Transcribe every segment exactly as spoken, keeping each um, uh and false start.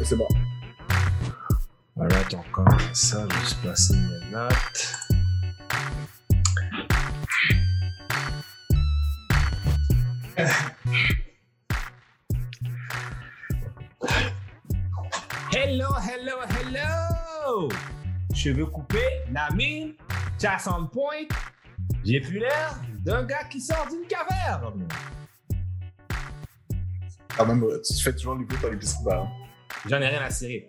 c'est bon. Alright, on commence ça. Je vais juste placer mes notes. Hello, hello, hello! Cheveux coupés, la mine, chasse en point. J'ai plus l'air d'un gars qui sort d'une caverne. Quand même, tu fais toujours l'écoute dans l'épicerie, bah. J'en ai rien à cirer.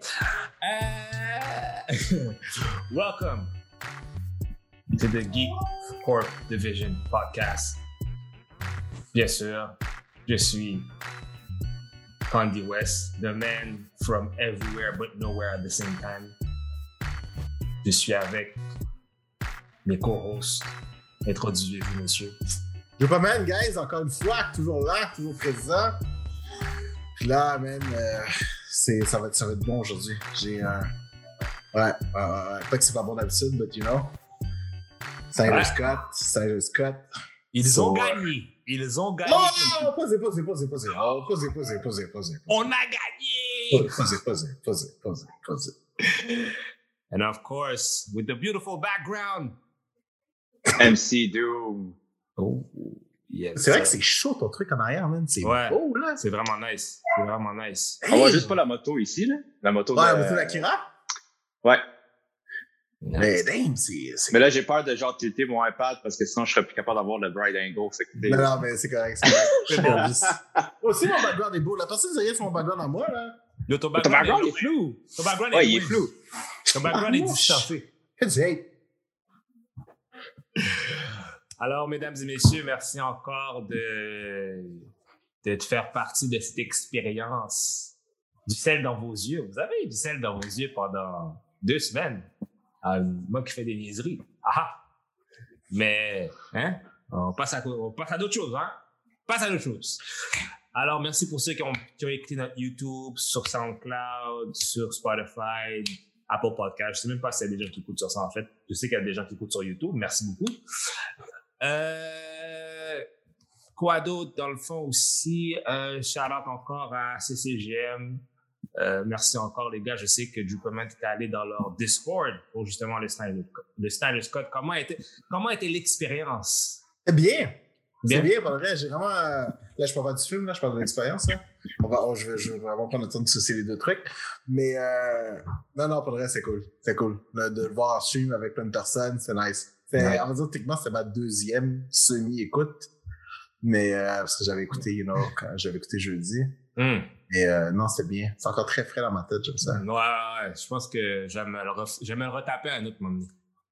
Euh... Welcome to the Geek Corp Division podcast. Bien sûr, je suis Candy West, the man from everywhere but nowhere at the same time. Je suis avec mes co-hosts. Introduisez-vous, monsieur. Je pas man, guys, encore une fois, toujours là, toujours présent. Puis là, man, euh, c'est, ça, va être, ça va être bon aujourd'hui. J'ai un. Euh, ouais, ouais, ouais, pas que c'est pas bon d'habitude, but you know. Saint-Scott, Saint-Scott. Ils so, ont gagné. Ils ont gagné. Non, non, non, posez, posez, posez, posez. Oh, posez, posez, posez, posez. On a gagné! Posez, posez, posez, posez, posez. And of course, with the beautiful background, M C Doom. Oh, yes. C'est vrai que c'est chaud ton truc en arrière, man. C'est ouais, beau, là. C'est vraiment nice. C'est vraiment nice. Hey. On voit juste pas la moto ici, là. La moto ouais, de... la moto d'Akira? Ouais. Nice. Mais damn, c'est, c'est... Mais là, j'ai peur de genre tilter mon iPad parce que sinon, je serais plus capable d'avoir le bright angle. Fait que... Non, non, mais c'est correct. C'est correct. C'est bon. Moi aussi, mon background est beau. La personne qui sur mon background à moi, là. Yo, ton background, ton background est, est flou. Ton background ouais, est il est flou. Ton background est distancé. Que du hate. Alors, mesdames et messieurs, merci encore de, de faire partie de cette expérience du sel dans vos yeux. Vous avez eu du sel dans vos yeux pendant deux semaines. Euh, moi qui fais des niaiseries. Ah! Mais, hein? On passe à, on passe à d'autres choses, hein? On passe à d'autres choses. Alors, merci pour ceux qui ont, qui ont écouté notre YouTube, sur SoundCloud, sur Spotify, Apple Podcast. Je sais même pas s'il y a des gens qui écoutent sur ça, en fait. Je sais qu'il y a des gens qui écoutent sur YouTube. Merci beaucoup. Euh, quoi d'autre, dans le fond, aussi? Euh, shout-out encore à C C G M. Euh, merci encore, les gars. Je sais que Juperman est allé dans leur Discord pour justement le Snyder, le Snyder Scott. Comment a été, comment a été l'expérience? C'est bien. Bien. C'est bien, pour le vrai. J'ai vraiment. Euh... Là, je parle pas du film, là, je parle de l'expérience. Hein. On va, oh, je, vais, je vais vraiment prendre le temps de dissocier les deux trucs. Mais euh... non, non, pour le vrai, c'est cool. C'est cool. Le, de le voir en stream avec plein de personnes, c'est nice. C'est, ouais. On va dire, techniquement, c'est ma deuxième semi-écoute. Mais euh, parce que j'avais écouté, you know, quand j'avais écouté jeudi. Mm. Et euh, non, c'est bien. C'est encore très frais dans ma tête, j'aime ça. Ouais, ouais, ouais. Je pense que j'aime le, ref... j'aime le retaper à un autre moment.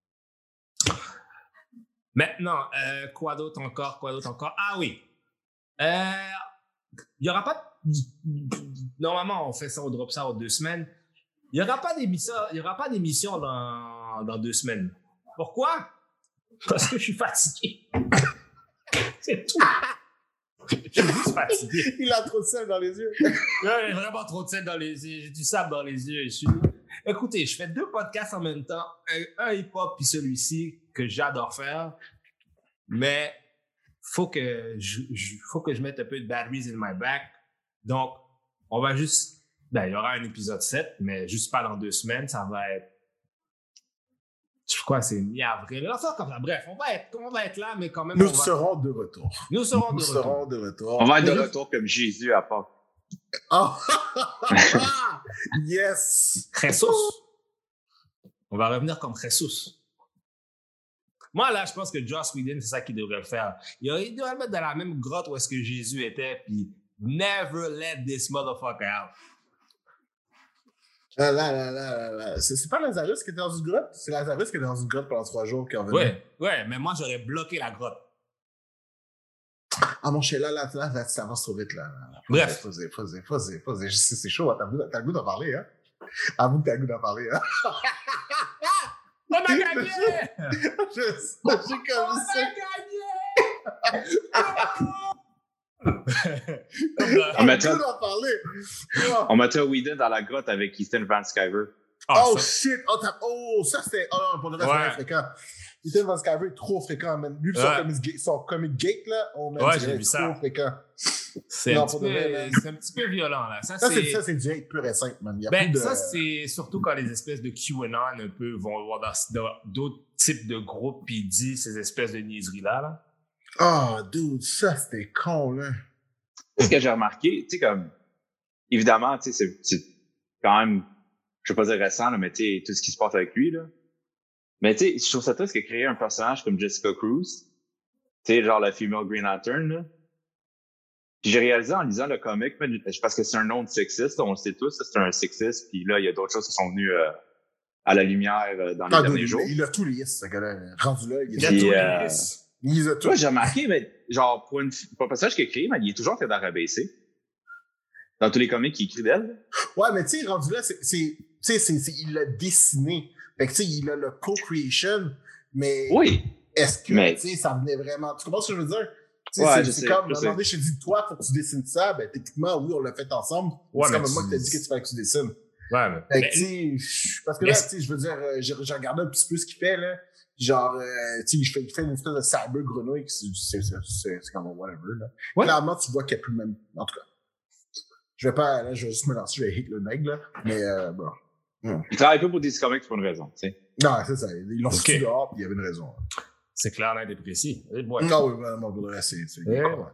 Maintenant, euh, quoi d'autre encore? Quoi d'autre encore? Ah oui. Il euh, n'y aura pas. Normalement, on fait ça, on drop ça en deux semaines. Il n'y aura pas d'émission, il y aura pas d'émission dans, dans deux semaines. Pourquoi? Parce que je suis fatigué. C'est tout. Je suis juste fatigué. Il a trop de sel dans les yeux. J'ai vraiment trop de sel dans les yeux. J'ai du sable dans les yeux. Je suis... Écoutez, je fais deux podcasts en même temps. Un, un hip-hop puis celui-ci que j'adore faire. Mais faut que je, je, faut que je mette un peu de batteries in my back. Donc, on va juste... Ben, il y aura un épisode sept, mais juste pas dans deux semaines. Ça va être... Je crois que c'est mi-avril. Enfin, comme ça. Bref, on va être, on va être là, mais quand même... Nous on va... serons de retour. Nous serons, Nous de, serons retour. de retour. On va être de retour comme Jésus à Pâques. Oh! Yes! Jesus. On va revenir comme Jesus. Moi, là, je pense que Joss Whedon, c'est ça qu'il devrait faire. Il devrait le mettre dans la même grotte où est-ce que Jésus était, puis never let this motherfucker out. Là, là, là, là, là. C'est, c'est pas Lazarus qui était dans une grotte? C'est Lazarus qui était dans une grotte pendant trois jours qui est revenu. Ouais, ouais, mais moi, j'aurais bloqué la grotte. Ah, mon chien, là, là, là, là, tu avances trop vite, là. là. Bref. Posez, posez, posez, posez. C'est, c'est chaud, hein. T'as, t'as le goût d'en parler, hein? Avoue que t'as le goût d'en parler, hein? On a gagné! je, je, j'ai comme On ça. a gagné! on, mettait, d'en parler. on mettait Whedon dans la grotte avec Ethan Van Sciver. Ah, oh ça. shit! Oh, t'as- oh, ça c'était. Oh non, pour le reste, Ouais. c'est très fréquent. Ethan Van Sciver est trop fréquent, man. Lui, pis son, Ouais. comic, ga- son comic gate, là, on Ouais, j'ai dirait vu trop ça. fréquent. C'est Non, un, petit pour de vrai, peu- man. c'est un petit peu violent, là. Ça, Ça, c'est, c'est... ça, c'est du hate pur et simple, man. Il y a Ben, plus de. ça, c'est surtout quand les espèces de QAnon un peu vont avoir dans, dans d'autres types de groupes puis ils disent ces espèces de niaiseries-là. Là. Oh, dude, ça, c'était con, là. Ce que j'ai remarqué, tu sais, comme, évidemment, tu sais, c'est, c'est quand même, je vais pas dire récent, là, mais tu sais, tout ce qui se passe avec lui, là. Mais tu sais, je trouve ça triste que créer un personnage comme Jessica Cruz, tu sais, genre la female Green Lantern, là. Puis j'ai réalisé en lisant le comic, parce que c'est un nom de sexiste, on le sait tous, c'est un sexiste, puis là, il y a d'autres choses qui sont venues euh, à la lumière euh, dans les Ah, derniers dude, jours. il, il a tout lisse, ce gars-là. Rendu là, il Il y a est Puis, tous les euh, risques. Il les a tout. Moi, j'ai remarqué, mais genre, pour, une, pour un personnage qu'il a créé, mais il est toujours en train de la rabaisser. Dans tous les comics qu'il écrit d'elle. Ouais, mais tu sais, rendu là, c'est, c'est, tu sais, c'est, c'est, il l'a dessiné. Fait que tu sais, il a le co-creation, mais Oui. est-ce que, Mais- tu sais, ça venait vraiment. Tu comprends ce que je veux dire? Tu sais, Ouais, c'est, je c'est sais, comme, je à un moment donné, sais. je t'ai dit, toi, faut que tu dessines ça. Ben, techniquement, oui, on l'a fait ensemble. Ouais, c'est mais comme moi tu- qui t'ai dit que tu fallait que tu dessines. Ouais, mais, Fait mais- que, tu sais, je- parce que là, Mais- tu sais, je veux dire, euh, j'ai, j'ai regardé un petit peu ce qu'il fait, là. Genre, euh, tu sais, il fait, il fait une espèce de cyber grenouille, qui c'est, c'est, c'est, c'est, c'est comme un whatever, là. Ouais. Clairement, tu vois qu'il n'y a plus le même. En tout cas. Je vais pas, là, je vais juste me lancer, je vais hate le mec, là. Mais, euh, bon. Il travaille pas pour D C Comics pour une raison, tu sais. Non, c'est ça. Ils l'ont Ok. foutu dehors, puis il y avait une raison. c'est clair, net et précis. Et ouais. Non, oui, vraiment, pour le reste, c'est. c'est Eh ouais. ouais.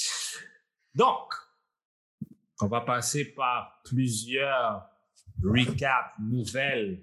Donc, on va passer par plusieurs recaps, nouvelles.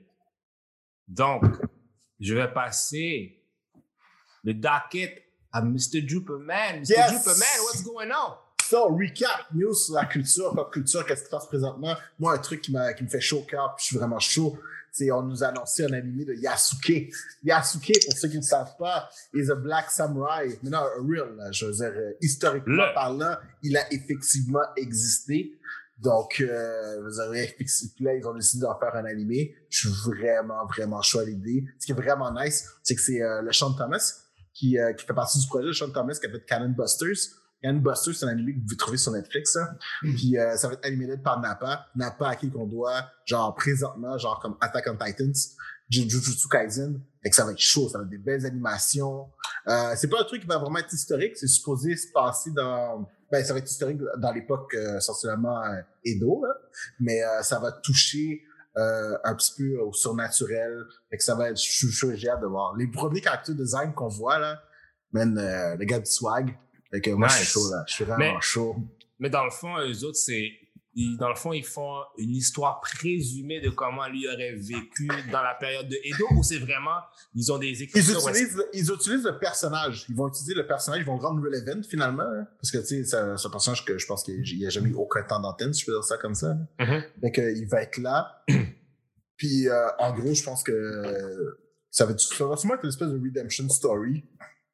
Donc, je vais passer le docket à mister Juperman. mister Yes! Juperman, what's going on? So, recap, news sur la culture, pop culture, qu'est-ce qui se passe présentement? Moi, un truc qui, m'a, qui me fait chaud au cœur, puis je suis vraiment chaud, c'est on nous a annoncé un animé de Yasuke. Yasuke, pour ceux qui ne savent pas, is a black samurai. Mais non, a real, là, je veux dire, euh, historiquement Le. parlant, il a effectivement existé. Donc, euh, vous avez effectivement, là, ils ont décidé d'en faire un animé. Je suis vraiment, vraiment chaud à l'idée. Ce qui est vraiment nice, c'est que c'est euh, le Sean Thomas qui, euh, qui fait partie du projet. Le Sean Thomas qui a fait Cannon Busters. Cannon Busters, c'est un animé que vous pouvez trouver sur Netflix. Hein. Puis euh, ça va être animé par Nappa. Nappa à qui qu'on doit, genre présentement, genre comme Attack on Titans, Jujutsu Kaisen. Fait que ça va être chaud, ça va être des belles animations. Euh, c'est pas un truc qui va vraiment être historique, c'est supposé se passer dans... Ben, ça va être historique dans l'époque euh, essentiellement euh, Edo, là. Mais euh, ça va toucher euh, un petit peu au surnaturel. Fait que ça va être... Je suis je suis- j'ai hâte de voir. Les premiers character design qu'on voit, là, man, euh, le gars du swag. Fait que moi, je suis Nice. chaud, là. Je suis vraiment Mais- chaud. Mais dans le fond, eux autres, c'est. ils- dans le fond, ils font une histoire présumée de comment lui aurait vécu dans la période de Edo ou c'est vraiment. Ils ont des Ils écritures. où est-ce- utilisent, le, ils utilisent le personnage. Ils vont utiliser le personnage, ils vont le rendre relevant finalement. Hein, parce que, tu sais, c'est c'est un personnage que je pense qu'il n'y a jamais eu aucun temps d'antenne, si je peux dire ça comme ça. Hein. Mhm. Fait que, il va être là. Puis, euh, en gros, je pense que euh, ça va, être, ça va sûrement être une espèce de redemption story.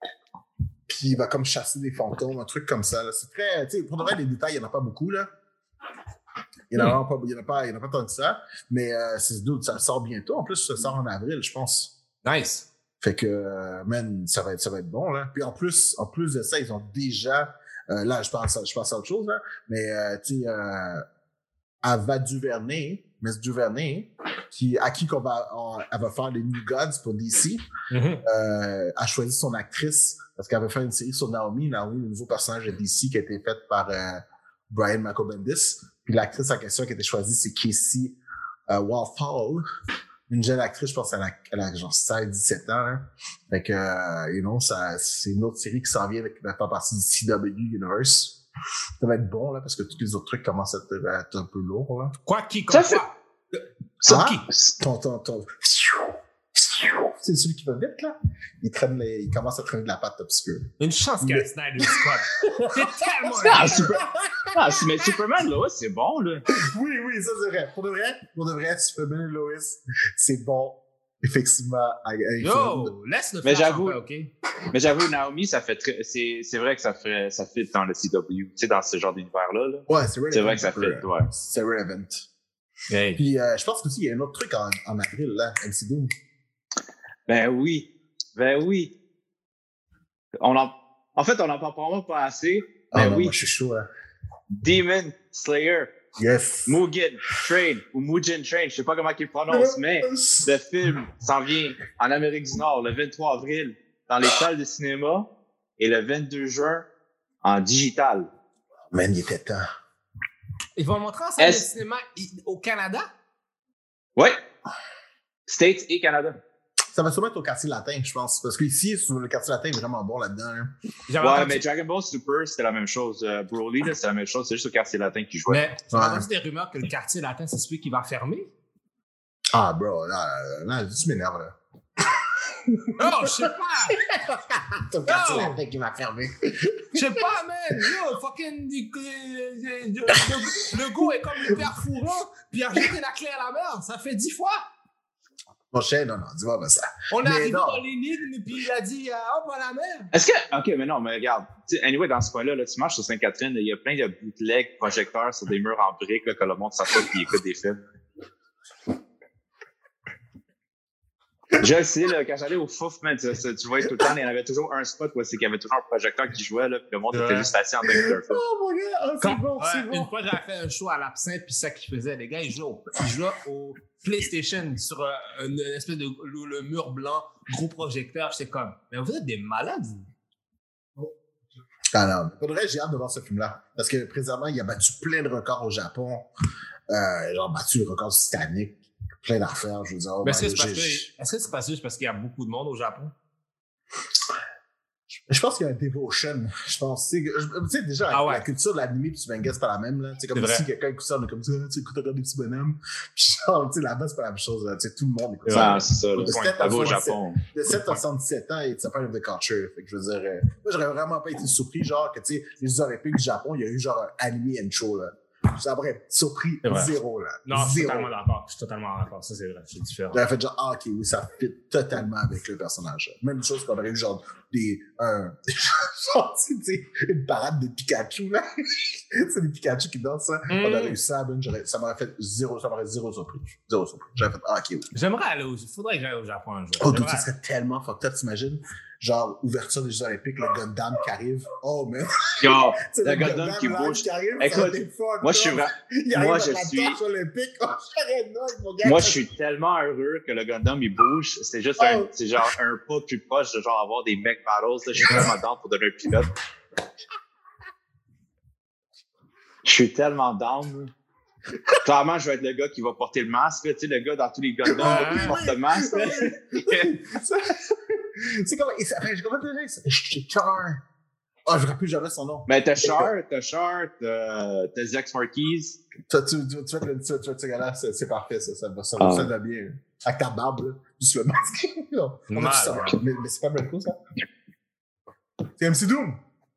Puis, il va comme chasser des fantômes, un truc comme ça. Là. C'est très. Tu sais, pour de vrai, les détails, il n'y en a pas beaucoup, là. Il n'y en a Mm. vraiment pas, il y en a pas, il y en a pas tant que ça. Mais euh, c'est dude, ça sort bientôt. En plus, ça sort en avril, je pense. Nice. Fait que, euh, man, ça va être, ça va être bon, là. Puis en plus, en plus de ça, ils ont déjà, euh, là, je pense, à- je pense à autre chose, là. Mais, euh, tu sais, euh, Ava Duvernay, Miss Duvernay, qui, à qui qu'on va, on- elle va faire les New Gods pour D C, Mhm. euh, a choisi son actrice parce qu'elle veut faire une série sur Naomi. Naomi, le nouveau personnage de D C qui a été fait par euh, Brian Michael Bendis. Puis l'actrice en question qui a été choisie, c'est Casey euh, Walfall. Une jeune actrice, je pense qu'elle a, elle a genre seize dix-sept ans. Hein. Fait que, euh, you know, ça, c'est une autre série qui s'en vient, qui va faire partie du C W Universe. Ça va être bon, là, parce que tous les autres trucs commencent à être, à être un peu lourds, là. Quoi qui Ça comme fait- quoi? Ça, Ah, ton, ton, ton... C'est celui qui va vite, là. Il traîne les... il commence à traîner de la patte un petit peu. Une chance qu'il y a un Snyder Scott. C'est tellement. Ah, super... ah, c'est- mais Superman, là, ouais, c'est bon, là. Oui, oui, ça c'est vrai. Pour de vrai, pour de vrai, Superman et Lois, c'est bon, effectivement. À, à- Yo, laisse le Mais flash j'avoue- en paix, OK? Mais j'avoue, Naomi, ça fait très, c'est, c'est vrai que ça fait, ça fit dans le C W, tu sais, dans ce genre d'univers-là, là. Ouais, c'est relevant. C'est vrai que ça fit, ouais. C'est relevant. Hey. Puis euh, je pense aussi, il y a un autre truc en, en avril, là, M C Doom. Ben oui. Ben oui. On en, en fait, on en parle probablement pas assez. Ah Ben non, oui. moi, je suis chaud, là. Demon Slayer. Yes. Mugen Train ou Mugen Train, je sais pas comment il prononce, mais le film s'en vient en Amérique du Nord le vingt-trois avril dans les salles de cinéma et le vingt-deux juin en digital. Man, il était temps. Ils vont le montrer en salle de cinéma au Canada? Oui. States et Canada. Ça va sûrement être au quartier latin, je pense. Parce qu'ici, le quartier latin est vraiment bon là-dedans. Hein. Ouais, entendu... mais Dragon Ball Super, c'était la même chose. Uh, Broly, là, c'était la même chose. C'est juste au quartier latin qui jouait. Mais tu as entendu des rumeurs que le quartier latin, c'est celui qui va fermer? Ah, bro, là, là tu m'énerves, là. Non, je sais pas! Ton quartier latin qui va fermer. Je sais pas, man! Yo, fucking... Le go est comme le père Fourant, puis il a jeté la clé à la mer. Ça fait dix fois! Mon chien, non, non, dis-moi pas ça. On est arrivé dans l'énigme, puis il a dit ah, hop, à la mer. Est-ce que. Ok, mais non, mais regarde. Anyway, dans ce coin-là, là, tu marches sur Sainte-Catherine, il y a plein de bootlegs projecteurs sur des murs en briques là, que le monde s'assoit et écoute des films. Je le sais, là, quand j'allais au Fouf, man, tu, tu voyais tout le temps, il y en avait toujours un spot où c'est qu'il y avait toujours un projecteur qui jouait, là, puis le monde ouais. était juste assis en train de faire. Oh mon gars, oh, c'est bon, c'est ouais, bon. Une fois, j'avais fait un show à l'Absinthe, puis ça qu'ils faisaient, les gars, ils jouaient au, ils jouaient au PlayStation sur euh, une, une espèce de le, le mur blanc, gros projecteur. J'étais comme, mais vous êtes des malades, vous. Ah non, pour le vrai, j'ai hâte de voir ce film-là. Parce que présentement, il a battu plein de records au Japon. Euh, genre, battu le record du Titanic. Plein d'affaires, je veux dire. Mais est-ce que c'est parce que, est-ce que c'est pas juste parce qu'il y a beaucoup de monde au Japon? Je pense qu'il y a un devotion. Je pense, tu sais, déjà, ah ouais. la culture de l'anime et du manga, c'est pas la même, là. C'est comme si quelqu'un écoute ça, on est comme ça, tu sais, écoute, regarde des petits bonhommes. Genre, tu sais, là-bas, c'est pas la même chose, tu sais, tout le monde écoute ça. Ah, c'est ça, là. Ça va au Japon. De sept à soixante-dix-sept ans, it's a part of the culture. Fait que je veux dire, euh, moi, j'aurais vraiment pas été surpris, genre, que, tu sais, les Jeux Olympiques du Japon, il y a eu genre un anime intro, là. Ça m'aurait surpris zéro, là. Non, je suis totalement d'accord. Je suis totalement d'accord. Ça, c'est vrai. C'est différent. J'aurais fait genre, ah, ok, oui, ça fit totalement avec le personnage. Même chose qu'on aurait eu genre des, un, genre, tu sais, une parade de Pikachu, là. C'est des Pikachu qui dansent, ça. Mm. On aurait eu ça, ben, ça m'aurait fait zéro, ça m'aurait zéro surpris. Zéro surpris. J'aurais fait, ah, ok, oui. J'aimerais aller au, faudrait que j'aille au Japon un jour. Oh, donc, ça serait tellement fucked up, t'imagines? Genre, ouverture des Jeux Olympiques, le Gundam qui arrive. Oh, man. Yo, le, le Gundam, Gundam qui bouge. Qui arrive, écoute, moi, je suis vraiment. Moi, je suis. Oh, moi, je suis tellement heureux que le Gundam, il bouge. C'est juste oh. un, c'est genre un pas plus proche de genre avoir des mech battles. Là. Je suis tellement down pour donner un pilote. Je suis tellement down. Clairement, je vais être le gars qui va porter le masque. Tu sais, le gars dans tous les Gundam ah, qui porte le masque. C'est comme, j'ai comment te dire ça? Char. Ah, oh, je ne rappelle jamais son nom. Mais t'as Char, t'as Char, t'as, t'as Zex Marquise. Tu, tu, tu, tu, tu, tu, tu, gars-là, c'est, c'est parfait, ça, ça, ça, ah. ça va bien. Avec ta barbe, là, juste le masque. Non, on a ça. Mais, mais c'est pas mal cool, ça. C'est M C Doom.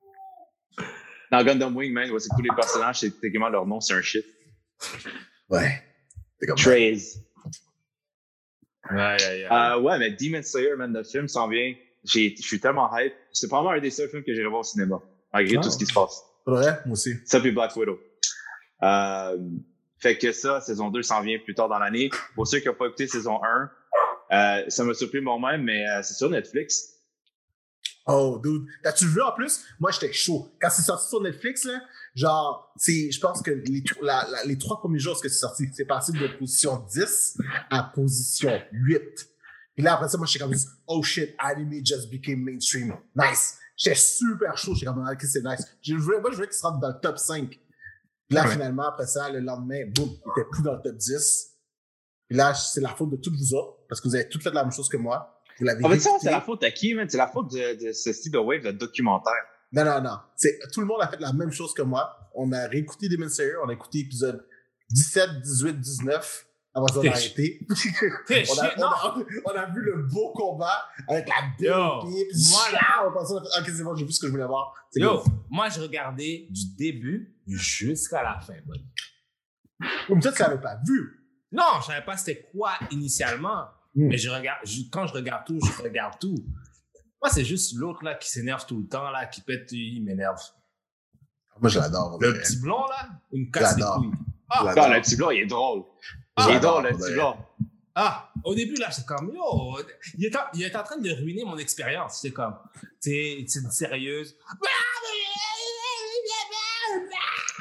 Dans Gundam Wing, man, c'est que tous les personnages, c'est techniquement leur nom, c'est un shit. Ouais. C'est comme Trace. Ouais, ouais, ouais. Euh, ouais, mais Demon Slayer, man, le film s'en vient. Je suis tellement hype. C'est probablement un des seuls films que j'irai voir au cinéma, malgré oh. tout ce qui se passe. Ouais, moi aussi. Ça, puis Black Widow. Euh, fait que ça, saison deux s'en vient plus tard dans l'année. Pour ceux qui n'ont pas écouté saison un, euh, ça m'a surpris moi-même, mais euh, c'est sur Netflix. Oh, dude. T'as-tu vu en plus? Moi, j'étais chaud. Quand c'est sorti sur Netflix, là, genre, c'est, je pense que les, la, la, les trois premiers jours que c'est sorti, c'est passé de position dix à position huit. Et là, après ça, moi, j'étais comme, oh shit, anime just became mainstream. Nice. J'étais super chaud. J'étais comme, ok, c'est nice. Je voulais, moi, je voulais qu'il se rentre dans le top cinq. Puis là, ouais. finalement, après ça, le lendemain, boum, il était plus dans le top dix. Puis là, c'est la faute de toutes vous autres, parce que vous avez toutes fait la même chose que moi. Vous l'avez en fait, ça, c'est la faute à qui, man? C'est la faute de, de ce style de wave, de documentaire. Non, non, non. C'est, tout le monde a fait la même chose que moi. On a réécouté Demon Slayer, on a écouté épisode dix-sept, dix-huit, dix-neuf. Après ça, on a arrêté. on, a, on, a, on a vu le beau combat avec la belle pied. Moi, là, on pensait, ok, c'est bon, j'ai vu ce que je voulais voir. C'est Yo, cool. Moi, je regardais du début jusqu'à la fin, buddy. Comme ça, tu l'avais pas vu. Non, je savais pas c'était quoi initialement. Mm. Mais je regarde, je, quand je regarde tout, je regarde tout. Moi, c'est juste l'autre là qui s'énerve tout le temps, là, qui pète, il m'énerve. Moi, je l'adore. Le petit blond, là, il me casse les couilles. Ah, non, le petit blond, il est drôle. Ah, il est drôle, le petit blond. Ah, au début, là, c'est comme, yo, il est, en, il est en train de ruiner mon expérience. C'est comme, tu sais, c'est une sérieuse.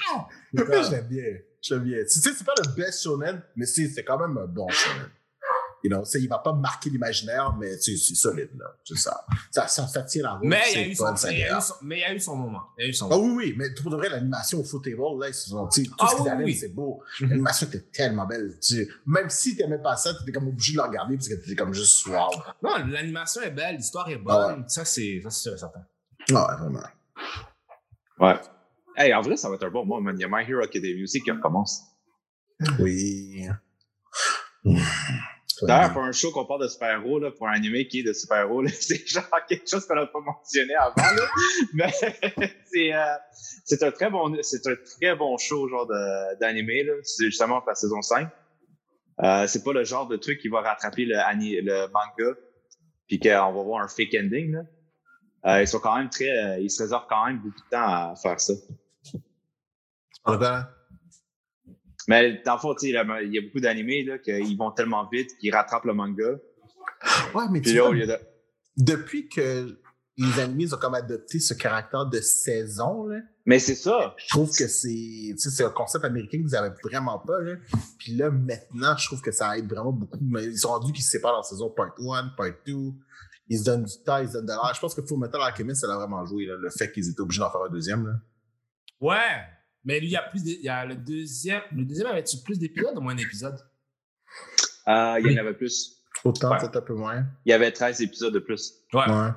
Je l'aime bien. Je l'aime bien. Tu sais, c'est pas le best shonen, mais c'est, c'est quand même un bon shonen. You know, il va pas marquer l'imaginaire, mais c'est, c'est solide, là. C'est ça. Ça, ça, ça tient la route. Mais il y a c'est eu fun, son, ça mais il y a eu dérape. son, mais il y a eu son moment. Il y a eu son Ah moment. oui, oui, mais pour de vrai, l'animation au football, là, ils se sont, tu sais, tout Ah ce qu'ils oui, animent, oui. c'est beau. Mhm. L'animation était tellement belle. Tu, même si t'aimais pas ça, t'étais comme obligé de le regarder parce que t'étais comme juste wow. Non, l'animation est belle, l'histoire est bonne. Ah ouais. Ça, c'est, ça, c'est sûr et certain. Ah ouais, vraiment. Ouais. Hey, en vrai, ça va être un bon moment, man. Il y a My Hero Academia aussi qui recommence. Oui. D'ailleurs, pour un show qu'on parle de super-héros, là, pour un animé qui est de super-héros, là, c'est genre quelque chose qu'on n'a pas mentionné avant, là. Mais c'est, euh, c'est un très bon, c'est un très bon show, genre, de, d'animé, là. C'est justement pour la saison cinq. Euh, c'est pas le genre de truc qui va rattraper le, le manga, puis qu'on va voir un fake ending, là. Euh, ils sont quand même très, euh, ils se réservent quand même beaucoup de temps à faire ça. En tout cas, Mais dans le fond, tu sais, il y a beaucoup d'animés, là, qu'ils vont tellement vite qu'ils rattrapent le manga. ouais, mais Puis tu là, vois, au lieu de... depuis que les animés ont comme adopté ce caractère de saison, là, Mais c'est ça. je trouve que c'est, tu sais, c'est un concept américain qu'ils n'avaient vraiment pas, là. Puis là, maintenant, je trouve que ça aide vraiment beaucoup. Mais ils sont rendus qu'ils se séparent en saison part un, part deux. Ils se donnent du temps, ils se donnent de l'air. Je pense que Fullmetal Alchemist, ça l'a vraiment joué, là, le fait qu'ils étaient obligés d'en faire un deuxième, là. Ouais. Mais lui, il y a plus de, il y a le deuxième. Le deuxième avait-tu plus d'épisodes ou moins d'épisodes? Euh, il y en avait plus. Autant, Ouais. peut-être un peu moins. Il y avait treize épisodes de plus. Ouais. Ouais.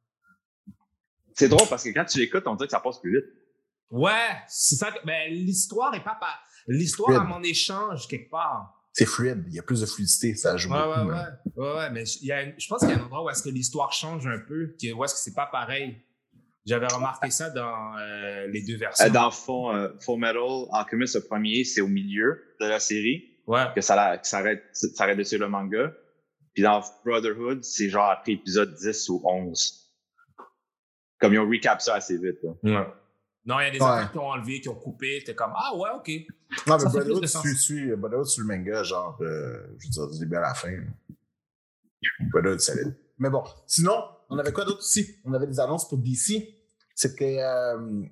C'est drôle parce que quand tu l'écoutes, on dirait que ça passe plus vite. Ouais. C'est ça. Que, ben, l'histoire est pas. pas l'histoire, Fluide. à mon échange, quelque part. C'est fluide. Il y a plus de fluidité. Ça joue Ouais, beaucoup. ouais, mais- ouais. Ouais, ouais. Mais il y a une- je pense qu'il y a un endroit où est-ce que l'histoire change un peu, que- où est-ce que c'est pas pareil. J'avais remarqué ça dans euh, les deux versions. Euh, dans le fond, euh, Full Metal Alchemist, le premier, c'est au milieu de la série, Ouais. que ça, la- que ça, arrête, ça arrête de suivre le manga. Puis dans Brotherhood, c'est genre après épisode dix ou onze. Comme ils ont recap ça assez vite. Là. Ouais. Non, il y a des Ouais. affaires qui ont enlevé, qui ont coupé. T'es comme, ah ouais, OK. Non, mais Ça fait plus Brotherhood, de sens. tu suis Brotherhood sur le manga, genre, euh, je veux dire, du début à la fin. Brotherhood, solide. Mais bon, sinon, on avait quoi d'autre aussi? On avait des annonces pour D C. C'était, euh,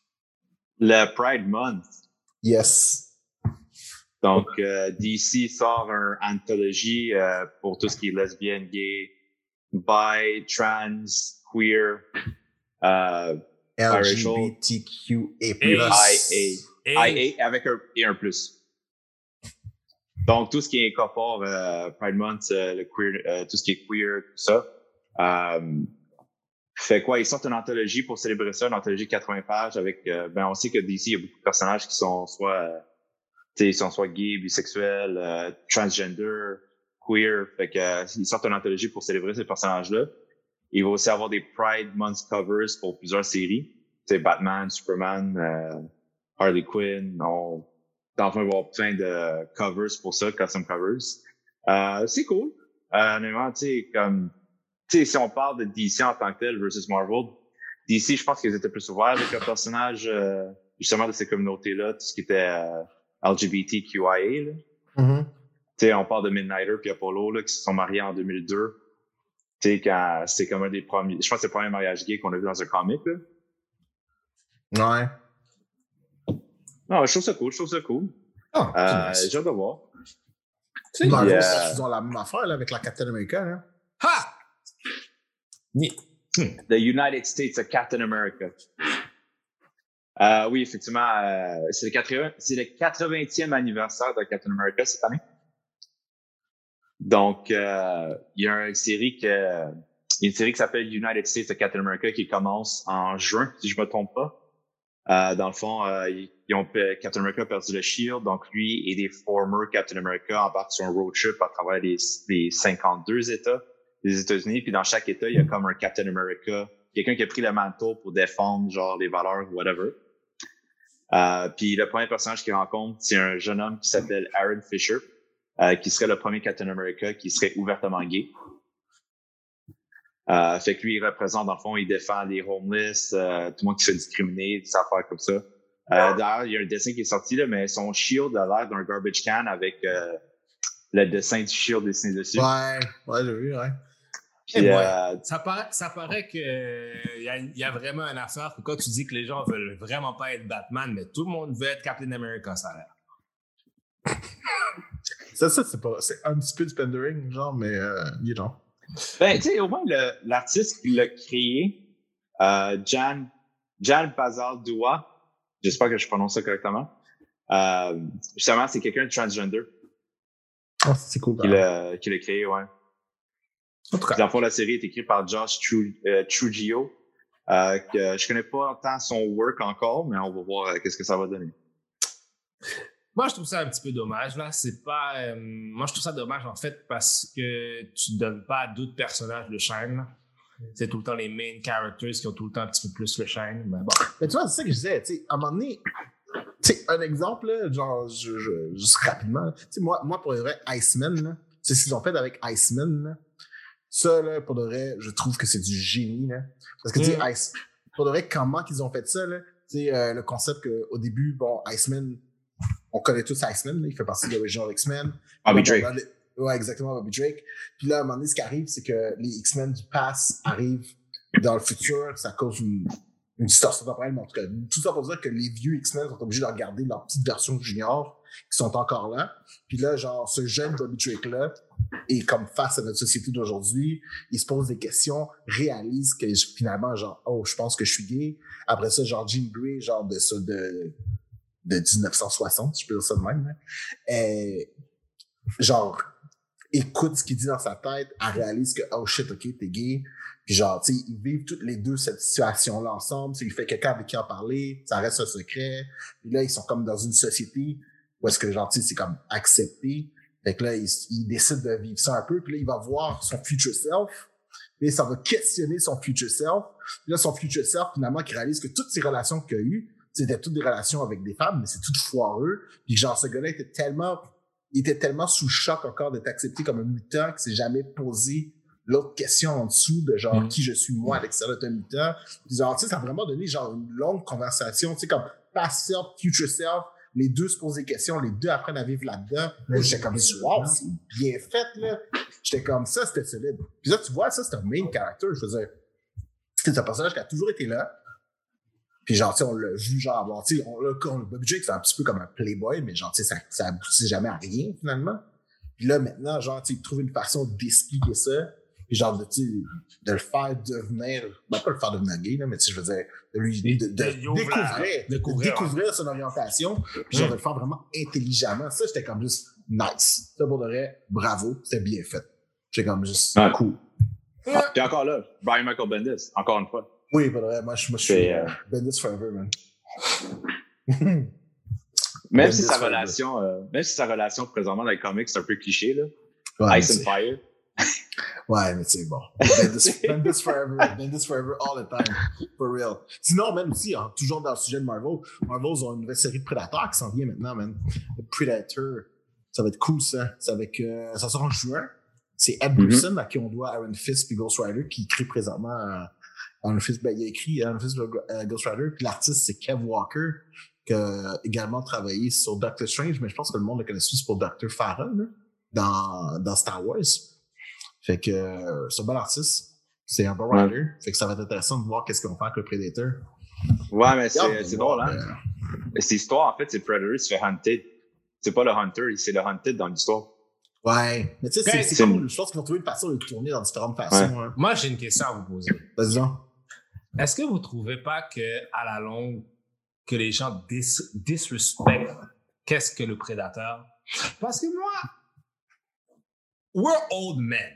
Le Pride Month. yes. Donc, euh, D C sort un anthologie euh, pour tout ce qui est lesbienne, gay, bi, trans, queer, euh, L G B T Q A plus. I Et A. I A avec un, et un plus. Donc, tout ce qui incorpore euh, Pride Month, euh, le queer, euh, tout ce qui est queer, tout ça. Euh, fait quoi? Ils sortent une anthologie pour célébrer ça, une anthologie de quatre-vingts pages avec, euh, ben, on sait que D C, il y a beaucoup de personnages qui sont soit, euh, tu sais, ils sont soit gays, bisexuels, euh, transgender, queer. Fait que, euh, ils sortent une anthologie pour célébrer ces personnages-là. Il va aussi avoir des Pride Month covers pour plusieurs séries. Tu sais, Batman, Superman, euh, Harley Quinn. On, dans le fond, il va y avoir plein de covers pour ça, custom covers. Euh, c'est cool. Euh, honnêtement, tu sais, comme, tu sais, si on parle de D C en tant que tel versus Marvel, D C, je pense qu'ils étaient plus ouverts avec le personnage, euh, justement, de ces communautés-là, tout ce qui était euh, L G B T Q I A, là. Mm-hmm. Tu sais, on parle de Midnighter puis Apollo, là, qui se sont mariés en deux mille deux. Tu sais, quand c'était comme un des premiers, je pense que c'est le premier mariage gay qu'on a vu dans un comic, là. Ouais. Non, je trouve ça cool, je trouve ça cool. Ah, Euh, c'est nice. j'ai hâte de voir. C'est Marvel, Yeah. ils ont la même affaire, là, avec la Captain America, là. Ha! Ni- The United States of Captain America. Euh, oui, effectivement, euh, c'est le quatre-vingts c'est le quatre-vingtième anniversaire de Captain America cette année. Donc, euh, il y a une série que, il y a une série qui s'appelle United States of Captain America qui commence en juin, si je me trompe pas. Euh, dans le fond, euh, ils ont, Captain America a perdu le Shield, donc lui et des former Captain America embarquent sur un road trip à travers les, les cinquante-deux États des États-Unis. Puis dans chaque État, il y a comme un Captain America, quelqu'un qui a pris le manteau pour défendre genre les valeurs ou whatever. Euh, puis le premier personnage qu'il rencontre, c'est un jeune homme qui s'appelle Aaron Fisher, euh, qui serait le premier Captain America qui serait ouvertement gay. Euh, fait que lui, il représente, dans le fond, il défend les homeless, euh, tout le monde qui se fait discriminer, des affaires comme ça. Euh, d'ailleurs, il y a un dessin qui est sorti, là, mais son shield a l'air d'un garbage can avec euh, le dessin du shield dessiné dessus. Ouais, ouais, j'ai vu, ouais. Puis, ouais, euh, ça paraît, ça paraît qu'il y, a, y a vraiment une affaire que quand tu dis que les gens veulent vraiment pas être Batman, mais tout le monde veut être Captain America, ça a l'air. Ça, ça c'est pas. C'est un petit peu du pandering, genre, mais euh, you know. Ben, tu sais, au moins, le, l'artiste qui l'a créé, euh, Jan, Jan Bazaldua, j'espère que je prononce ça correctement, euh, justement, c'est quelqu'un de transgender. Oh, c'est cool. Qui l'a, qui l'a créé, ouais. En tout cas. Dans le fond, la série est écrite par Josh Tru, euh, Trujillo. Euh, que je connais pas tant son work encore, mais on va voir euh, qu'est-ce que ça va donner. Moi, je trouve ça un petit peu dommage, là. C'est pas... Euh, moi, je trouve ça dommage, en fait, parce que tu donnes pas à d'autres personnages le shine, là. C'est tout le temps les main characters qui ont tout le temps un petit peu plus le shine, mais bon. Mais tu vois, c'est ça que je disais, tu sais, à un moment donné, tu sais, un exemple, là, genre, je, je, juste rapidement, tu sais, moi, moi, pour le vrai, Iceman, là, c'est ce qu'ils ont fait avec Iceman, là. Ça, là, pour de vrai, je trouve que c'est du génie, là. Parce que, tu sais, Mm. Ice, pour de vrai, comment qu'ils ont fait ça, là, tu sais, euh, le concept qu'au début, bon, Iceman, on connaît tous Iceman, là, il fait partie de l'original X-Men. Bobby Là, bon, Drake. les, ouais, exactement, Bobby Drake. Puis là, à un moment donné, ce qui arrive, c'est que les X-Men du pass arrivent dans le futur, ça cause une, une distorsion temporelle, mais en tout cas, tout ça pour dire que les vieux X-Men sont obligés de regarder leur petite version junior, qui sont encore là. Puis là, genre, ce jeune Bobby Drake-là est comme face à notre société d'aujourd'hui, il se pose des questions, réalise que finalement, genre, oh, je pense que je suis gay. Après ça, genre, Jean Grey, genre, de ça, de, de dix-neuf cent soixante, si je peux dire ça de même, là, et, genre, écoute ce qu'il dit dans sa tête, elle réalise que, oh shit, ok, t'es gay. Puis genre, tu sais, ils vivent toutes les deux cette situation-là ensemble. Il fait quelqu'un avec qui en parler, ça reste un secret. Puis là, ils sont comme dans une société où est-ce que, genre, tu sais, c'est comme accepté. Fait que là, il, il décide de vivre ça un peu. Puis là, il va voir son future self. Puis ça va questionner son future self. Puis là, son future self, finalement, qui réalise que toutes ses relations qu'il a eues, c'était toutes des relations avec des femmes, mais c'est tout foireux. Puis genre, ce gars-là était tellement, il était tellement sous choc encore d'être accepté comme un mutant qu'il s'est jamais posé l'autre question en dessous de genre, mm. qui je suis moi à l'extérieur d'un mutant. Puis genre, tu sais, ça a vraiment donné genre une longue conversation, tu sais, comme past self, future self. Les deux se posent des questions, les deux apprennent à vivre là-dedans. Là, j'étais comme, wow, c'est bien fait, là. J'étais comme, ça, c'était solide. Puis là, tu vois, ça, c'est un main character. Je veux dire, c'est un personnage qui a toujours été là. Puis genre, tu sais, on l'a vu, genre, bon, tu sais, on l'a, on, Bobby Drake, c'est un petit peu comme un playboy, mais genre, tu sais, ça, ça aboutit jamais à rien, finalement. Puis là, maintenant, genre, tu sais, il trouve une façon d'expliquer ça. Puis genre, de, tu sais, de le faire devenir, ben, pas le faire devenir gay, là, mais tu sais, je veux dire, de lui, de, de, de découvrir, de découvrir, découvrir ouais. son orientation, puis genre, mmh. de le faire vraiment intelligemment. Ça, j'étais comme juste nice. Ça, pour de vrai, bravo, c'était bien fait. J'étais comme juste ah. cool. Ah, puis encore là, Brian Michael Bendis, encore une fois. Oui, pour de vrai, moi, je, moi, je suis euh, Bendis forever, man. Même Bendis si sa forever. relation, euh, même si sa relation présentement dans les comics, c'est un peu cliché, là. Ouais, Ice and Fire. Ouais, mais c'est bon. Bendis, Bendis forever. Bendis forever all the time. For real. Sinon, même aussi, hein, toujours dans le sujet de Marvel, Marvel ont une nouvelle série de Predator qui s'en vient maintenant, man. Predator. Ça va être cool, ça. Ça, avec, euh, ça sort en juin. C'est Ed Brisson, mm-hmm. à qui on doit Iron Fist et Ghost Rider, qui écrit présentement euh, Iron Fist. Ben, il a écrit Iron Fist et Ghost Rider. Puis l'artiste, c'est Kev Walker, qui a également travaillé sur Doctor Strange, mais je pense que le monde le connaît plus pour Doctor Farrell, là, dans, dans Star Wars. Fait que euh, c'est un bon artiste. C'est un bon writer. Ouais. Fait que ça va être intéressant de voir qu'est-ce qu'on fait avec le Predator. Ouais, mais c'est, c'est, c'est drôle, hein? Mais... Cette histoire, en fait, c'est Predator qui se fait hunted. C'est pas le Hunter, c'est le Hunted dans l'histoire. Ouais. Mais tu sais, c'est, c'est, c'est cool. Je pense qu'ils vont trouver une façon de le tourner dans différentes façons. Ouais. Hein. Moi, j'ai une question à vous poser. Vas-y, Jean. Est-ce que vous trouvez pas que, à la longue, que les gens dis- disrespectent qu'est-ce que le prédateur? Parce que moi, we're old men.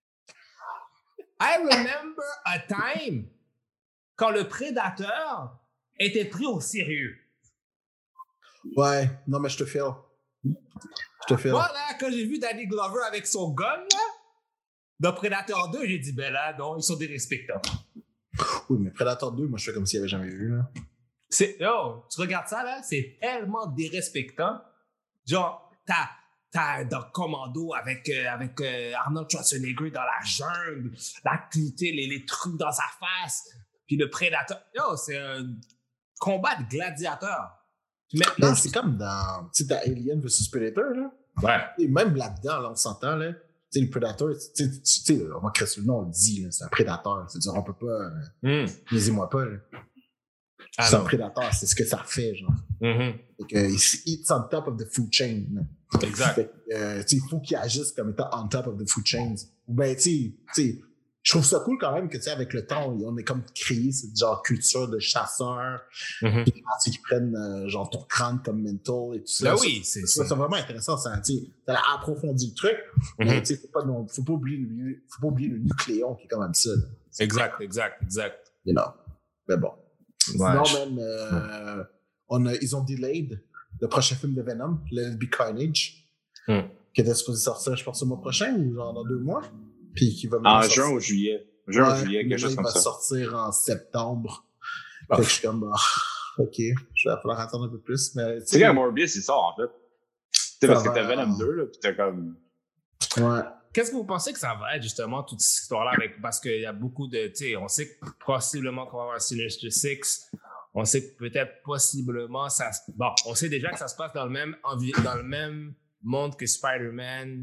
I remember a time quand le prédateur était pris au sérieux. Ouais, non, mais je te file. Je te file. Moi, là, quand j'ai vu Danny Glover avec son gun, là, dans Predator deux, j'ai dit, ben là, non, ils sont des respectables. Oui, mais Predator deux, moi, je fais comme s'il n'y avait jamais vu, là. C'est, oh, tu regardes ça, là, c'est tellement dérespectant. Genre, t'as, t'as dans Commando avec, euh, avec euh, Arnold Schwarzenegger dans la jungle, l'activité, les, les trucs dans sa face, puis le prédateur. Yo, c'est un combat de gladiateurs. Maintenant, non, c'est, c'est comme dans, tu sais, dans Alien versus Predator, là. Ouais. Et même là-dedans, là, on s'entend, là. sais, le Predator, tu sais, tu sais, on va créer le nom, on le dit, là, c'est un prédateur. C'est-à-dire, on peut pas. Euh, Mm. Niaisez-moi pas, là. Ah c'est non. un prédateur, c'est ce que ça fait, genre. Mm-hmm. Fait que, it's, it's on top of the food chain. Là. Exact. Fait que, euh, il faut qu'il agisse comme étant on top of the food chains. Ben, tu sais, je trouve ça cool quand même que, tu sais, avec le temps, on est comme créé cette genre culture de chasseurs, Mm-hmm. puis qui prennent euh, genre ton crâne comme mental et tout ça. Ben ça oui, c'est ça. ça. C'est vraiment intéressant, ça, tu sais, ça a approfondi le truc, mm-hmm. mais tu sais, faut pas, non, faut pas oublier le, faut pas oublier le nucléon qui est quand même ça. Là. Exact, exact, exact. You know. Mais bon. Ouais, Sinon, je... même, euh, on a, ils ont delayed le prochain film de Venom, Let It Be Carnage, mm. qui était supposé sortir, je pense, le mois prochain ou genre dans deux mois. Puis qui va En juin ou juillet. Juin ou ouais, juillet, quelque chose comme ça. Il va sortir en septembre. Oh. Fait que je suis comme, oh, ok, je vais falloir attendre un peu plus. Mais, c'est quand Morbius, il sort, en fait. Tu sais, parce va... que t'as Venom deux, là, pis t'as comme. Ouais. Qu'est-ce que vous pensez que ça va être, justement, toute cette histoire-là avec. Parce qu'il y a beaucoup de. Tu sais, on sait que possiblement qu'on va avoir Sinister Six. On sait que peut-être possiblement ça. Bon, on sait déjà que ça se passe dans le même, envi... dans le même monde que Spider-Man.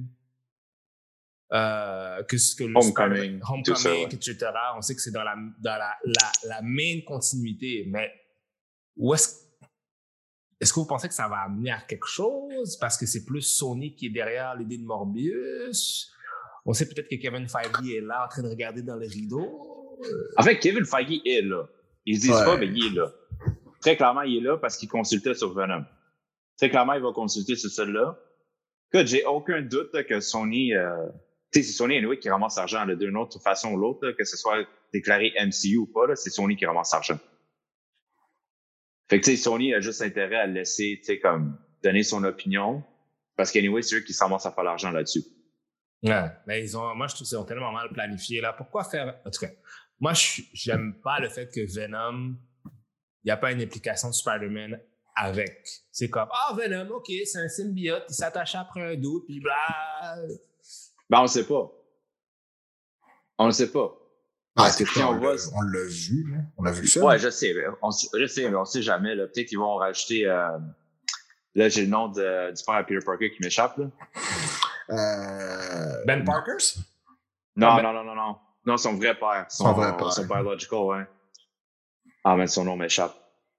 Euh, que ce que le Homecoming, Homecoming ça, ouais. et cetera. On sait que c'est dans la dans la la, la main continuité, mais où est-ce est-ce que vous pensez que ça va amener à quelque chose parce que c'est plus Sony qui est derrière l'idée de Morbius? On sait peut-être que Kevin Feige est là en train de regarder dans les rideaux. En fait, Kevin Feige est là. Ils se disent ouais. pas, mais il est là. Très clairement, il est là parce qu'il consultait sur Venom. Très clairement, il va consulter sur celui-là. Écoute, j'ai aucun doute là, que Sony. Euh, Tu sais, c'est Sony anyway, qui ramasse l'argent là, d'une autre façon ou l'autre, là, que ce soit déclaré M C U ou pas, là, c'est Sony qui ramasse l'argent. Fait que tu sais, Sony a juste intérêt à le laisser, tu sais, comme donner son opinion, parce qu'anyway, c'est eux qui se ramassent à faire l'argent là-dessus. Ouais, mais ils ont, moi je trouve qu'ils ont tellement mal planifié là. Pourquoi faire, en tout cas, moi je j'aime pas le fait que Venom, il n'y a pas une implication de Spider-Man avec. C'est comme, ah, oh, Venom, ok, c'est un symbiote, il s'attache après un doute, puis bla. Ben, on le sait pas. On le sait pas. Ah, c'est si on, on, voit... on l'a vu, là. On a vu ça. Ouais, je sais. On, je sais, mais on sait jamais, là. Peut-être qu'ils vont rajouter, euh... là, j'ai le nom de, du père à Peter Parker qui m'échappe, là. Euh... Ben Parker? Non, ah, non, non, non, non. Non, son vrai père. Son, son vrai père. Son biological, ouais. Ah, mais son nom m'échappe.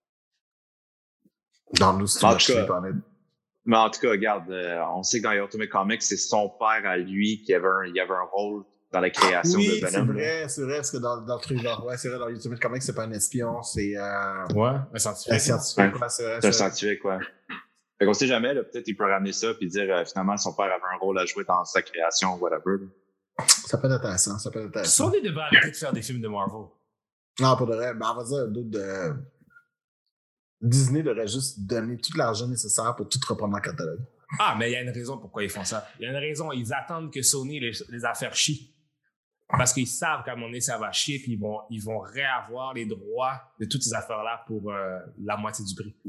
Dans nous, c'est en tout cas, mais en tout cas, regarde, euh, on sait que dans Ultimate Comics, c'est son père à lui qui avait un, il avait un rôle dans la création oui, de Venom. c'est vrai, c'est vrai, parce que dans, dans le truc, genre, ouais, c'est vrai, dans Ultimate Comics, c'est pas un espion, c'est, euh... Ouais, un scientifique. Un scientifique, ouais. ouais, c'est vrai. C'est un scientifique, ouais. Fait qu'on sait jamais, là, peut-être il peut ramener ça puis dire, euh, finalement, son père avait un rôle à jouer dans sa création, whatever. Ça peut être intéressant, ça peut être intéressant. Sony devrait arrêter de faire des films de Marvel. Non, pour de vrai, ben, on va dire, d'autres de... Disney devrait juste donner tout l'argent nécessaire pour tout reprendre en catalogue. Ah, mais il y a une raison pourquoi ils font ça. Il y a une raison. Ils attendent que Sony les, les a fait chier. Parce qu'ils savent qu'à un moment donné, ça va chier, puis ils vont, ils vont réavoir les droits de toutes ces affaires-là pour euh, la moitié du prix.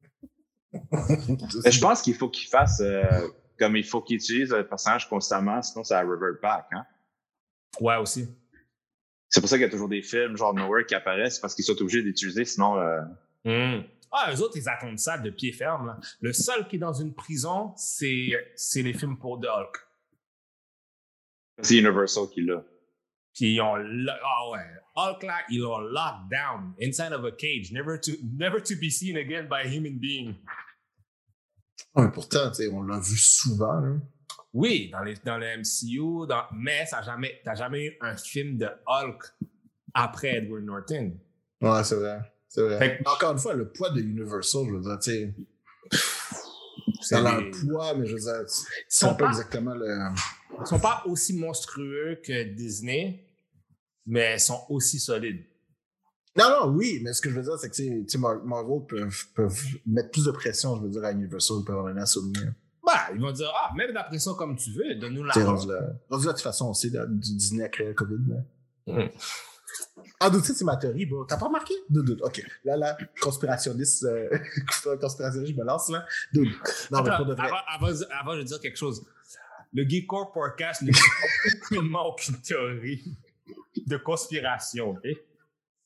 Mais je pense qu'il faut qu'ils fassent euh, comme il faut qu'ils utilisent le personnage constamment, sinon ça revert back. Hein? Ouais, aussi. C'est pour ça qu'il y a toujours des films genre Nowhere qui apparaissent parce qu'ils sont obligés d'utiliser, sinon. Euh... Mm. Ah, eux autres, ils attendent ça de pied ferme. Là. Le seul qui est dans une prison, c'est, c'est les films pour The Hulk. C'est Universal qui l'a. Puis ils ont... Ah ouais. Hulk, là, ils l'ont locked down inside of a cage, never to, never to be seen again by a human being. Ouais, pourtant, on l'a vu souvent. Là. Oui, dans, les, dans le M C U, dans, mais ça jamais, t'as jamais eu un film de Hulk après Edward Norton. Ouais, c'est vrai. C'est vrai. Fait que, encore une fois, le poids de Universal, je veux dire, tu sais. C'est dans le poids, mais je veux dire, c'est pas, pas exactement le. Ils sont pas aussi monstrueux que Disney, mais ils sont aussi solides. Non, non, oui, mais ce que je veux dire, c'est que tu sais, Marvel peuvent, peuvent mettre plus de pression, je veux dire, à Universal, peuvent donner à Sony. Bah, ils vont dire, ah, mets de la pression comme tu veux, donne-nous l'argent. Rendu là, rendu là, de toute façon, aussi, là, du Disney a créé le COVID. Là. Mm. Ah, donc, tu sais, c'est ma théorie, bro. T'as pas remarqué? Dude, ok. Là, là, conspirationniste, euh, conspirationniste, je me lance, là. Dude. Non, mais Attends, pour de vrai. Avant, avant, avant de dire quelque chose, le Geek Corps Podcast n'a aucunement aucune théorie de conspiration, ok?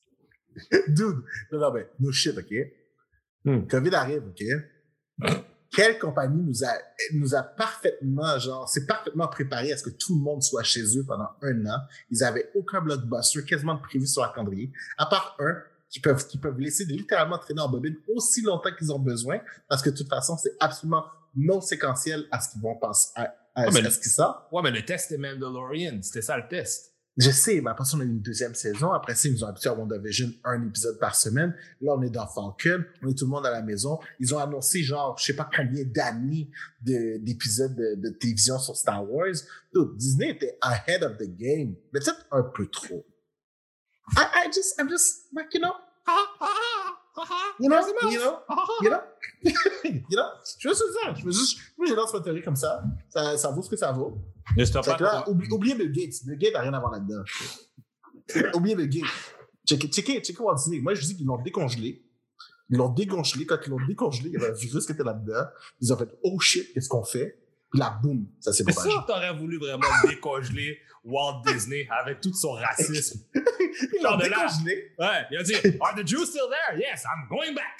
Dude, non, non, mais no shit, ok? Hmm. COVID arrive, ok? quelle compagnie nous a, nous a parfaitement, genre, c'est parfaitement préparé à ce que tout le monde soit chez eux pendant un an. Ils avaient aucun blockbuster quasiment prévu sur leur calendrier, à part un qui peuvent, qui peuvent laisser littéralement traîner en bobine aussi longtemps qu'ils ont besoin, parce que de toute façon, c'est absolument non séquentiel à ce qu'ils vont passer, à, à, Ouais, mais à ce qu'ils sortent. Ouais, mais le test est Mandalorian. C'était ça le test. Je sais, mais après ça, on a eu une deuxième saison. Après ça, ils nous ont habitués à WandaVision, un épisode par semaine. Là, on est dans Falcon. On est tout le monde à la maison. Ils ont annoncé, genre, je sais pas combien d'années de, d'épisodes de, de télévision sur Star Wars. Dude, Disney était ahead of the game. Mais peut-être un peu trop. I, I just, I'm just, like, you know, you know, you know, you know, you know. Je veux juste ça. Je veux juste, moi, je lance ma théorie comme ça. Ça, ça vaut ce que ça vaut. Juste pas Là, oublie, oubliez Bill Gates. Bill Gates n'a rien à voir là-dedans. Oubliez Bill Gates. Checkez, checkez, checkez Walt Disney. Moi, je dis qu'ils l'ont décongelé. Ils l'ont décongelé. Quand ils l'ont décongelé, il y avait un virus qui était là-dedans. Ils ont fait « Oh shit, qu'est-ce qu'on fait? » Puis là, boum, ça s'est Mais propagé. ça, t'aurais voulu vraiment décongeler Walt Disney avec tout son racisme. Ils l'ont Genre de là. décongelé. Ouais, il a dit « Are the Jews still there? Yes, I'm going back. »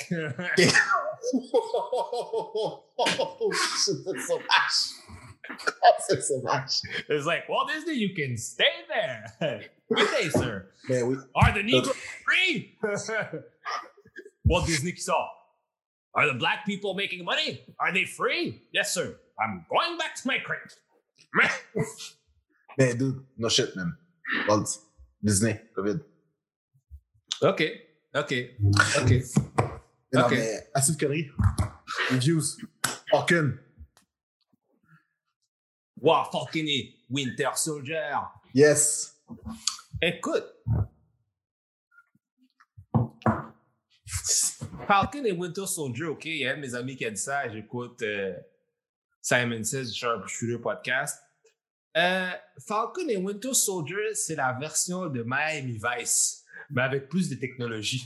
Oh shit, c'est sauvage. Oh, c'est sauvage. It's like, Walt Disney, you can stay there. Good day, sir. Ben oui. Are the Negroes free? Walt Disney qui sort. Are the black people making money? Are they free? Yes, sir. I'm going back to my crate. Ben dude, no shit, man. Walt Disney, COVID. OK. OK. OK. Mais non, Ok. mais assez de conneries. Reviews. Aucune. Wow, Falcon et Winter Soldier. Yes. Écoute. Falcon et Winter Soldier, OK, il y a un de mes amis qui a dit ça, j'écoute euh, Simon Says du Sharp Shooter podcast. Euh, Falcon et Winter Soldier, c'est la version de Miami Vice, mais avec plus de technologie.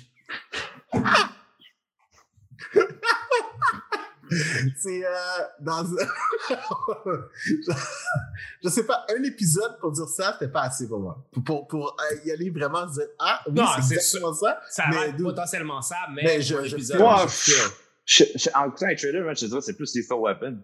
C'est euh, dans je, je sais pas, un épisode pour dire ça, c'était pas assez pour moi. Pour, pour, pour euh, y aller vraiment dire ah oui, Non, c'est c'est exactement ça. Ça mais va être dude, potentiellement ça, mais, mais je- pour je l'épisode, feel- Moi, je feel. je, je, en écoutant les trailers, je te dirais que c'est plus Lethal Weapon.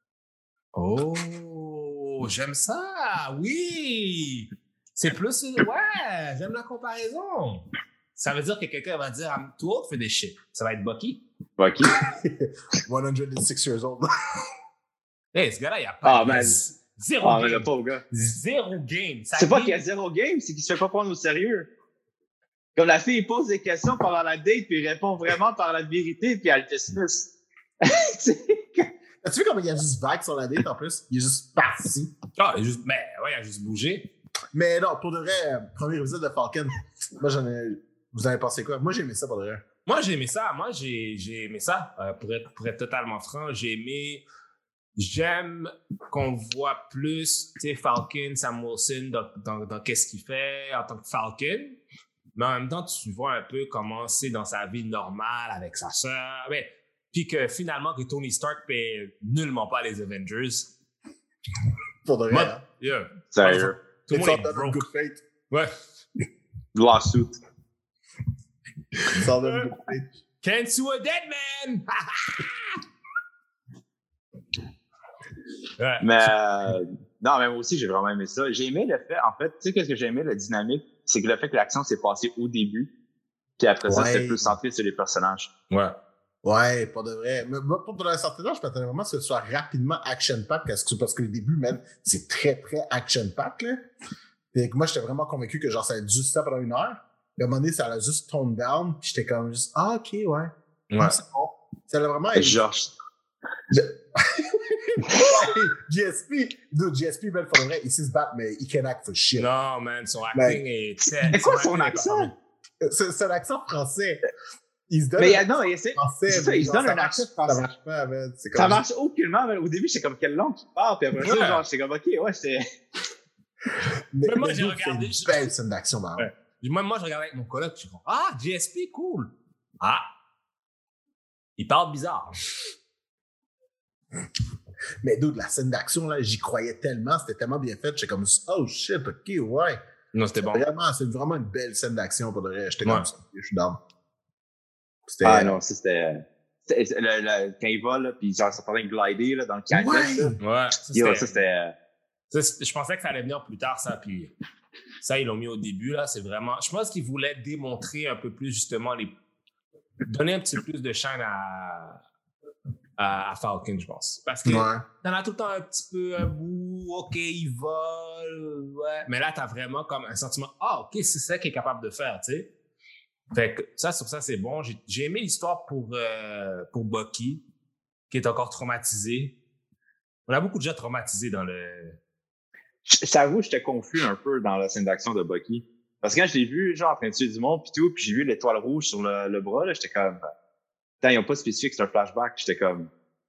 Oh, j'aime ça, oui! C'est plus, ouais, j'aime la comparaison. Ça veut dire que quelqu'un va dire I'm too old for this shit. Ça va être Bucky. Bucky. one hundred six years old. Hey, ce gars-là, il a pas Ah, de- man. zéro Ah, mais game. le pauvre gars. Zéro game. Ça C'est pas game- qu'il y a zéro game, c'est qu'il se fait pas prendre au sérieux. Comme la fille, il pose des questions pendant la date, puis il répond vraiment par la vérité, puis elle le dismiss. As-tu vu comment il y a juste vague sur la date en plus? Il est juste parti. Ah, il a juste, mais ouais, il a juste bougé. Mais non, pour de vrai, euh, premier épisode de Falcon, moi j'en ai. Vous en avez pensé quoi? Moi j'ai aimé ça pour de vrai. Moi, j'ai aimé ça. Moi, j'ai, j'ai aimé ça. Euh, pour, être, pour être totalement franc, j'ai aimé. J'aime qu'on voit plus, tu sais, Falcon, Sam Wilson dans, dans, dans qu'est-ce qu'il fait en tant que Falcon. Mais en même temps, tu vois un peu comment c'est dans sa vie normale avec sa sœur. Mais, puis que finalement, que Tony Stark paie nullement pas les Avengers. Pour de vrai. Moi, hein. yeah. Sérieux. Tout le It's monde all est done in broke. good faith. Ouais. Lawsuit. It's all done in good faith. Can't sue a dead man! ouais. Mais, euh, non, mais moi aussi, j'ai vraiment aimé ça. J'ai aimé le fait, en fait, tu sais, qu'est-ce que j'ai aimé, la dynamique, c'est que le fait que l'action s'est passée au début, puis après ça, Ouais. c'était plus centré sur les personnages. Ouais. Ouais, pas de vrai. Mais moi, pour un certain temps, je m'attendais vraiment à ce que ce soit rapidement action-pack, parce que, parce que le début, même, c'est très, très action-pack, là. Fait que moi, j'étais vraiment convaincu que genre, ça allait être juste ça pendant une heure. Puis à un moment donné, ça allait juste tone down, puis j'étais comme juste, ah, ok, ouais. Ouais. Ah, c'est bon. Ça allait vraiment être... Georges. G S P, dude, G S P, ben, pour le vrai, il sait se battre, mais il can act for shit. Non, man, son acting Ben, est... très- C'est quoi son acting est accent? parfait. C'est c'est un accent français. Il se donne Mais il y un a- non, il essaie. français. c'est ça, mais il se genre, donne un marche- accent français. Ça marche pas, man. C'est comme Ça marche aucunement, mais au début, j'étais comme quelle langue tu parles, puis après ça, Ouais. genre, j'étais comme, ok, ouais, c'est. Mais, Mais moi, mais j'ai dude, regardé- c'est une belle scène d'action, man. Ouais. Moi, moi, je regardais avec mon coloc, je suis comme, ah, G S P, cool. Ah, il parle bizarre. Mais dude, la scène d'action, là, j'y croyais tellement, c'était tellement bien fait, j'étais comme, oh shit, ok, ouais. Non, c'était bon. Vraiment, c'est vraiment une belle scène d'action pour le reste. J'étais Ouais. comme ça, je suis down. C'était. Ah non, ça, c'était. le, le, quand il va, là, puis genre, ça parlait de glider, là, dans le canyon, Ouais. ça. Ouais. Ça, Yo, c'était- ça, c'était... ça, c'est- je pensais que ça allait venir plus tard, ça. Puis ça, ils l'ont mis au début, là. C'est vraiment. Je pense qu'ils voulaient démontrer un peu plus, justement, les. Donner un petit peu plus de chaîne à. À, à Falcon, je pense. Parce que Ouais. t'en as tout le temps un petit peu un bout, OK, il vole, ouais. Mais là, t'as vraiment comme un sentiment, ah, OK, c'est ça qu'il est capable de faire, tu sais. Fait que ça, sur ça, c'est bon. J'ai, j'ai aimé l'histoire pour, euh, pour Bucky, qui est encore traumatisé. On a beaucoup de gens traumatisés dans le... Je t'avoue, j'étais confus un peu dans la scène d'action de Bucky. Parce que quand je l'ai vu, genre, en train de tuer du monde pis tout, puis j'ai vu l'étoile rouge sur le, le bras, là, j'étais comme... Putain, ils ont pas spécifié que c'est un flashback. J'étais comme...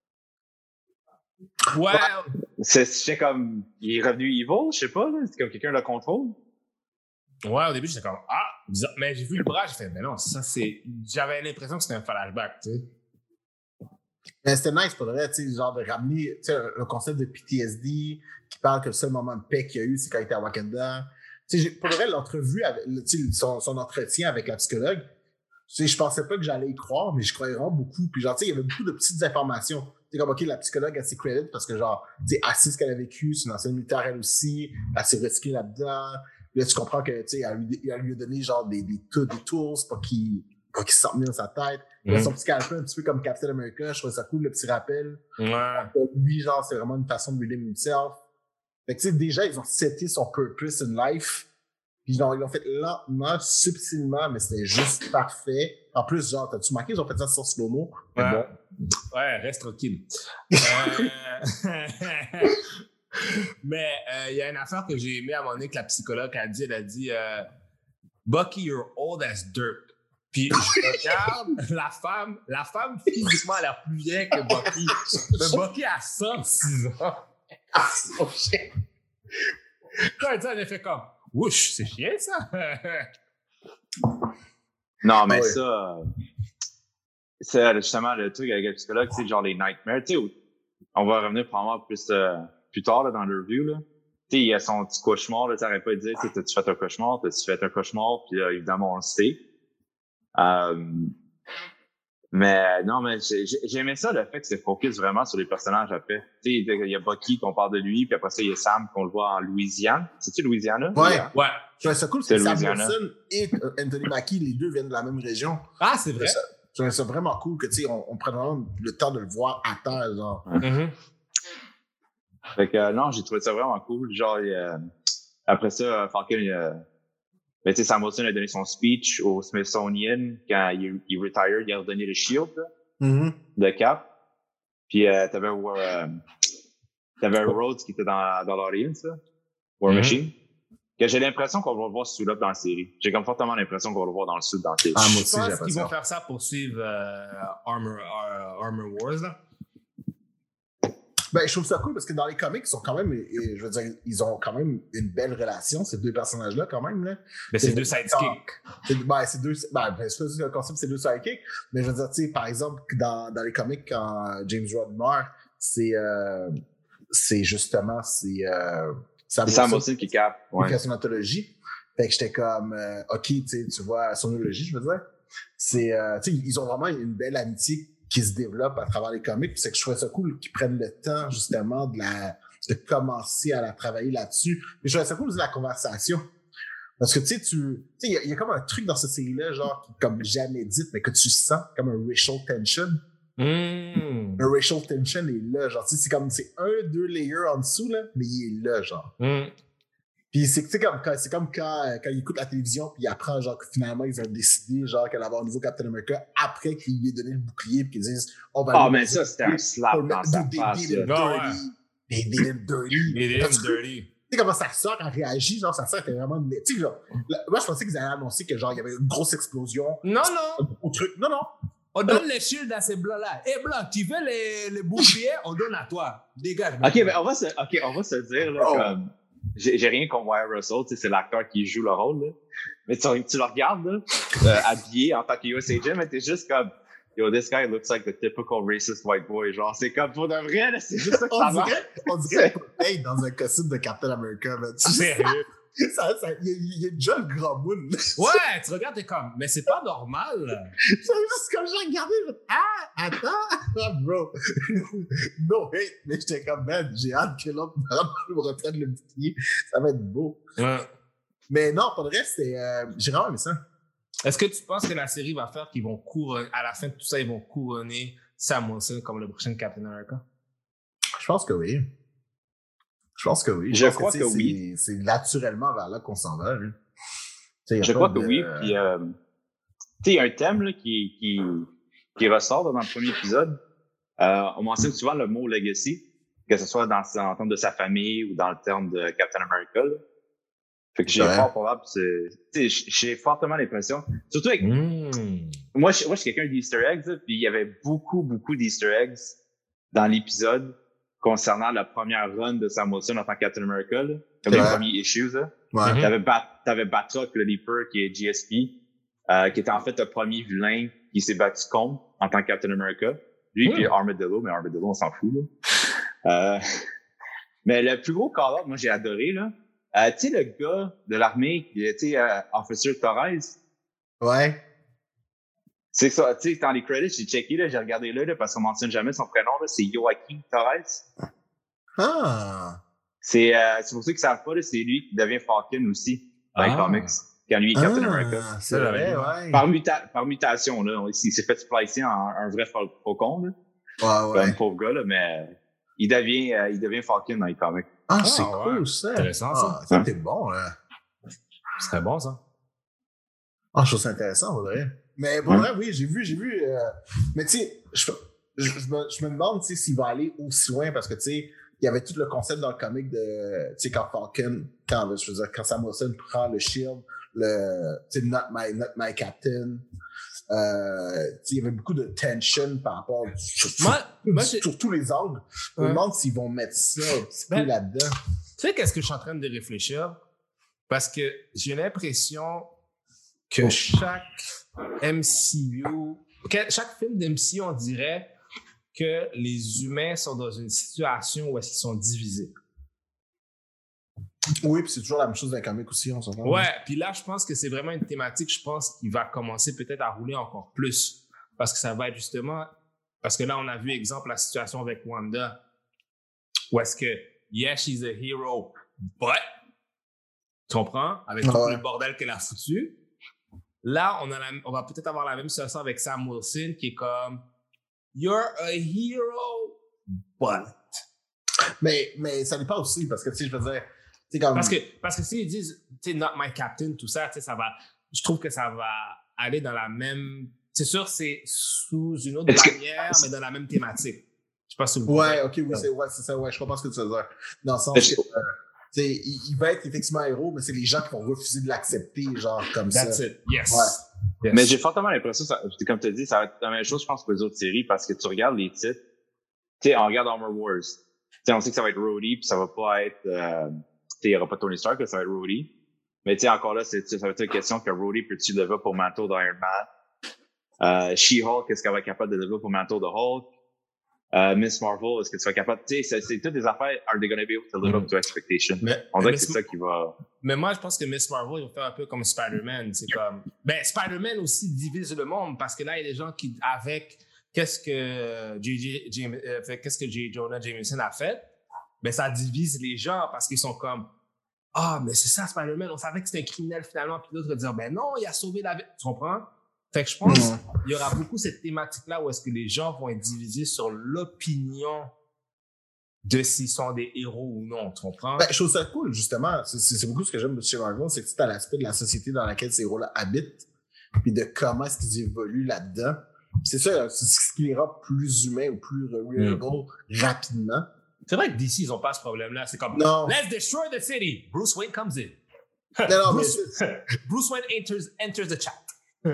Ouais, C'est, j'étais comme... Il est revenu evil, je sais pas, là. C'est comme quelqu'un le contrôle. ouais, au début, j'étais comme, ah, bizarre. Mais j'ai vu le bras, j'ai fait, mais non, ça, c'est... J'avais l'impression que c'était un flashback, tu sais. Mais c'était nice pour vrai, tu sais, genre de ramener, tu sais, le concept de P T S D qui parle que le seul moment de paix qu'il y a eu, c'est quand il était à Wakanda. Tu sais, j'ai- pour vrai, l'entrevue, avec, tu sais, son, son entretien avec la psychologue, tu sais, je pensais pas que j'allais y croire, mais je croyais vraiment beaucoup. Puis genre, tu sais, il y avait beaucoup de petites informations. Tu sais, comme, OK, la psychologue a ses crédits parce que genre, tu sais, elle sait ce qu'elle a vécu, c'est une ancienne militaire elle aussi, elle s'est recyclée là-dedans. Puis là, tu comprends que, tu sais, elle lui, elle lui a donné genre des, des, des, des tools pour qu'il, pour qu'il s'en dans sa tête. Puis là, Mhm. son petit calepin, un petit peu comme Captain America, je trouvais ça cool, le petit rappel. Ouais. Pour lui, genre, c'est vraiment une façon de redeem himself. Fait que, tu sais, déjà, ils ont seté son purpose in life. Puis, genre, ils l'ont fait lentement, subtilement, mais c'était juste parfait. En plus, genre, t'as-tu marqué, ils ont fait ça sur slow-mo? Mais Ouais. bon. Ouais, reste tranquille. Euh, Mais il euh, y a une affaire que j'ai aimée à un moment donné que la psychologue a dit, elle a dit euh, Bucky, you're old as dirt. Puis je regarde la femme, la femme physiquement elle a l'air plus vieille que Bucky. Mais Bucky a cent six ans. Oh, shit. Quand elle dit, elle a fait comme Ouch, c'est chiant ça. Non, mais Ah ouais. ça... C'est justement le truc avec le psychologue, c'est genre les nightmares. Tu sais, où- on va revenir probablement plus, euh, plus tard là, dans le review, là. Tu sais, il y a son petit cauchemar, là, t'arrêtes pas de dire, tu sais, t'as-tu fait un cauchemar, t'as-tu fait un cauchemar, puis euh, évidemment, on le sait. Euh, mais non, mais j'ai, j'ai- j'ai aimé ça, le fait que c'est focus vraiment sur les personnages après. Tu sais, il y a Bucky qu'on parle de lui, puis après ça, il y a Sam qu'on le voit en Louisiane. C'est-tu Louisiana? Ouais. Ouais. Je trouvais ça cool, C'est parce que Sam Louisiana. Wilson et euh, Anthony Mackie, les deux viennent de la même région. Ah, c'est Je vrai. trouvais ça, je trouvais ça vraiment cool que, tu sais, on, on prenne vraiment le temps de le voir à terre, genre. Mhm. Fait que, euh, non, j'ai trouvé ça vraiment cool. Genre, il, euh, après ça, euh, Falcon, il, euh, ben, tu sais, Sam Wilson a donné son speech au Smithsonian quand il, il retired, il a redonné le shield, là, Mm-hmm. de Cap. Puis, euh, t'avais, euh, t'avais Rhodes qui était dans, dans l'audience, là, War Mhm. Machine. Que j'ai l'impression qu'on va le voir sous-là dans la série. J'ai comme fortement l'impression qu'on va le voir dans le sud dans la série. Ah, moi Je aussi, j'ai pense l'impression. qu'ils vont faire ça pour suivre euh, Armor, euh, Armor Wars. Là. Ben, je trouve ça cool parce que dans les comics, ils sont quand même, et, je veux dire, ils ont quand même une belle relation, ces deux personnages-là, quand même, là. Mais c'est C'est deux vrai. sidekicks. C'est, ben, c'est deux, ben, ben, c'est pas le concept, c'est deux sidekicks, mais je veux dire, tu sais, par exemple, dans, dans les comics, quand James Rod meurt, c'est, euh, c'est justement, c'est, euh, Sam C'est Sam Wilson Wilson qui Cap. qui Ouais. fait son anthologie. Fait que j'étais comme, euh, ok, tu sais, tu vois, son anthologie, je veux dire. C'est, euh, tu sais, ils ont vraiment une belle amitié qui se développe à travers les comics. Puis c'est que je trouvais ça cool qu'ils prennent le temps, justement, de la, de commencer à la travailler là-dessus. Mais je trouvais ça cool aussi la conversation. Parce que, tu sais, tu, tu sais, il y, a- il y a comme un truc dans cette série-là, genre, qui est comme jamais dit, mais que tu sens comme un racial tension. Mmh. Le racial tension est là, genre, tu sais, c'est comme, c'est un, deux layers en dessous, là, mais il est là, genre. Mmh. Puis c'est, tu sais, comme, quand- c'est comme quand, euh, quand il écoute la télévision, puis il apprend, genre, que finalement, ils ont décidé, genre, qu'elle allait avoir un nouveau Captain America après qu'il lui ait donné le bouclier, puis qu'ils disent, on va Ah, aller mais dans ça, un c'était un slap dans sa They face, did it là. Non, dirty. They did it dirty. Il est Parce que, dirty. tu sais comment sa sœur a réagi, genre, sa sœur était vraiment, tu sais, genre, là, moi, je pensais qu'ils allaient annoncer que, genre, il y avait une grosse explosion Non, non. au truc. Non, non. On donne les shields à ces blancs-là. Hé, blanc, tu veux les, les boucliers? On donne à toi. Dégage. OK, mais on va se, OK, on va se dire, là, Oh. comme, j'ai, j'ai rien contre Wyatt Russell, tu sais, c'est l'acteur qui joue le rôle, là. Mais tu, tu le regardes, là, euh, habillé en tant que U S Agent, mais t'es juste comme, yo, this guy looks like the typical racist white boy. Genre, c'est comme, pour de vrai, là, c'est juste ça que On ça marche. dirait, on dirait qu'on paye dans un costume de Captain America, man. Tu sais, Sérieux. ça, ça, il, y a, il y a déjà le grand moon. Ouais, tu regardes, t'es comme, mais c'est pas normal. C'est juste comme j'ai regardé, je fais, ah, attends, ah, bro. No hate, mais j'étais comme, man, j'ai hâte que l'autre me reprenne le bouclier. Ça va être beau. Ouais. Mais non, pour le reste, c'est, euh, j'ai vraiment aimé ça. Est-ce que tu penses que la série va faire qu'ils vont couronner, à la fin de tout ça, ils vont couronner Sam Wilson comme le prochain Captain America? Je pense que oui. Je pense que oui. Je pense crois que, que c'est, oui. C'est naturellement vers là qu'on s'en va. Là. Je crois de... que oui. Puis, euh, tu sais, il y a un thème là, qui, qui, qui ressort dans le premier épisode. Euh, on mentionne souvent le mot legacy, que ce soit dans, dans le terme de sa famille ou dans le terme de Captain America. Là. Fait que j'ai ouais. fort probable, c'est, j'ai fortement l'impression, surtout avec, mmh. moi, je, moi, je suis quelqu'un d'Easter eggs, là, puis il y avait beaucoup, beaucoup d'Easter eggs dans l'épisode concernant la première run de Sam Wilson en tant que Captain America, là, comme ouais. les premiers issues, là. Ouais. Mm-hmm. T'avais, Bat, t'avais Batroc, le Leaper, qui est G S P, euh, qui était en fait le premier vilain qui s'est battu contre en tant que Captain America. Lui, mmh. puis Armadillo, mais Armadillo, on s'en fout, là. Euh, mais le plus gros call-out, moi, j'ai adoré, là. Euh, tu sais, le gars de l'armée, tu sais, euh, Officer Torres. Ouais. C'est ça, tu sais, dans les credits, j'ai checké, là, j'ai regardé là, là parce qu'on mentionne jamais son prénom, là, c'est Joaquin Torres. Ah! C'est, euh, c'est pour ceux qui savent pas, là, c'est lui qui devient Falcon aussi, dans ah. les comics, quand lui est Captain ah, America. C'est vrai, ouais. Par, muta- par mutation, là, il s'est fait splicer en un vrai Falcon, là. Ouais, ouais. Comme pauvre gars, là, mais il devient, euh, il devient Falcon dans les comics. Ah, c'est ah, cool, ouais. ça. Intéressant, ça. Ah, ça, t'es bon, là. C'est très bon, ça. Ah, je trouve ça intéressant, en vrai. Mais pour vrai, oui, j'ai vu, j'ai vu. Euh... Mais tu sais, je, je, je, me, je me demande s'il va aller aussi loin parce que tu sais, il y avait tout le concept dans le comic de, tu sais, quand Falcon, quand, je veux dire, quand Sam Wilson prend le shield, le, tu sais, not my, not my captain. Euh, il y avait beaucoup de tension par rapport sur, moi, sur, moi, sur tous les angles. Je me demande s'ils vont mettre ça un petit ben, peu là-dedans. Tu sais, qu'est-ce que je suis en train de réfléchir? Parce que j'ai l'impression que oh. chaque M C U, que chaque film d'M C U, on dirait que les humains sont dans une situation où est-ce qu'ils sont divisés. Oui, puis c'est toujours la même chose dans les comics aussi, on s'entend. Ouais, puis là, je pense que c'est vraiment une thématique, je pense, qui va commencer peut-être à rouler encore plus. Parce que ça va être justement... Parce que là, on a vu, exemple, la situation avec Wanda, où est-ce que, yeah, she's a hero, but... Tu comprends? Avec tout ouais. le bordel qu'elle a foutu. Là, on, a la, on va peut-être avoir la même situation avec Sam Wilson, qui est comme, you're a hero, but... Mais, mais ça dépend aussi, parce que, tu sais, je veux dire... Comme... Parce que, parce que s'ils disent, tu sais, not my captain, tout ça, tu sais, ça va, je trouve que ça va aller dans la même, c'est sûr, c'est sous une autre Est-ce manière, que... mais dans la même thématique. Je sais pas si vous Ouais, ok, oui, c'est, ouais, c'est ça, ouais, je comprends ce que tu veux dire. Dans le sens que, euh, tu sais, il, il va être effectivement héros, mais c'est les gens qui vont refuser de l'accepter, genre, comme That's ça. That's it, yes. Ouais. yes. Mais j'ai fortement l'impression, ça, comme tu as dit, ça va être la même chose, je pense, pour les autres séries, parce que tu regardes les titres, tu sais, on regarde Armor Wars, tu sais, on sait que ça va être Rhodey, puis ça va pas être, euh, il n'y aura pas Tony Stark, là, ça va être Rhodey. Mais tu sais, encore là, c'est, ça va être une question que Rhodey peut-tu lever pour manteau d'Iron Man? Euh, She-Hulk, est-ce qu'elle va être capable de lever pour manteau de Hulk? Euh, Miss Marvel, est-ce que tu vas être capable? Tu sais, c'est, c'est toutes des affaires. Are they going to be able to live mm. up to expectation? Mais, On dirait que c'est Ma- ça qui va. Mais moi, je pense que Miss Marvel, ils vont faire un peu comme Spider-Man. C'est comme. Ben, Spider-Man aussi divise le monde parce que là, il y a des gens qui, avec qu'est-ce que J J, J, euh, fait, qu'est-ce que J. Jonah Jameson a fait, ben, ça divise les gens parce qu'ils sont comme, ah, mais c'est ça, Spider-Man, on savait que c'était un criminel finalement, puis l'autre va dire, ben non, il a sauvé la vie. Tu comprends? Fait que je pense qu'il mmh. y aura beaucoup cette thématique-là où est-ce que les gens vont être divisés sur l'opinion de s'ils sont des héros ou non, tu comprends? Ben, je trouve ça cool, justement. C'est, c'est, c'est beaucoup ce que j'aime de chez Marvel, c'est que tu as l'aspect de la société dans laquelle ces héros-là habitent, puis de comment est-ce qu'ils évoluent là-dedans. Puis c'est ça, c'est ce qui les rend plus humains ou plus relatable mmh. rapidement. C'est vrai que D C, ils n'ont pas ce problème-là. C'est comme, non. Let's destroy the city. Bruce Wayne comes in. Non, non, Bruce, mais Bruce Wayne enters, enters the chat.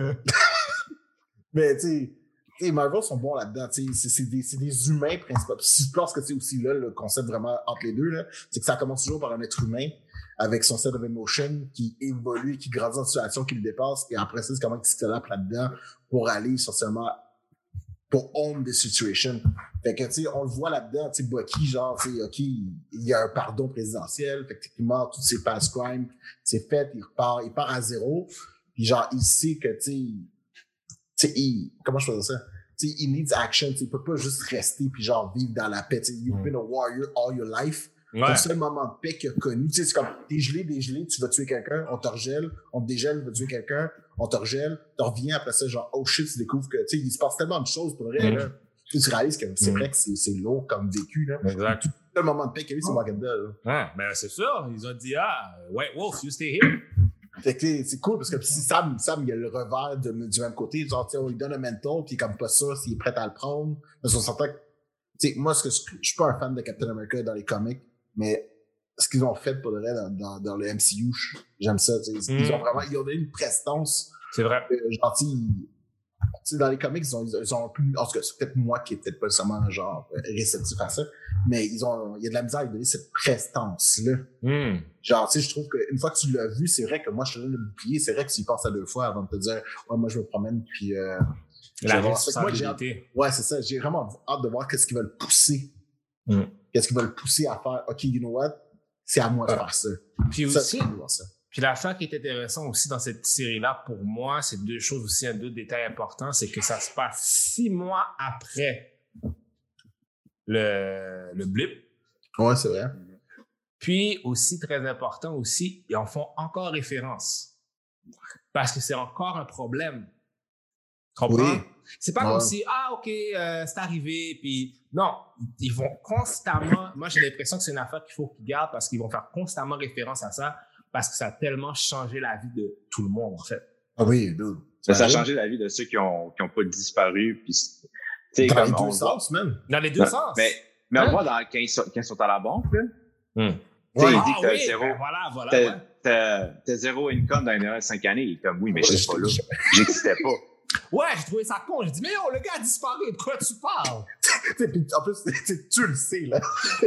Mais tu sais, Marvel sont bons là-dedans. C'est, c'est, des, c'est des humains principalement. Si je pense que c'est aussi là le concept vraiment entre les deux, là, c'est que ça commence toujours par un être humain avec son set of emotion qui évolue, qui grandit dans une situation qui le dépasse. Et après ça, c'est comment il s'adapte là-dedans pour aller essentiellement pour own the situation. Fait que, tu sais, on le voit là-dedans, tu sais, Bucky, genre, tu sais, OK, il y a un pardon présidentiel, fait que, techniquement, tous ses past crimes, c'est fait, il repart, il part à zéro, puis genre, il sait que, tu sais, tu sais, il, comment je peux dire ça? Tu sais, il needs action, tu sais, il peut pas juste rester puis genre vivre dans la paix, tu sais, you've been a warrior all your life. Ouais. Le seul moment de paix qu'il a connu, tu sais, c'est comme, t'es gelé, dégelé, tu vas tuer quelqu'un, on te regèle, on te dégèle, tu vas tuer quelqu'un, on te regèle, tu reviens après ça, genre, oh shit, tu découvres que, tu sais, il se passe tellement de choses pour vrai, mm. là. Tu réalises que c'est mm. vrai que c'est, c'est lourd comme vécu, là. Exact. Tout le moment de paix qu'il y a eu, c'est Walking Dead, là. Ouais, ben c'est sûr, ils ont dit, ah, White Wolf, you stay here. Fait que c'est cool parce que si Sam, Sam, il a le revers de, du même côté, genre, tu sais, on lui donne un mental, puis il est comme pas sûr s'il est prêt à le prendre. Parce qu'on s'entend que, tu sais, moi, ce que je suis pas un fan de Captain America dans les comics, mais ce qu'ils ont fait pour le reste dans, dans, dans le M C U, j'aime ça, tu sais. Mm. Ils ont vraiment, ils ont donné une prestance. C'est vrai. Euh, genre, tu sais, dans les comics, ils ont, ils ont un peu, en tout cas, c'est peut-être moi qui est peut-être pas seulement, genre, réceptif à ça, mais ils ont, il y a de la misère à donner cette prestance-là. Mm. Genre, tu sais, je trouve qu'une fois que tu l'as vu, c'est vrai que moi, je te donne le bouclier, c'est vrai que tu y penses à deux fois avant de te dire, ouais, moi, je me promène, puis, euh, la responsabilité. Ouais, c'est ça. J'ai vraiment hâte de voir qu'est-ce qu'ils veulent pousser. Mm. Qu'est-ce qu'ils veulent pousser à faire. OK, you know what? C'est à moi de faire ça. Puis ça, aussi, ça. Puis l'affaire qui est intéressant aussi dans cette série-là, pour moi, c'est deux choses aussi, deux détails importants, c'est que ça se passe six mois après le, le blip. Ouais, c'est vrai. Puis aussi, très important aussi, ils en font encore référence. Parce que c'est encore un problème. Tu comprends? Oui. C'est pas ouais. comme si, ah, OK, euh, c'est arrivé, puis non, ils vont constamment, moi j'ai l'impression que c'est une affaire qu'il faut qu'ils gardent parce qu'ils vont faire constamment référence à ça parce que ça a tellement changé la vie de tout le monde, en fait. Ah oui, dude. Ça, ça a changé la vie de ceux qui ont, qui ont pas disparu, puis tu sais, dans comme les deux on sens, man. Dans les deux non, sens. Mais, mais hein? on voit dans, quand, ils sont, quand ils sont à la banque, là, hmm. tu sais, ouais. il dit ah, que t'as oui, zéro, ben voilà, voilà, t'as, ouais. t'as, t'as zéro income dans les dernières cinq années. Il est comme, oui, mais je suis pas là. J'existais pas. Ouais, j'ai trouvé ça con. J'ai dit, mais oh, le gars a disparu. De quoi tu parles? Puis en plus, tu le sais, là.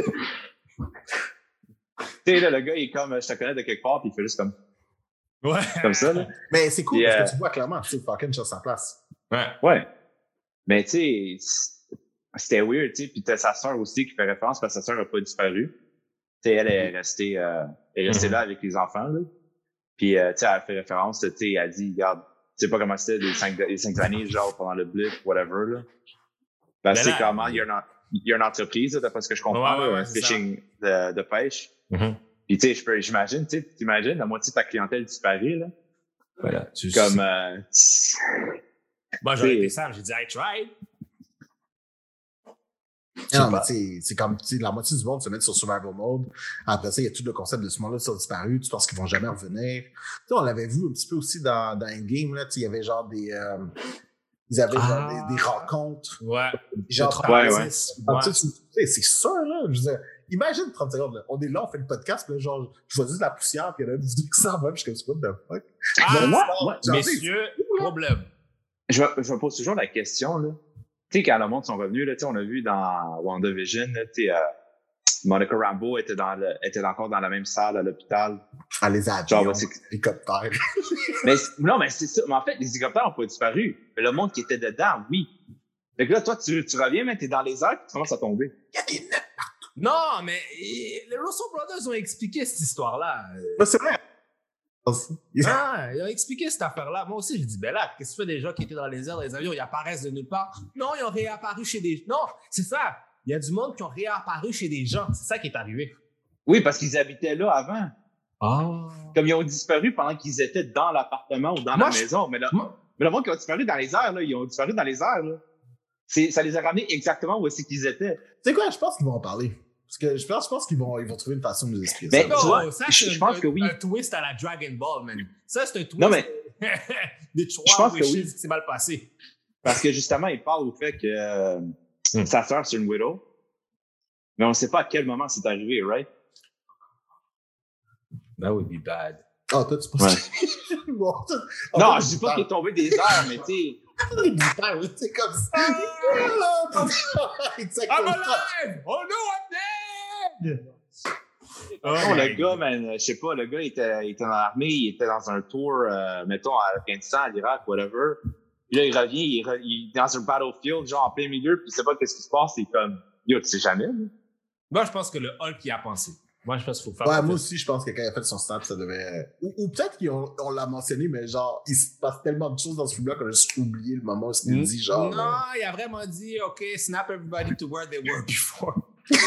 Tu sais, là, le gars, il est comme, je te connais de quelque part, puis il fait juste comme. Ouais. Comme ça, là. Mais c'est cool puis, parce euh... que tu vois clairement, tu sais, fucking sur sa place. Ouais. Ouais. Mais tu sais, c'était weird, tu sais. Puis t'as sa sœur aussi qui fait référence parce que sa sœur n'a pas disparu. Tu sais, elle est restée, euh, elle est restée mm-hmm. là avec les enfants, là. Puis, euh, tu sais, elle fait référence, tu sais, elle dit, regarde, tu sais pas comment c'était les cinq, les cinq années, genre, pendant le blip, whatever, là. Parce que c'est comment, il y, a une, il y a une entreprise, là, d'après ce que je comprends, ouais, ouais, ouais, un fishing de, de pêche. Mm-hmm. Puis, tu sais, je peux, j'imagine, tu sais, t'imagines, la moitié de ta clientèle disparaît, là. Voilà. Tu Comme, euh, moi, j'aurais été simple, j'ai dit, I tried. Non, mais tu sais, c'est comme, tu sais, la moitié du monde se met sur survival mode. Après ça, il y a tout le concept de ce monde-là qui sont disparus. Tu penses qu'ils vont jamais revenir. Tu sais, on l'avait vu un petit peu aussi dans, dans Endgame, là. Tu sais, il y avait genre des, euh, ils avaient ah, genre des, des rencontres. Ouais. Genre, ouais, ouais. ouais. Tu sais, c'est sûr, là. Je veux dire, imagine trente secondes, là. On est là, on fait le podcast, puis là, genre, je vois juste de la poussière, puis il y en a une vidéo qui s'en va, puis je suis comme, what the fuck? Ah, moi, ouais, messieurs, problème. Je, je me pose toujours la question, là. Tu sais, quand le monde sont revenus, là, tu sais, on a vu dans WandaVision, là, tu sais, euh, Monica Rambeau était dans le, était encore dans la même salle à l'hôpital. Ah, les avions, genre, les hélicoptères. mais, non, mais c'est ça. Mais en fait, les hélicoptères n'ont pas disparu. Mais le monde qui était dedans, oui. Fait que là, toi, tu, tu reviens, mais t'es dans les airs, puis tu commences à tomber. Il y a des nœuds partout. Non, mais les Russo Brothers ont expliqué cette histoire-là. Ben, c'est vrai. Ah, ils ont expliqué cette affaire-là. Moi aussi, j'ai dit, ben là, qu'est-ce que tu fais des gens qui étaient dans les airs, dans les avions, ils apparaissent de nulle part? Non, ils ont réapparu chez des... Non, c'est ça. Il y a du monde qui ont réapparu chez des gens. C'est ça qui est arrivé. Oui, parce qu'ils habitaient là avant. Ah. Comme ils ont disparu pendant qu'ils étaient dans l'appartement ou dans Moi, la je... maison. Mais, là, Moi... mais le monde qui a disparu dans les airs, là, ils ont disparu dans les airs. Là. C'est, ça les a ramenés exactement où est-ce qu'ils étaient. Tu sais quoi, je pense qu'ils vont en parler. Parce que je pense, je pense qu'ils vont, ils vont trouver une façon de nous expliquer ben, ça. Tu vois, ça, je, je pense un, que oui. un twist à la Dragon Ball, man. Ça, c'est un twist non, mais, des trois wishes oui. qui s'est mal passé. Parce que justement, il parle au fait que euh, mm. sa sœur, c'est une widow. Mais on ne sait pas à quel moment c'est arrivé, right? That would be bad. Ah, oh, toi, tu penses ouais. que... bon, oh, non, je dis pas qu'il est tombé des airs, mais tu sais... c'est comme ça. I'm alive! Oh no, I'm dead! Oh, non, le gars, man, je sais pas, le gars, il était, il était dans l'armée, il était dans un tour, euh, mettons, à Afghanistan, à l'Irak, whatever. Puis là, il revient, il, re, il est dans un battlefield, genre en plein milieu, puis il sait pas qu'est-ce qui se passe. C'est comme, yo, tu sais jamais. Là. Moi, je pense que le Hulk y a pensé. Moi, je pense qu'il faut faire. Ouais, moi aussi, je pense que quand il a fait son stand, ça devait. Ou, ou peut-être qu'on on l'a mentionné, mais genre, il se passe tellement de choses dans ce film-là qu'on a juste oublié le moment où c'était dit, genre. Non, euh... il a vraiment dit, OK, snap everybody to where they were before.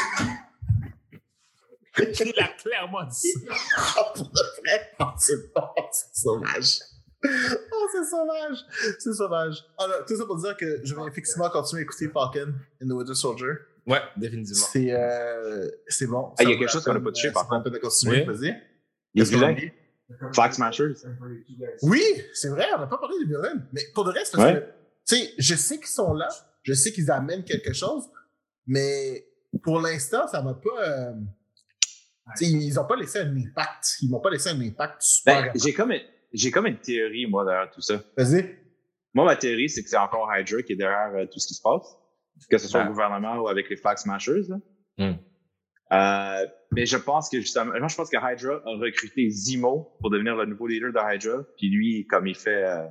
Il a clairement dit ça. Oh, pour de vrai, oh, c'est pas, c'est sauvage. Oh, c'est sauvage. C'est sauvage. Alors, tout ça pour dire que je vais effectivement continuer à écouter Falcon and the Winter Soldier. Ouais, définitivement. C'est, euh, c'est bon. Ah, il y a quelque chose qu'on n'a pas touché, par contre. Ça de continuer, oui. vas-y. Les vilains. Flag Smashers. Oui, c'est vrai, on n'a pas parlé des vilains. Mais pour le reste, parce ouais. que, tu sais, je sais qu'ils sont là, je sais qu'ils amènent quelque chose, mais pour l'instant, ça m'a pas. Euh, tu sais, ils n'ont pas laissé un impact. Ils m'ont pas laissé un impact super. Ben, j'ai comme, j'ai comme une théorie, moi, derrière tout ça. Vas-y. Moi, ma théorie, c'est que c'est encore Hydra qui est derrière euh, tout ce qui se passe. Que ce soit ah. au gouvernement ou avec les Flag Smashers. Là. Mm. Euh, mais je pense que justement, moi je pense que Hydra a recruté Zemo pour devenir le nouveau leader de Hydra. Puis lui, comme il fait, euh,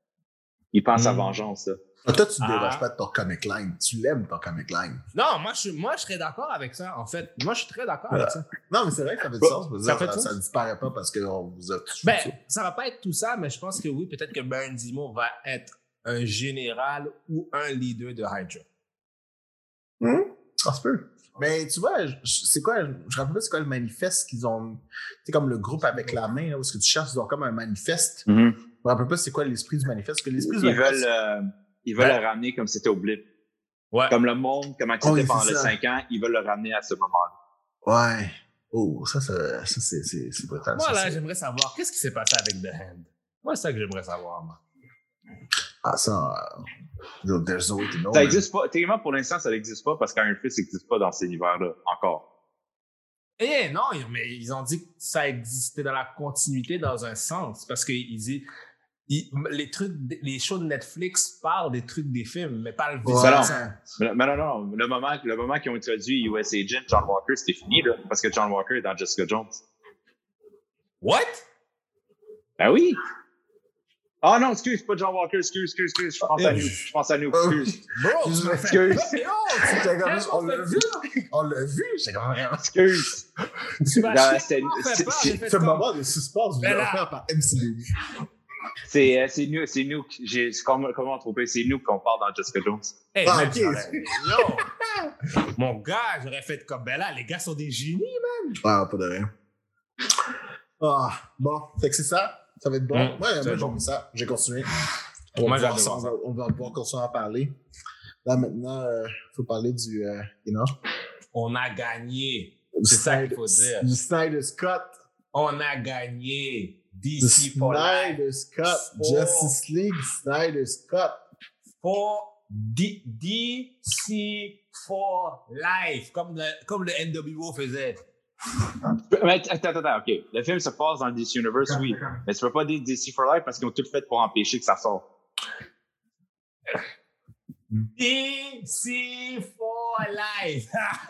il pense mm. à vengeance. Là. Ah, toi, tu ne ah. déroges pas de ton comic line. Tu l'aimes, ton comic line. Non, moi je, moi, je serais d'accord avec ça, en fait. Moi, je suis très d'accord avec ça. Non, mais c'est vrai que ça fait du sens. Ça, dire, ça, ça disparaît pas parce qu'on vous a... Ben, ça va pas être tout ça, mais je pense que oui, peut-être que Baron Zemo va être un général ou un leader de Hydra. Mmh. Ça se peut. Mais tu vois, c'est quoi, je me rappelle pas c'est quoi le manifeste qu'ils ont, c'est comme le groupe avec la main, là, où ce que tu cherches, ils ont comme un manifeste. Mm-hmm. Je me rappelle pas c'est quoi l'esprit du manifeste. Que l'esprit ils du veulent, euh, ils veulent ouais. le ramener comme c'était au blip. Ouais. Comme le monde, comme c'était oh, oui, pendant les cinq ans, ils veulent le ramener à ce moment-là. Ouais. Oh, ça, ça, ça c'est, c'est, c'est brutal. Moi, ça, là, c'est... j'aimerais savoir, qu'est-ce qui s'est passé avec The Hand? Moi, c'est ça que j'aimerais savoir, moi. Ah, ça, uh, there's no way to know. Ça n'existe pas. Techniquement, pour l'instant, ça n'existe pas parce qu'Iron Fist n'existe pas dans cet univers-là, encore. Eh non, mais ils ont dit que ça existait dans la continuité dans un sens. Parce que ils, ils, les trucs, les shows de Netflix parlent des trucs des films, mais pas le visuel. Ouais. Mais non, non, non. Le moment, le moment qu'ils ont introduit U S Agent, John Walker, c'était fini, là, parce que John Walker est dans Jessica Jones. What? Ben oui! Ah oh non, excuse, pas John Walker, excuse, excuse, excuse, je pense à nous, je pense à nous, excuse. Bro, excuse. On l'a vu, on l'a vu, c'est quand même. Excuse. Tu m'as c'est ce moment de suspense, vous l'avez fait par M C D. C'est, c'est nous, c'est nous, j'ai, comment, comment trouver, c'est nous qu'on parle dans Jessica Jones. Hey, ah, ok. Yo, mon gars, j'aurais fait comme, ben là, les gars sont des génies, man. Ah, pas de rien. Ah, bon, fait que c'est ça. Ça va être bon. Mmh, ouais, moi, j'ai bon. ça. J'ai continué. On va, pouvoir, ça, on, va, on va pouvoir continuer à parler. Là, maintenant, il euh, faut parler du... Euh, you know? On a gagné. C'est ça qu'il faut dire. Du Snyder's Cut. On a gagné. D C for life. Snyder's Cut. For... Justice League Snyder's Cut. For D- DC for life. Comme le, comme le N W O faisait. Mais attends, attends, attends, ok. Le film se passe dans le D C Universe, oui. Mais tu peux pas dire D C for life parce qu'ils ont tout fait pour empêcher que ça sorte. D C for life!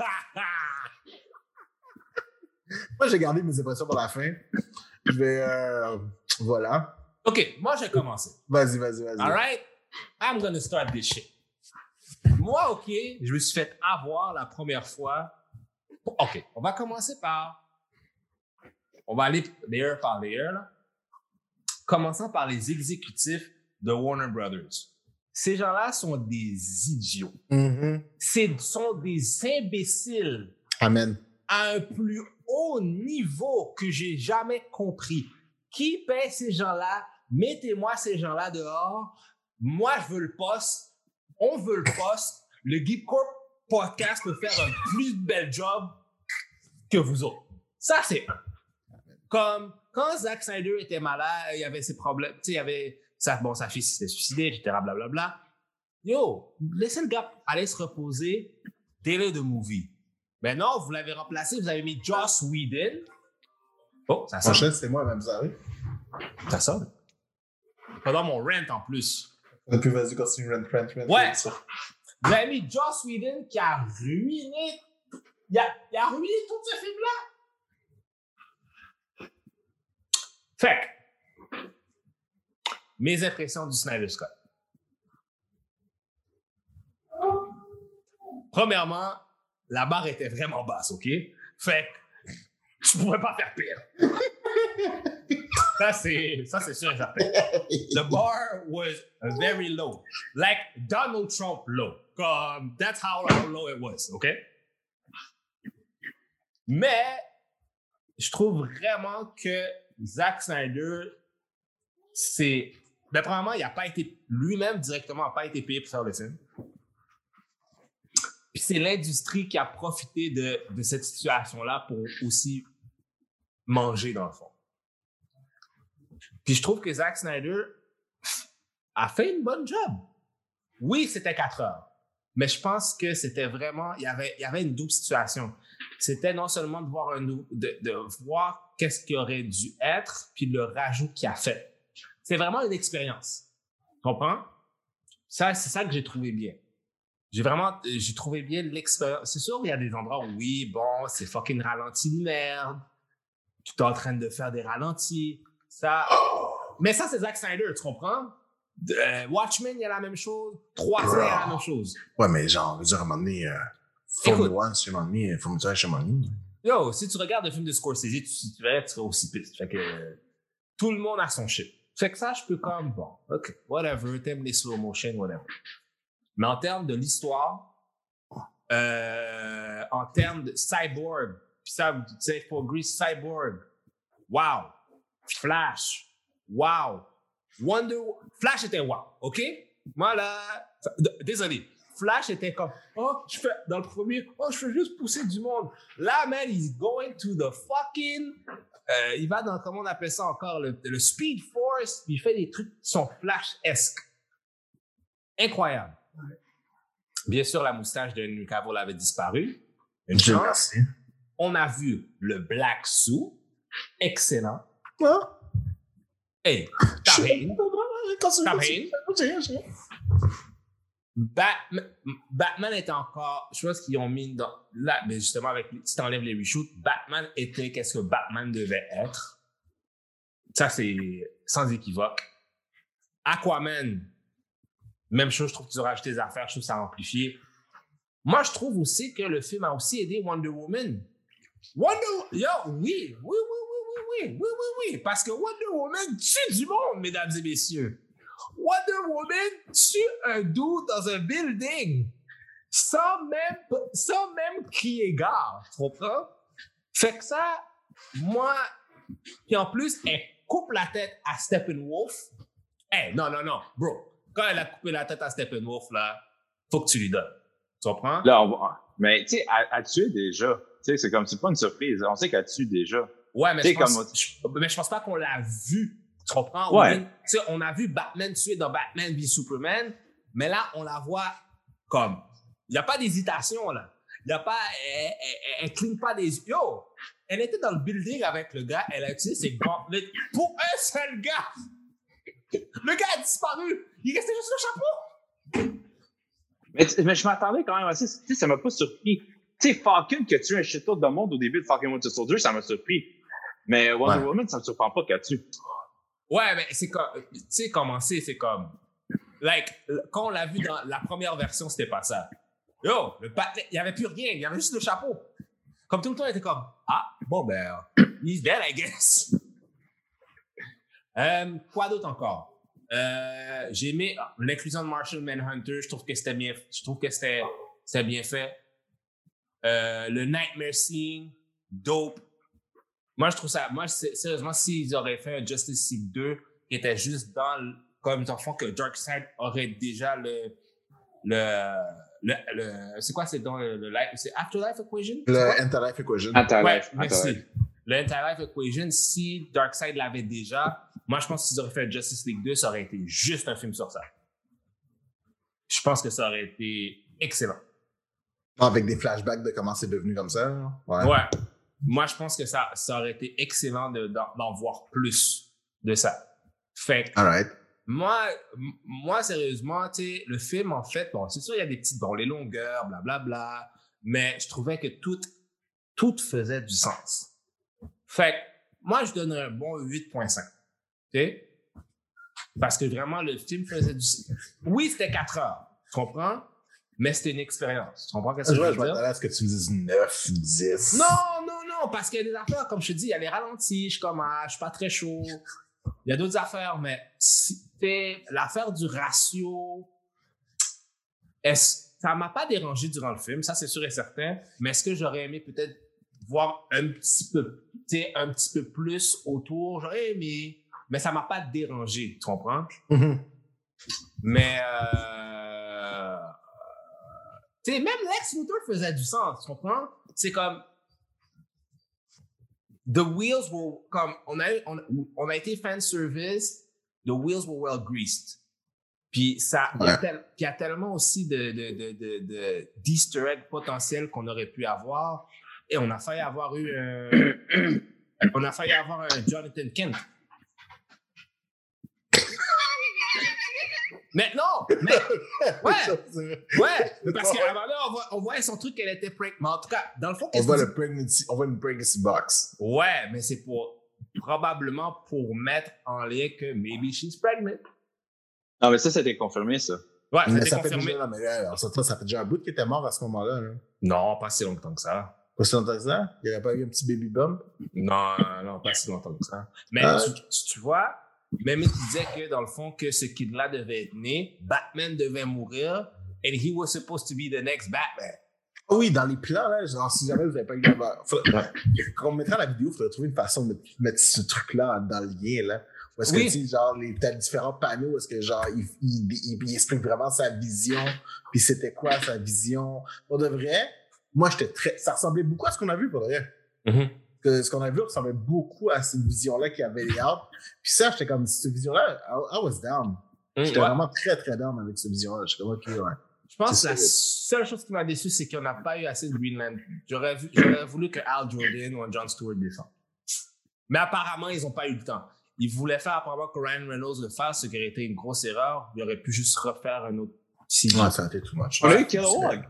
Moi, j'ai gardé mes impressions pour la fin. Je vais. Euh, voilà. Ok, moi, je vais commencer. Vas-y, vas-y, vas-y. All right? I'm gonna start this shit. Moi, ok, je me suis fait avoir la première fois. OK, on va commencer par... On va aller layer par layer, là. Commençons par les exécutifs de Warner Brothers. Ces gens-là sont des idiots. Mm-hmm. Ce sont des imbéciles. Amen. À un plus haut niveau que j'ai jamais compris. Qui paie ces gens-là? Mettez-moi ces gens-là dehors. Moi, je veux le poste. On veut le poste. Le Geek Corp podcast peut faire un plus bel job que vous autres. Ça, c'est un. Comme quand Zack Snyder était malade, il y avait ses problèmes, tu sais, il y avait sa, bon, sa fille s'était suicidée, et cetera, blablabla. Yo, laissez le gars aller se reposer, télé de movie. Mais non, vous l'avez remplacé, vous avez mis Joss Whedon. Oh, ça sonne. Prochaine, c'est moi, même Zari. Ça sonne. Pendant mon rant en plus. Et puis vas-y, continue, rant, rant, rant. Ouais. Vous avez mis Joss Whedon qui a ruiné, il a, il a ruiné tout ce film-là. Fait que, mes impressions du Snyder's Cut. premièrement, la barre était vraiment basse, OK? Fait que tu pouvais pas faire pire. Ça, c'est, ça, c'est sûr et certain. The bar was very low. Like Donald Trump low. Comme, that's how, how low it was, OK? Mais, je trouve vraiment que Zack Snyder, c'est... Ben, premièrement, il n'a pas été... Lui-même, directement, n'a pas été payé pour faire le film. Puis c'est l'industrie qui a profité de, de cette situation-là pour aussi manger, dans le fond. Puis je trouve que Zack Snyder a fait une bonne job. Oui, c'était quatre heures. Mais je pense que c'était vraiment... Il y avait, il y avait une double situation. C'était non seulement de voir, un, de, de voir qu'est-ce qui aurait dû être, puis le rajout qu'il a fait. C'est vraiment une expérience. Tu comprends? Ça, c'est ça que j'ai trouvé bien. J'ai vraiment... J'ai trouvé bien l'expérience. C'est sûr, il y a des endroits où, oui, bon, c'est fucking ralenti de merde. Tu es en train de faire des ralentis. Ça... Mais ça, c'est Zack Snyder, tu comprends? Euh, Watchmen, il y a la même chose. trois cents, il y a la même chose. Ouais, mais genre, je veux dire, à un moment donné, euh, Formula One, c'est un moment donné, faut me dire chez Money. Yo, si tu regardes le film de Scorsese, tu, tu verrais, tu serais aussi piste. Fait que euh, tout le monde a son shit. Fait que ça, je peux comme, bon, OK, whatever, t'aimes les slow motion, whatever. Mais en termes de l'histoire, euh, en termes de Cyborg, pis ça, tu sais, for Grease, Cyborg, wow. Flash, wow. Wonder, Flash était wow, OK? Moi, là, désolé. Flash était comme, oh, je fais, dans le premier, oh, je fais juste pousser du monde. Là, man, he's going to the fucking, euh, il va dans, comment on appelle ça encore, le, le Speed Force, puis il fait des trucs qui sont Flash-esque. Incroyable. Bien sûr, la moustache de Henry Cavill avait disparu. Une Dieu chance. merci. On a vu le Black Suit. Excellent. Ah. Hey, Tarine. Tarine. Batman, Batman était encore, je pense qu'ils ont mis dans, là, mais justement, avec, si t'enlèves les reshoots, Batman était qu'est-ce que Batman devait être. Ça, c'est sans équivoque. Aquaman, même chose, je trouve qu'ils ont rajouté des affaires, je trouve que ça a amplifié. Moi, je trouve aussi que le film a aussi aidé Wonder Woman. Wonder, yo, oui, oui, oui, oui, oui, oui, oui, oui, oui, parce que Wonder Woman tue du monde, mesdames et messieurs. Wonder Woman tue un dude dans un building sans même, sans même crier gare, tu comprends? Fait que ça, moi, puis en plus, elle coupe la tête à Steppenwolf. Eh, hey, non, non, non, bro, quand elle a coupé la tête à Steppenwolf, là, faut que tu lui donnes. Tu comprends? Là, on va... Mais, tu sais, elle, elle tue déjà. Tu sais, c'est comme, c'est pas une surprise. On sait qu'elle tue déjà. Ouais, mais, je pense, comme... je, mais je pense pas qu'on l'a vu. Tu comprends? Ouais. Tu sais, on a vu Batman tuer dans Batman v Superman, mais là, on la voit comme... Il n'y a pas d'hésitation, là. Il n'y a pas... Elle, elle, elle cligne pas des... Yo! Elle était dans le building avec le gars, elle a utilisé ses gauntlets pour un seul gars! Le gars a disparu! Il restait juste le chapeau! Mais, mais je m'attendais quand même à ça. Tu sais, ça m'a pas surpris. Tu sais, Falcon qui a tué un shitload de monde au début de Falcon Winter Soldier, ça m'a surpris. Mais Wonder ouais. Woman, ça me surprend pas qu'elle tue. Ouais, mais c'est comme... Tu sais comment c'est, c'est comme... Like, quand on l'a vu dans la première version, c'était pas ça. Yo, le Batman, il y avait plus rien, il y avait juste le chapeau. Comme tout le temps, il était comme... Ah, bon ben... He's dead, I guess. euh, quoi d'autre encore? Euh, j'ai aimé l'inclusion de Martian Manhunter. Je trouve que c'était bien, je trouve que c'était, c'était bien fait. Euh, le Nightmare Scene, dope. Moi, je trouve ça. Moi, sérieusement, s'ils auraient fait un Justice League deux qui était juste dans le, comme ils en font que Darkseid aurait déjà le, le, le, le c'est quoi, c'est dans le, le c'est Afterlife Equation? Le Interlife Equation. Interlife. Ouais, merci. Le Interlife Equation, si Darkseid l'avait déjà. Moi, je pense que s'ils auraient fait un Justice League deux, ça aurait été juste un film sur ça. Je pense que ça aurait été excellent. Avec des flashbacks de comment c'est devenu comme ça. Ouais. ouais. Moi, je pense que ça, ça aurait été excellent de, d'en, d'en voir plus de ça. Fait que, all right. moi, moi, sérieusement, tu sais, le film, en fait, bon, c'est sûr, il y a des petites, bon, les longueurs, blablabla, bla, bla, mais je trouvais que tout, tout faisait du sens. Fait que, moi, je donnerais un bon huit virgule cinq. Okay? Parce que vraiment, le film faisait du... Oui, c'était quatre heures, tu comprends? mais c'était une expérience. Tu comprends ce Ah, que je je veux je dire? m'attendais à ce que tu me dises neuf, dix. Non, non, non, parce qu'il y a des affaires, comme je te dis, il y a les ralentis, je suis comme, ah, je suis pas très chaud. Il y a d'autres affaires, mais c'était l'affaire du ratio. Est-ce, ça m'a pas dérangé durant le film, ça c'est sûr et certain, mais est-ce que j'aurais aimé peut-être voir un petit peu, tu sais, un petit peu plus autour? J'aurais aimé, mais ça m'a pas dérangé, tu comprends? Mm-hmm. Mais, euh, tu sais, même Lex Luthor faisait du sens, tu comprends? C'est comme, the wheels were, comme, on a, on, on a été fan service, the wheels were well greased. Puis ça, il Ouais. y, y a tellement aussi de, de, de, de, de, d'easter eggs potentiels qu'on aurait pu avoir. Et on a failli avoir eu un, on a failli avoir un Jonathan Kent. Mais non, mais, ouais, ouais, parce qu'à un moment donné, on voit, on voit son truc qu'elle était pregnant. Mais en tout cas, dans le fond, On qu'est-ce voit que le pregnancy, on voit une pregnancy box. ouais, mais c'est pour, probablement pour mettre en lien que maybe she's pregnant. Non, mais ça, c'était confirmé, ça. Ouais, ça a Mais été ça fait confirmé. déjà, non, mais là, on s'entend, ça fait déjà un bout qu'il était mort à ce moment-là. Là. Non, pas si longtemps que ça. Pas si longtemps que ça? Il n'y avait pas eu un petit baby bump? Non, non, pas si longtemps que ça. Mais Ah. tu, tu, tu vois, même il disait que dans le fond, que ce kid-là devait être né, Batman devait mourir, and he was supposed to be the next Batman. Ah oui, dans les plans, là, genre, si jamais vous n'avez pas eu la... Faudrait... Quand on mettra la vidéo, il faudrait trouver une façon de mettre ce truc-là dans le lien, là. Où est-ce Oui. que, tu sais, genre, les, t'as différents panneaux, où est-ce que, genre, il, il, il, il explique vraiment sa vision, puis c'était quoi sa vision. Pour de vrai, moi, j'étais très... Ça ressemblait beaucoup à ce qu'on a vu, pour de vrai. Mm-hmm. Que ce qu'on a vu ressemblait beaucoup à cette vision-là qui avait les hâtes. Puis ça, j'étais comme, cette vision-là, I, I was down. J'étais Ouais. vraiment très, très down avec cette vision-là. J'étais comme, OK, ouais. Je pense que C'est la ça. seule chose qui m'a déçu, c'est qu'on n'a pas eu assez de Green Lantern. J'aurais, vu, j'aurais voulu que Al Jordan ou un John Stewart descendent. Mais apparemment, ils n'ont pas eu le temps. Ils voulaient faire apparemment que Ryan Reynolds le fasse, ce qui aurait été une grosse erreur. Il aurait pu juste refaire un autre C G. Ouais, ça a été too much. On a Ouais. eu Kilowog.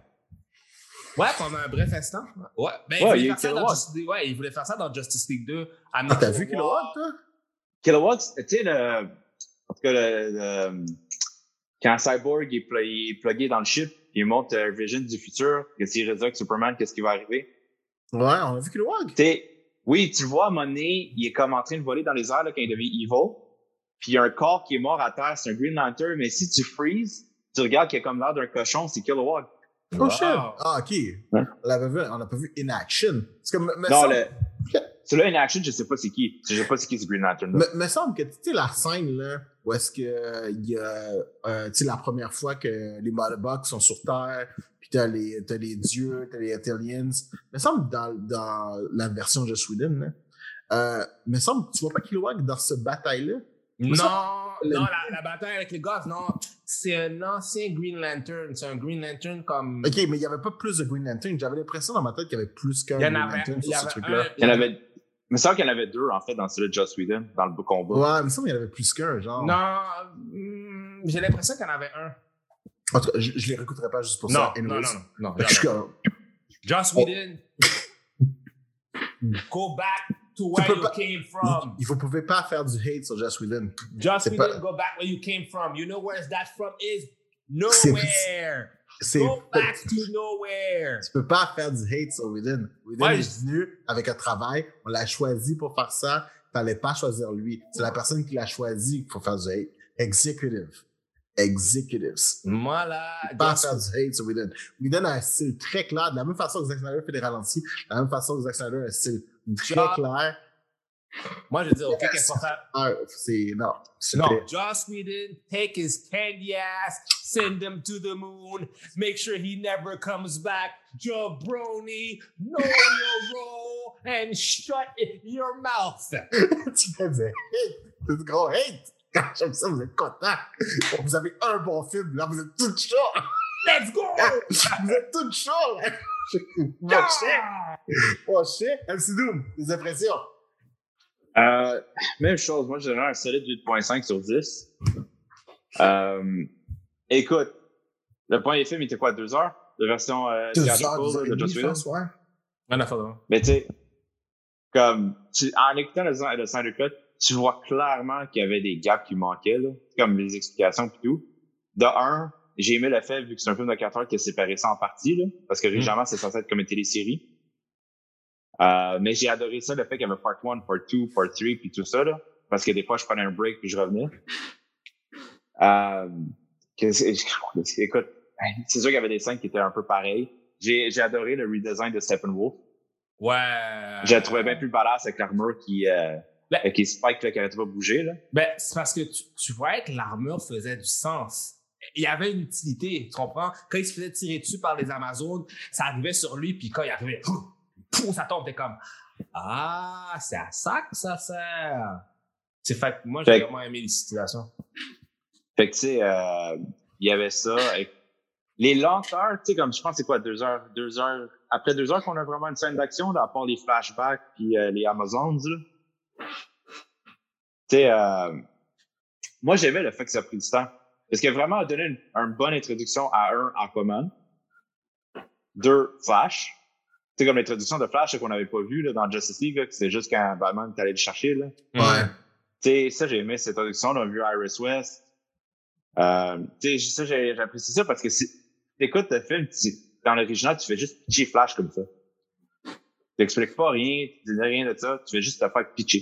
Ouais, pendant un bref instant. Ouais, ben, Ouais, il, il y voulait a eu faire ça dans Kilowog. Justice League. Ouais, il voulait faire ça dans Justice League deux. Ah, t'as vu Kilowog, toi? Kilowog, tu sais, le, en tout cas, le, le, quand Cyborg est, pl- il est plugué dans le ship, il montre euh, Vision du futur, que s'il résurrecte Superman, qu'est-ce qui va arriver? Ouais, on a vu Kilowog. Tu sais, oui, tu le vois, à un moment donné, il est comme en train de voler dans les airs, là, quand il devient evil. Puis il y a un corps qui est mort à terre, c'est un Green Lantern, mais si tu freezes, tu regardes qu'il a comme l'air d'un cochon, c'est Kilowog. Oh Wow. shit! Ah, ok. On l'avait vu, on l'a pas vu in action. C'est comme, me Non, semble, le, celui-là, in action, je sais pas c'est qui. Je sais pas c'est qui ce Green Lantern. là. me, me semble que, tu sais, la scène, là, où est-ce que, euh, il y a, euh, tu sais, la première fois que les Motherbox sont sur Terre, puis t'as les, t'as les dieux, t'as les Atelians. Me semble dans, dans la version de Joss Whedon, là, euh, me semble, tu vois pas Kilowog dans cette bataille-là? Non, ça- non, la, la bataille avec les gosses, non. C'est un ancien Green Lantern. C'est un Green Lantern comme. Ok, mais il y avait pas plus de Green Lantern. J'avais l'impression dans ma tête qu'il y avait plus qu'un Il y en Green avait, Lantern il y sur ce avait truc-là. un. Il y en avait, il me semble qu'il y en avait deux, en fait, dans celui de Joss Whedon, dans le combat. Ouais, il me semble qu'il y en avait plus qu'un, genre. Non, hum, j'ai l'impression qu'il y en avait un. En tout cas, je, je les réécouterai pas juste pour Non, ça. non, non, anyways. non, non. Fait que je suis jamais. comme, Joss Whedon, go back to where peux you pas- came from. il- vous pouvez pas faire du hate sur Joss Whedon. Joss c'est Whedon, pas- go back where you came from. You know where that from is? C'est- Nowhere. C'est, Go back to nowhere. tu peux pas faire du hate sur Whedon. Whedon Ouais, est venu avec un travail. On l'a choisi pour faire ça. Fallait pas choisir lui. C'est la personne qui l'a choisi qu'il faut faire du hate. Executive. Executives. Moi, là, Pas Joss- faire du hate sur Whedon. Whedon a un style très clair. De la même façon que Zack Snyder fait des ralentis, de la même façon que Zack Snyder a un style très Joss- clair. moi, je veux dire, OK, qu'est-ce qu'on fait? Ah, c'est, non. C'est No, très- Joss Whedon, take his candy ass, send him to the moon, make sure he never comes back. Jabroni, know your role, and shut your mouth. tu fais du hate. C'est du gros hate. Quand j'aime ça, vous êtes contents. Vous avez un bon film, là, vous êtes tous chauds. Let's go! Vous êtes tous chauds, là. Mon chien. Ah! Mon chien. M C Doom, des impressions. Euh, même chose, moi, je donnerais un solide huit virgule cinq sur dix. Euh, écoute, le premier film était quoi, deux heures? De version euh, Deux theatrical, heures, deux heures de et demie, Joss je Whedon? pense, ouais. Un affaire de moi. Mais tu sais, comme, tu- en écoutant le, le Snyder Cut, tu vois clairement qu'il y avait des gaps qui manquaient, là, comme les explications et tout. De un, j'ai aimé le fait, vu que c'est un film de quatre heures, qui a séparé ça en parties, là, parce que originellement, mm. c'est censé être comme une télésérie. Euh, mais j'ai adoré ça, le fait qu'il y avait part one, part two, part three, puis tout ça, là, parce que des fois, je prenais un break puis je revenais. Euh, que, écoute, c'est sûr qu'il y avait des scènes qui étaient un peu pareilles. J'ai, j'ai adoré le redesign de Steppenwolf. Ouais. Je le trouvais bien plus badass avec l'armure qui, euh, ben, qui spike, là, qui arrêtait pas de bouger, là. Ben, c'est parce que tu, tu voyais que l'armure faisait du sens. Il y avait une utilité, tu comprends? Quand il se faisait tirer dessus par les Amazones, ça arrivait sur lui, puis quand il arrivait, pouf, ça tombe, t'es comme, ah, c'est à ça que ça sert. C'est fait moi, j'ai fait... vraiment aimé les situations. Fait que, tu sais, euh, il y avait ça. Et les lenteurs, tu sais, comme je pense, c'est quoi, deux heures, deux heures, après deux heures qu'on a vraiment une scène d'action, là, à part les flashbacks puis euh, les Amazones, là. Tu sais, euh, moi, j'aimais le fait que ça a pris du temps. Parce qu'il a vraiment donné une, une bonne introduction à un, Aquaman. Deux, Flash. Tu sais, comme l'introduction de Flash qu'on n'avait pas vu là, dans Justice League, là, que c'était juste quand Batman est allé le chercher. Là. Ouais. Tu sais, ça, j'ai aimé cette introduction. On a vu Iris West. Euh, tu sais, ça, j'ai, j'apprécie ça parce que si t'écoutes le film, tu, dans l'original, tu fais juste pitcher Flash comme ça. T'expliques pas rien, tu dis rien de ça, tu fais juste te faire pitcher.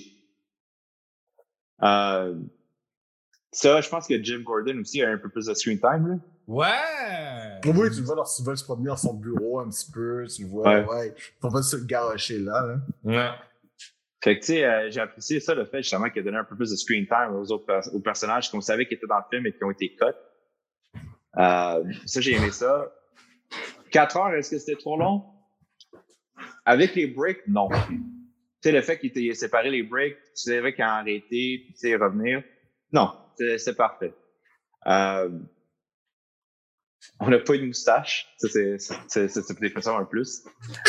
Euh, ça, je pense que Jim Gordon aussi a un peu plus de screen time, là. Ouais! Oui, tu le vois, lorsqu'ils veulent se promener dans son bureau un petit peu, tu le vois, ouais. ouais. Faut pas se garocher là, là. Ouais. Fait que, tu sais, euh, j'ai apprécié ça, le fait, justement, qu'il a donné un peu plus de screen time aux autres aux personnages qu'on savait qui étaient dans le film et qui ont été cut. Euh, ça, j'ai aimé ça. Quatre heures, est-ce que c'était trop long? Avec les breaks, non. Tu sais, le fait qu'il ait séparé les breaks, tu savais qu'il a arrêté, puis tu sais, revenir. Non, c'est, c'est parfait. Euh, on n'a pas une moustache. Ça, c'est, c'est, c'est, c'est, c'est peut-être ça un plus.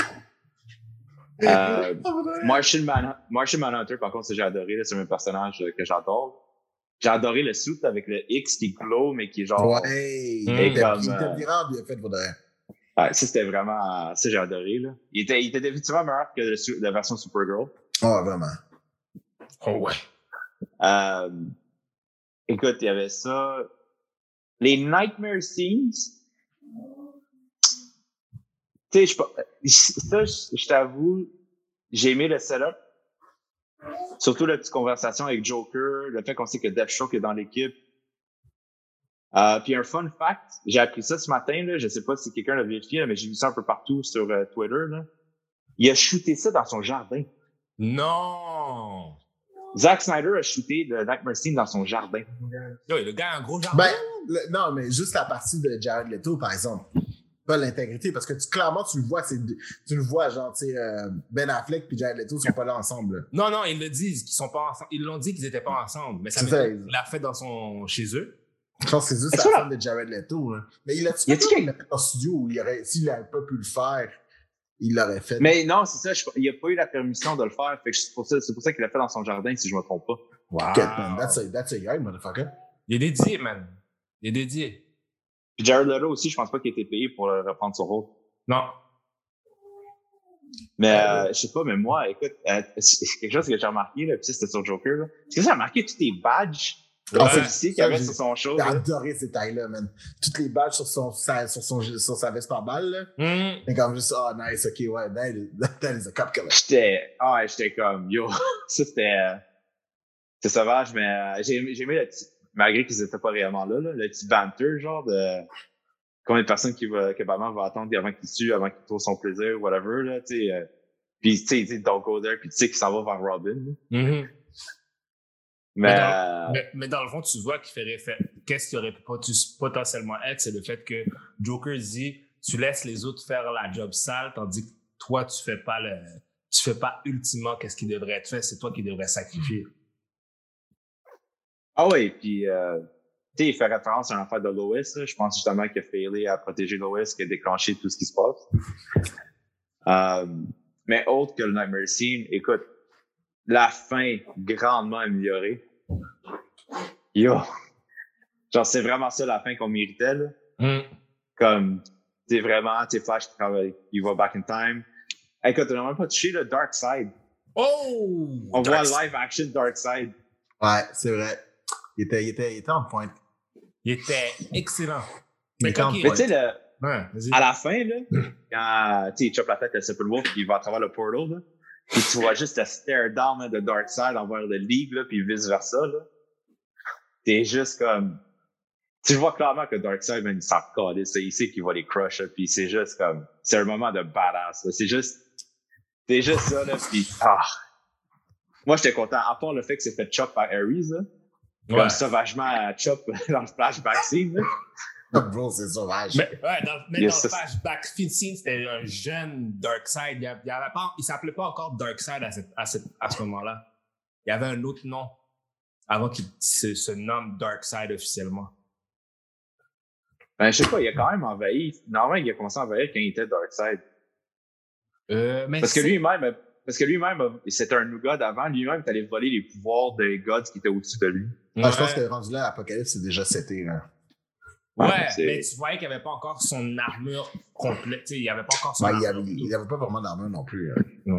Euh, Martian, Man- Martian Manhunter, par contre, ça, j'ai adoré. Là, c'est un personnage que j'adore. J'ai adoré le suit avec le X qui glow, mais qui est genre... Ouais! Il était comme, bien fait pour de vrai. Ouais, ça, c'était vraiment... Ça, j'ai adoré, là. Il était, il était définitivement meilleur que le, la version Supergirl. Oh, vraiment. Oh, ouais. Euh, écoute, il y avait ça. Les Nightmare Scenes... Tu sais, ça, je t'avoue, j'ai aimé le setup. Surtout la petite conversation avec Joker, le fait qu'on sait que Deathstroke est dans l'équipe. Euh, puis un fun fact, j'ai appris ça ce matin, là, je sais pas si quelqu'un l'a vérifié, là, mais j'ai vu ça un peu partout sur euh, Twitter. Là. Il a shooté ça dans son jardin. Non! Zack Snyder a shooté le Nightmare Scene dans son jardin. Yo, le gars a un gros jardin. Ben, le, non, mais juste la partie de Jared Leto, par exemple. Pas l'intégrité, parce que tu, clairement, tu le vois, c'est, tu le vois, genre, tu sais, euh, Ben Affleck puis Jared Leto sont pas là ensemble. Là. Non, non, ils le disent qu'ils sont pas ensemble. Ils l'ont dit qu'ils étaient pas ensemble, mais ça il l'a fait dans son, chez eux. Je pense que c'est juste Est-ce la là? femme de Jared Leto, là. Mais il a-tu y fait qu'il l'a fait en studio où il aurait, s'il n'avait pas pu le faire, il l'aurait fait. Mais non, c'est ça, je, il a pas eu la permission de le faire, fait que c'est pour ça, c'est pour ça qu'il l'a fait dans son jardin, si je me trompe pas. Wow. Good, man. That's a, that's a yard, motherfucker. Il est dédié, man. Il est dédié. Puis Jared Leto aussi, je pense pas qu'il ait été payé pour reprendre son rôle. Non. Mais euh, je sais pas, mais moi, écoute, euh, c'est quelque chose que j'ai remarqué, là, puis c'était sur Joker, là. Est-ce que j'ai remarqué tous tes badges de Ouais, policiers qu'il y avait sur son show? J'ai adoré ces tailles-là, man. Toutes les badges sur son, sa, sur son, sur sa veste par balle, là. Mm. C'est comme juste, oh, nice, ok, ouais, that is, that is a cop killer. J'étais, ah ouais, j'étais comme, yo, ça c'était, euh, c'est sauvage, mais euh, j'ai, j'ai aimé le petit, malgré qu'ils étaient pas réellement là, là, le petit banter, genre de combien de personnes qui va, que Batman va attendre avant qu'il tue, avant qu'il trouve son plaisir, whatever, là, tu sais. Euh, puis, tu sais, il dit don't go there, puis tu sais qu'il s'en va vers Robin. Mm-hmm. Mais, mais, dans, mais, mais dans le fond, tu vois qu'il fait référence. Qu'est-ce qui aurait pu potentiellement être, c'est le fait que Joker dit tu laisses les autres faire la job sale, tandis que toi, tu fais pas le. Tu fais pas ultimement qu'est-ce qui devrait être fait, c'est toi qui devrais sacrifier. Ah oui, puis euh, tu sais, il fait référence à une affaire de Lois, là. Je pense justement qu'il a failé à protéger Lois, qui a déclenché tout ce qui se passe. Euh, mais autre que le Nightmare Scene, écoute, la fin grandement améliorée. Yo! Genre, c'est vraiment ça la fin qu'on méritait, là. Mm. Comme, c'est vraiment, tu sais, Flash qui travaille, il va back in time. Écoute, on n'a même pas touché le Dark Side. Oh! On Dark voit live action Dark Side. Ouais, c'est vrai. Il était, il était, il était en pointe. Il était excellent. Mais quand Mais tu sais, le... Ouais, vas-y. à la fin, là, quand tu sais, il chope la tête à Steppenwolf, puis il va à travers le portal, là, puis tu vois juste le stare down là, de Darkseid envers le League, là, puis vice-versa, là. T'es juste comme... Tu vois clairement que Darkseid, man, il s'en calisse, il sait qu'il va les crush, là, puis c'est juste comme... C'est un moment de badass, là. C'est juste... C'est juste ça, là, puis... Ah! Moi, j'étais content, à part le fait que c'est fait chop par Ares, là. Ouais. Comme sauvagement à chop dans le flashback scene, là. Bro, c'est sauvage. Mais, ouais, dans, mais Yes, dans le ça, flashback scene, c'était un jeune Darkseid. Il, y avait, il, y avait pas, il s'appelait pas encore Darkseid à, cette, à, cette, à ce moment-là. Il y avait un autre nom avant qu'il se, se nomme Darkseid officiellement. Ben, je sais pas, il a quand même envahi. Normalement, il a commencé à envahir quand il était Darkseid. Euh, mais Parce que c'est- lui-même, parce que lui-même, c'était un nougat avant, lui-même, il allait voler les pouvoirs des gods qui étaient au-dessus de lui. Ah, je pense Ouais. que rendu là, Apocalypse, c'est déjà seté. Là. Ouais, c'est- mais tu voyais qu'il n'y avait pas encore son armure complète. Tu sais, il n'y avait pas encore son Ouais, il n'y armure. avait, il y avait pas vraiment d'armure non plus. Hein. Non.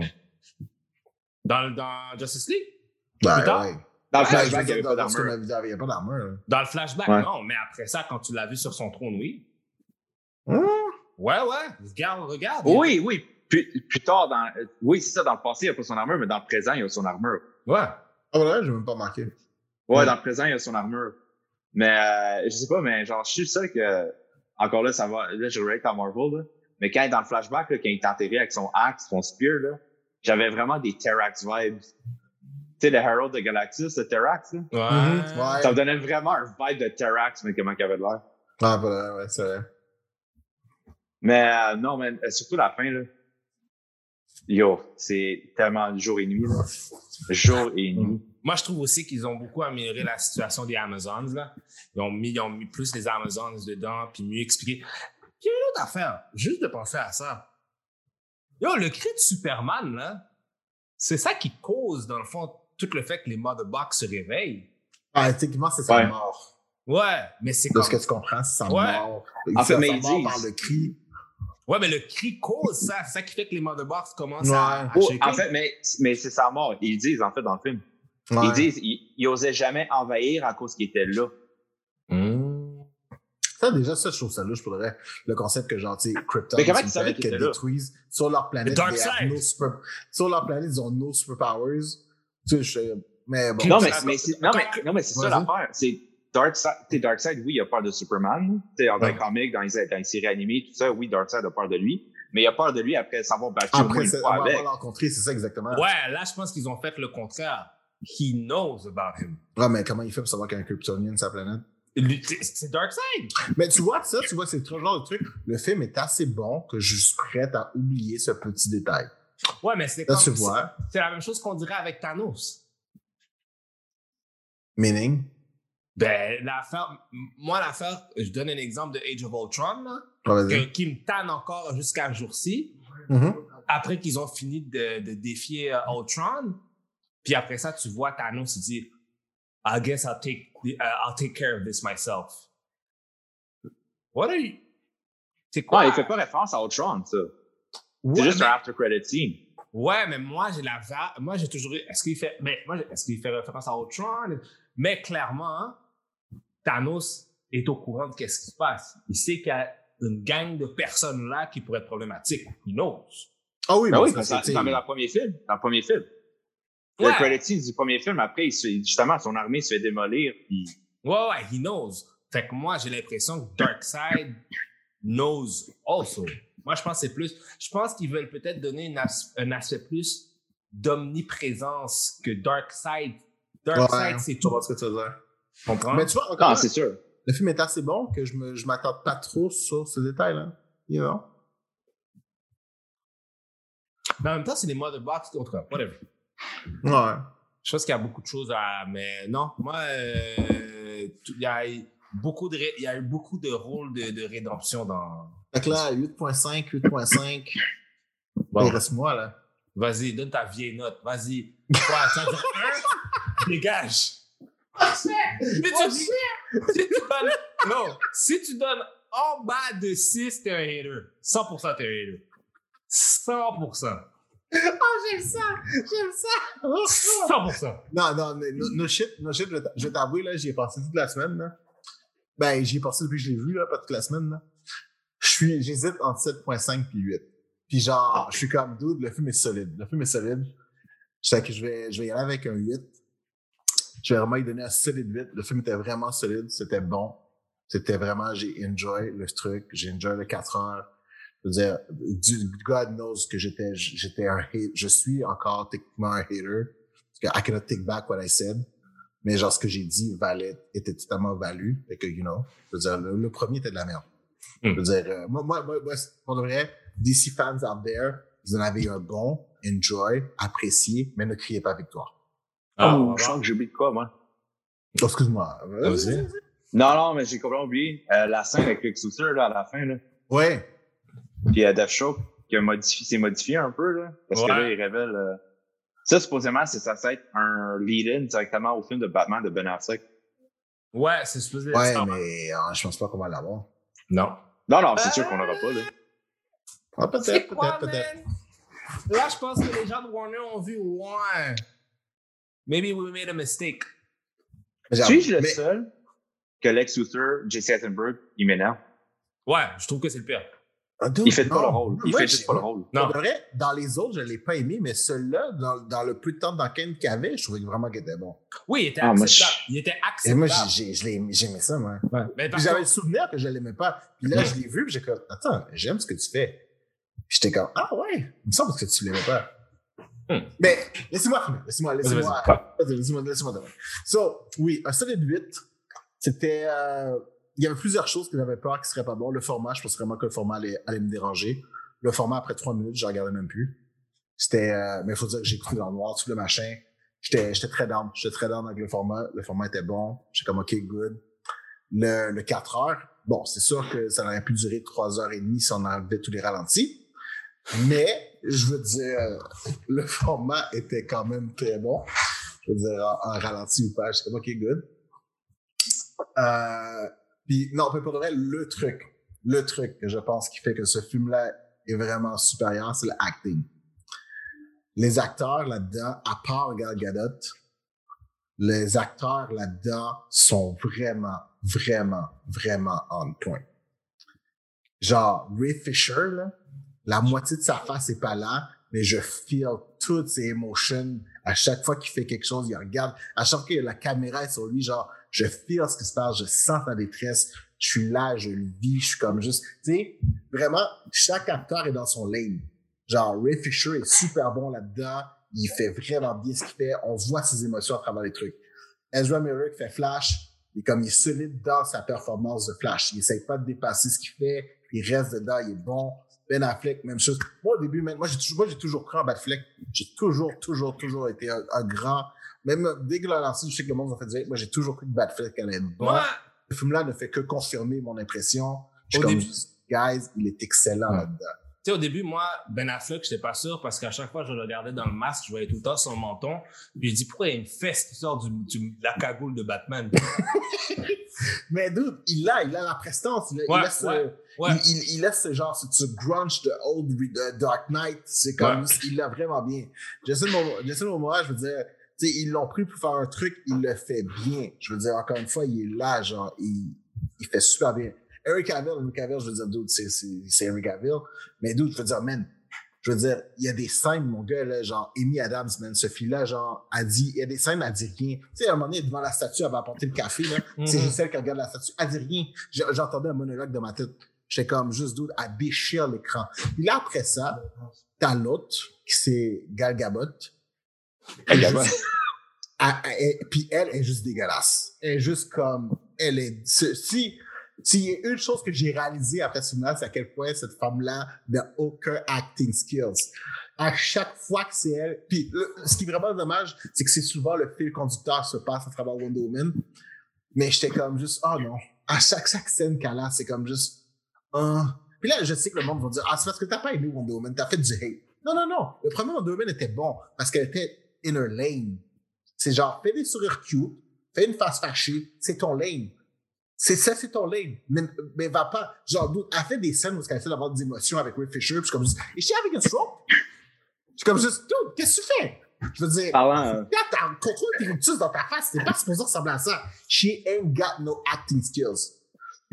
Dans, dans Justice League? Ouais, Plus tard? ouais. Dans le Ouais, je veux flashback, il n'y dire, avait dans, pas dans ce qu'on d'armure. a vu, il n'y avait pas d'armure. Là. Dans le flashback, Ouais. non. Mais après ça, quand tu l'as vu sur son trône, oui. Hum? Ouais, ouais. Regarde, regarde. Oui, oui. Plus, plus tard, dans, oui, c'est ça, dans le passé, il n'y a pas son armure, mais dans le présent, il a son armure. Ouais. Ah, voilà, je n'ai même pas marqué. Ouais, Ouais. dans le présent, il a son armure. Mais, euh, je sais pas, mais genre, je suis sûr que, encore là, ça va, là, je relate à Marvel, là. Mais quand il est dans le flashback, là, quand il est enterré avec son axe, son spear, là, j'avais vraiment des Terrax vibes. Tu sais, le Herald de Galactus, le Terrax, là. Ouais. Mhm, ouais. Ça me donnait vraiment un vibe de Terrax, mais comment il avait de l'air. Ah, voilà, ouais, c'est vrai. Mais, euh, non, mais euh, surtout la fin, là. Yo, c'est tellement jour et nuit, là. Jour et nuit. Moi, je trouve aussi qu'ils ont beaucoup amélioré la situation des Amazons, là. Ils ont mis, ils ont mis plus les Amazons dedans, puis mieux expliqué. Puis, il y a une autre affaire, juste de penser à ça. Yo, le cri de Superman, là, c'est ça qui cause, dans le fond, tout le fait que les Mother Box se réveillent. Ah, techniquement, c'est sa Ouais. mort. Ouais, mais c'est De comme... ce que tu comprends, c'est sa Ouais. mort. En C'est fait, mais sa ils mort disent- par le cri. Ouais, mais le cri cause ça. C'est ça qui fait que les Mother Box commencent Ouais. à, à Oh, shaker. en fait, mais, mais c'est sa mort. Ils disent, en fait, dans le film. Ouais. Ils disent, ils, ils osaient jamais envahir à cause qu'ils étaient là. Mmh. Ça, déjà, ça, je trouve ça louche pour le vrai. Le concept que, genre, tu sais, Krypton, Mais comment c'est tu une savais planète qu'ils qui étaient là? détruisent sur leur planète. Le Dark they have Side. no super... Sur leur planète, ils ont no superpowers. Tu sais, je... mais bon. Non, mais, Attends, mais c'est, non, mais, attends, non, mais c'est ça vas-y. l'affaire. C'est Darkseid, tu sais, Darkseid, oui, il a peur de Superman. Tu sais, dans Ouais. les comics, dans les, dans les séries animées, tout ça, oui, Darkseid a peur de lui. Mais il a peur de lui après s'avoir battu au moins Après, une c'est- on fois va avec. avoir rencontré, c'est ça exactement. Ouais, là, je pense qu'ils ont fait le contraire. He knows about him. Ouais, mais comment il fait pour savoir qu'il y a un Kryptonien sur sa planète? Lui, c'est- C'est Darkseid. Mais tu vois, ça, tu vois, c'est ce genre de truc. Le film est assez bon que je suis prête à oublier ce petit détail. Ouais, mais c'est Là, comme... tu vois. C'est la même chose qu'on dirait avec Thanos. Meaning? Ben, l'affaire... Moi, l'affaire... Je donne un exemple de Age of Ultron, là, Ouais, vas-y. que- qui me tanne encore jusqu'à ce jour-ci. Mhm. Après qu'ils ont fini de, de défier euh, Ultron, puis après ça, tu vois Thanos, il dit « I guess I'll take, the- uh, I'll take care of this myself. » What are you... C'est quoi? Ouais, il fait pas référence à Ultron, ça. Ouais, C'est juste mais, un after credit scene. ouais, mais moi, j'ai la va... Moi, j'ai toujours... eu- Est-ce qu'il fait... Mais moi, est-ce qu'il fait référence à Ultron? Mais clairement, hein, Thanos est au courant de qu'est-ce qui se passe. Il sait qu'il y a une gang de personnes là qui pourraient être problématiques. He knows. Ah oui, Ben mais oui, ça, ça, c'est- ça, mais dans le premier film. Dans le premier film. Ouais. Le credit scene du premier film, après, il se fait- justement, son armée se fait démolir, puis Ouais, ouais, he knows. Fait que moi, j'ai l'impression que Darkseid knows also. Moi, je pense que c'est plus... Je pense qu'ils veulent peut-être donner une as- un aspect plus d'omniprésence que Darkseid. Darkseid, Ouais, c'est je tout. comprends ce que tu veux dire. Tu comprends? Mais tu vois, encore non, là, c'est sûr. le film est assez bon que je me, je m'attarde pas trop sur ce détail-là. You know? Mais en même temps, c'est les Mother Box contre whatever. Ouais. Je pense qu'il y a beaucoup de choses à... Mais non, moi, euh, tout- il y a eu beaucoup de, ré- il y a eu beaucoup de rôles de, de rédemption dans... Fait que là, huit point cinq, huit point cinq. Bon. Il reste moi, là. Vas-y, donne ta vieille note. Vas-y. Quoi, tu vas dire un? Dégage. Mais tu dis, si tu donnes, non, si tu donnes en bas de six, t'es un hater. cent pour cent t'es un hater. cent pour cent. Oh, j'aime ça! J'aime ça! cent pour cent. Non, non, mais no, no shit, no shit, je vais t'a- je vais t'avouer, là, j'y ai passé toute la semaine, là. Ben, j'y ai passé depuis que je l'ai vu, là, pas toute la semaine, là. Je suis, j'hésite entre sept virgule cinq puis huit. Puis genre, je suis comme, dude, le film est solide. Le film est solide. Je sais que je vais, je vais y aller avec un huit. Je vais vraiment y donner un solide huit. Le film était vraiment solide. C'était bon. C'était vraiment, j'ai enjoy le truc. J'ai enjoy le quatre heures. Je veux dire, du, God knows que j'étais, j'étais un hate. Je suis encore techniquement un hater. Parce que I cannot take back what I said. Mais genre, ce que j'ai dit valait, était totalement valu. Et que, you know, je veux dire, le, le premier était de la merde. Mm. Je veux dire, euh, moi, moi, moi, moi, pour de vrai, D C fans out there, vous en avez un bon, enjoy, apprécié, mais ne criez pas victoire. Ah, oh, je sens que j'ai oublié de quoi, moi. Oh, excuse-moi. Vas-y. Non, non, mais j'ai complètement oublié. Euh, la scène avec Lex Luthor, là, à la fin, là. Ouais. Puis euh, Deathstroke, qui a modifié, s'est modifié un peu, là. Parce ouais. que là, il révèle... Euh... Ça, supposément, c'est ça, ça va être un lead-in directement au film de Batman de Ben Affleck. Ouais, c'est supposé Ouais, ça, mais euh, je pense pas qu'on va l'avoir. Non. Non, non, c'est euh... sûr qu'on l'aura pas, là. Ah, peut-être, peut-être, peut-être. Là, je pense que les gens de Warner ont vu, ouais. Maybe we made a mistake. Suis-je le mais... seul que Lex Luthor, Jesse Eisenberg, il m'énerve? Ouais, je trouve que c'est le pire. Ah, il fait pas le rôle. Il ouais, fait juste pas le rôle. Non. Vrai, dans les autres, je l'ai pas aimé, mais celui-là, dans, dans le peu de temps dans lequel il avait, je trouvais vraiment qu'il était bon. Oui, il était ah, acceptable. Je... Il était acceptable. Et moi, j'ai, j'ai, j'ai aimé ça, moi. Ouais. Mais j'avais contre... le souvenir que je l'aimais pas. Puis là, je l'ai vu, puis j'ai comme, attends, j'aime ce que tu fais. Puis j'étais comme, ah ouais, il me semble que tu l'aimais pas. Hmm. Mais laissez-moi finir, laissez-moi, laissez-moi, laissez-moi, laissez-moi, laissez-moi donner. So, oui, un solide huit, c'était, euh, il y avait plusieurs choses que j'avais peur qui seraient pas bon. Le format, je pense vraiment que le format allait, allait me déranger. Le format, après trois minutes, je regardais même plus. C'était, euh, mais il faut dire que j'ai écouté dans le noir, tout le machin. J'étais, j'étais très down, j'étais très down avec le format. Le format était bon. J'étais comme, OK, good. Le, le quatre heures, bon, c'est sûr que ça aurait pu durer trois heures et demie si on enlevait tous les ralentis. Mais, je veux dire, le format était quand même très bon. Je veux dire, en, en ralenti ou pas, j'étais comme, OK, good. Euh, puis, non, pour de vrai, le truc, le truc que je pense qui fait que ce film-là est vraiment supérieur, c'est l'acting. Les acteurs là-dedans, à part Gal Gadot, les acteurs là-dedans sont vraiment, vraiment, vraiment on point. Genre, Ray Fisher, là, la moitié de sa face est pas là, mais je feel toutes ses émotions. À chaque fois qu'il fait quelque chose, il regarde. À chaque fois que la caméra est sur lui, genre, je feel ce qui se passe, je sens sa détresse, je suis là, je le vis, je suis comme juste, tu sais, vraiment, chaque acteur est dans son lane. Genre, Ray Fisher est super bon là-dedans, il fait vraiment bien ce qu'il fait, on voit ses émotions à travers les trucs. Ezra Miller qui fait Flash, il est comme, il est solide dans sa performance de Flash, il essaye pas de dépasser ce qu'il fait, il reste dedans, il est bon. Ben Affleck, même chose. Moi, au début, même, moi, j'ai toujours, moi, j'ai toujours cru en Ben Affleck. J'ai toujours, toujours, toujours été un, un grand, même dès que l'a lancé, je sais que le monde m'a fait dire, moi, j'ai toujours cru que Ben Affleck allait être bon. Ouais. Le film-là ne fait que confirmer mon impression. Je suis comme, début... guys, il est excellent ouais. là-dedans. Tu sais, au début, moi, Ben Affleck, j'étais pas sûr parce qu'à chaque fois que je le regardais dans le masque, je voyais tout le temps son menton. Puis je dis, pourquoi il y a une fesse qui sort du, du, de la cagoule de Batman? Mais dude, il a, il a la prestance. Il, a, ouais, il laisse, ouais, ouais. Il, il, il laisse ce genre, ce, ce grunge de old de Dark Knight. C'est comme, ouais. il l'a vraiment bien. Jason Momoa, je veux dire, tu sais, ils l'ont pris pour faire un truc, il le fait bien. Je veux dire, encore une fois, il est là, genre, il, il fait super bien. Henry Cavill, Henry Cavill, je veux dire, dude, c'est, c'est, c'est Henry Cavill. Mais dude, je veux dire, man, je veux dire, il y a des scènes, mon gars, là, genre, Amy Adams, man, ce fille-là, genre, a dit, il y a des scènes, elle dit rien. Tu sais, à un moment donné, devant la statue, elle va apporter le café, là. Mm-hmm. C'est juste celle qui regarde la statue, elle dit rien. J'entendais un monologue dans ma tête. J'étais comme, juste, dude, elle déchire l'écran. Puis là, après ça, t'as l'autre, qui c'est Gal Gadot. Gal Gadot. Puis elle est juste dégueulasse. Elle est juste comme, elle est, si, s'il y a une chose que j'ai réalisée après ce film-là, c'est à quel point cette femme-là n'a aucun acting skills. À chaque fois que c'est elle, puis le, ce qui est vraiment dommage, c'est que c'est souvent le fil conducteur se passe à travers Wonder Woman. Mais j'étais comme juste, oh non. À chaque, chaque scène qu'elle a, c'est comme juste, oh. Puis là, je sais que le monde va dire, ah, c'est parce que t'as pas aimé Wonder Woman, t'as fait du hate. Non, non, non. Le premier Wonder Woman était bon parce qu'elle était in her lane. C'est genre, fais des sourires cute, fais une face fâchée, c'est ton lane. C'est ça, c'est ton lane. Mais, mais va pas, genre, elle fait des scènes où elle essaie d'avoir des émotions avec Ray Fisher, puis je suis comme juste, is she having a stroke? Je suis comme juste, dude, qu'est-ce que tu fais? Je veux dire, Parlant, quand t'as un contrôle tes rictus dans ta face, c'est pas supposé ressembler à ça. She ain't got no acting skills.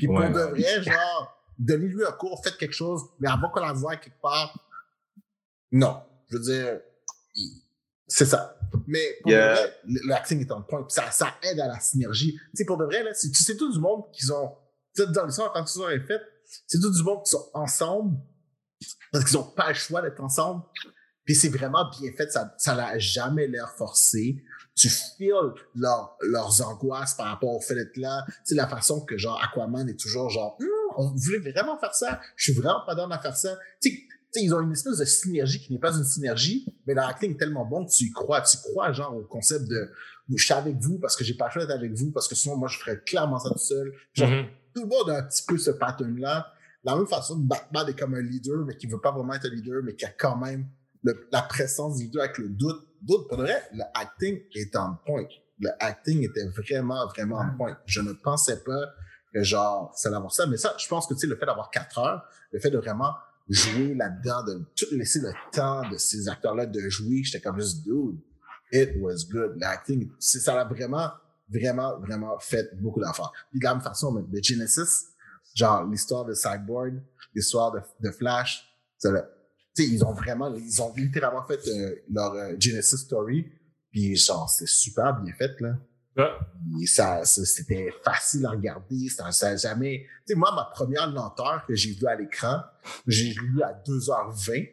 Puis Ouais, pour de ouais. vrai, genre, donnez-lui un cours, faites quelque chose, mais avant qu'on la voie quelque part, non. Je veux dire, c'est ça. Mais pour Yeah. de vrai, le, le acting est en point. Puis ça, ça aide à la synergie. Tu sais, pour de vrai, là, c'est, c'est tout du monde qui sont, tu sais, dans l'histoire, quand ça est fait, c'est tout du monde qui sont ensemble parce qu'ils n'ont pas le choix d'être ensemble. Puis c'est vraiment bien fait. Ça, ça n'a jamais l'air forcé. Tu feels leur, leurs angoisses par rapport au fait d'être là. Tu sais, la façon que, genre, Aquaman est toujours genre, hm, on voulait vraiment faire ça. Je suis vraiment pas dans à faire ça. Tu sais, tu sais, ils ont une espèce de synergie qui n'est pas une synergie, mais leur acting est tellement bon que tu y crois. Tu crois, genre, au concept de, je suis avec vous parce que j'ai pas le choix d'être avec vous, parce que sinon, moi, je ferais clairement ça tout seul. Genre, Mhm. tout le monde a un petit peu ce pattern-là. De la même façon que Batman est comme un leader, mais qui veut pas vraiment être un leader, mais qui a quand même le, la présence du leader avec le doute. Doute, pour de vrai, le acting est en point. Le acting était vraiment, vraiment en point. Je ne pensais pas que, genre, ça allait avoir ça. Mais ça, je pense que, tu sais, le fait d'avoir quatre heures, le fait de vraiment jouer là-dedans, de tout laisser le temps de ces acteurs-là de jouer, j'étais comme juste, dude, it was good. L'acting, ça l'a vraiment, vraiment, vraiment fait beaucoup d'affaires. Puis de la même façon, de Genesis, genre l'histoire de Cyborg, l'histoire de, de Flash, ça l'a, tu sais, ils ont vraiment, ils ont littéralement fait euh, leur euh, Genesis story, puis genre, c'est super bien fait, là. Ouais. Et ça, ça, c'était facile à regarder, ça, ça a jamais... Tu sais, moi, ma première lenteur que j'ai vue à l'écran, j'ai lu à deux heures vingt.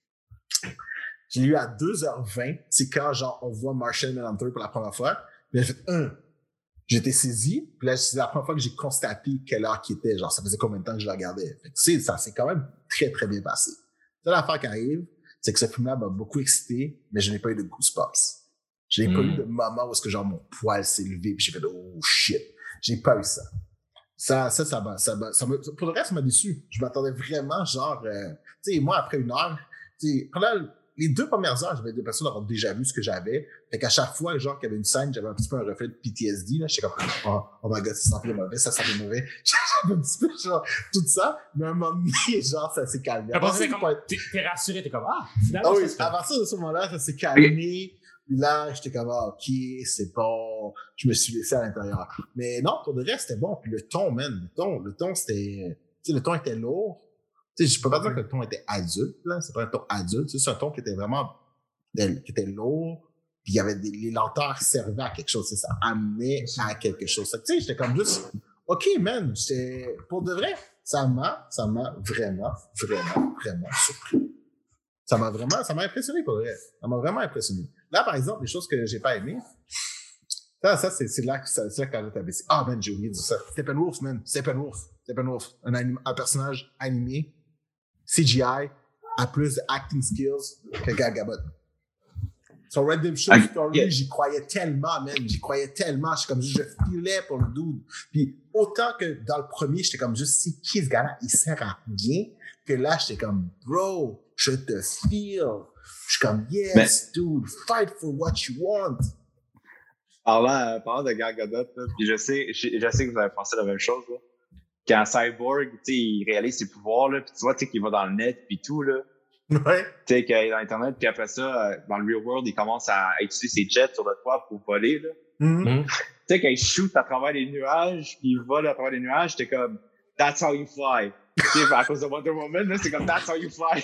J'ai lu à deux heures vingt, c'est quand, genre, on voit Martian Manhunter pour la première fois, puis j'ai fait, un, j'étais saisi, puis là, c'est la première fois que j'ai constaté quelle heure qu'il était, genre, ça faisait combien de temps que je le regardais. Fait que, tu sais, ça s'est quand même très, très bien passé. C'est l'affaire qui arrive, c'est que ce film-là m'a beaucoup excité, mais je n'ai pas eu de goosebumps. Je n'ai mm. pas eu de moment où est-ce que genre mon poil s'est levé puis j'ai fait oh shit. J'ai pas eu ça. Ça, ça, ça m'a, ça m'a, ça m'a, pour le reste, ça m'a déçu. Je m'attendais vraiment genre, euh, tu sais, moi après une heure, tu sais, pendant les deux premières heures, j'avais l'impression d'avoir déjà vu ce que j'avais. Fait qu'à chaque fois, genre, qu'il y avait une scène, j'avais un petit peu un reflet de P T S D, là. J'étais comme, oh, oh my god, ça sentait mauvais, ça sentait mauvais. J'avais un petit peu, genre, tout ça. Mais à un moment donné, genre, ça s'est calmé. Après, c'est comme, t'es, t'es rassuré, t'es comme, ah, finalement, ah oui, à partir de ce moment-là, ça s'est calmé. Puis là, j'étais comme, ah, ok, c'est bon. Je me suis laissé à l'intérieur. Mais non, pour de vrai, c'était bon. Puis le ton, man, le ton, le ton, c'était, tu sais, le ton était lourd. Tu sais, je peux pas dire que le ton était adulte, là. C'est pas un ton adulte. Tu sais, c'est un ton qui était vraiment, qui était lourd. Puis il y avait des, les lenteurs servaient à quelque chose. Tu sais, ça amenait à quelque chose. Tu sais, j'étais comme juste, ok, man, j'étais, pour de vrai, ça m'a, ça m'a vraiment, vraiment, vraiment surpris. Ça m'a vraiment, ça m'a impressionné, pour vrai. Ça m'a vraiment impressionné. Là, par exemple, les choses que j'ai pas aimées, ça, ça, c'est, c'est là que ça, c'est là que la note a baissé. Ah, man, j'ai oublié de dire ça. Steppenwolf, man. Steppenwolf. Steppenwolf. Un, anim, un personnage animé, C G I, a plus de acting skills que Gal Gadot. Son Redemption I, Story, yeah. J'y croyais tellement, man. J'y croyais tellement. Je comme, je filais pour le dude. Puis, autant que dans le premier, j'étais comme juste, c'est qui ce gars-là? Il sert à rien. Que là, j'étais comme, bro, je te feel. Je suis comme, yes, mais, dude, fight for what you want. Parlant, euh, parlant de Gal Gadot, puis je sais, je, je sais que vous avez pensé la même chose, là. Quand Cyborg, tu sais, il réalise ses pouvoirs, là, puis tu vois, tu sais, qu'il va dans le net, puis tout, là. Ouais. Tu sais, qu'il est dans Internet, puis après ça, dans le real world, il commence à utiliser ses jets sur le toit pour voler, là. Mm-hmm. Tu sais, quand il shoot à travers les nuages, puis il vole à travers les nuages, j'étais comme, that's how you fly. Tu sais, à cause de Wonder Woman, là, c'est comme, that's how you fly.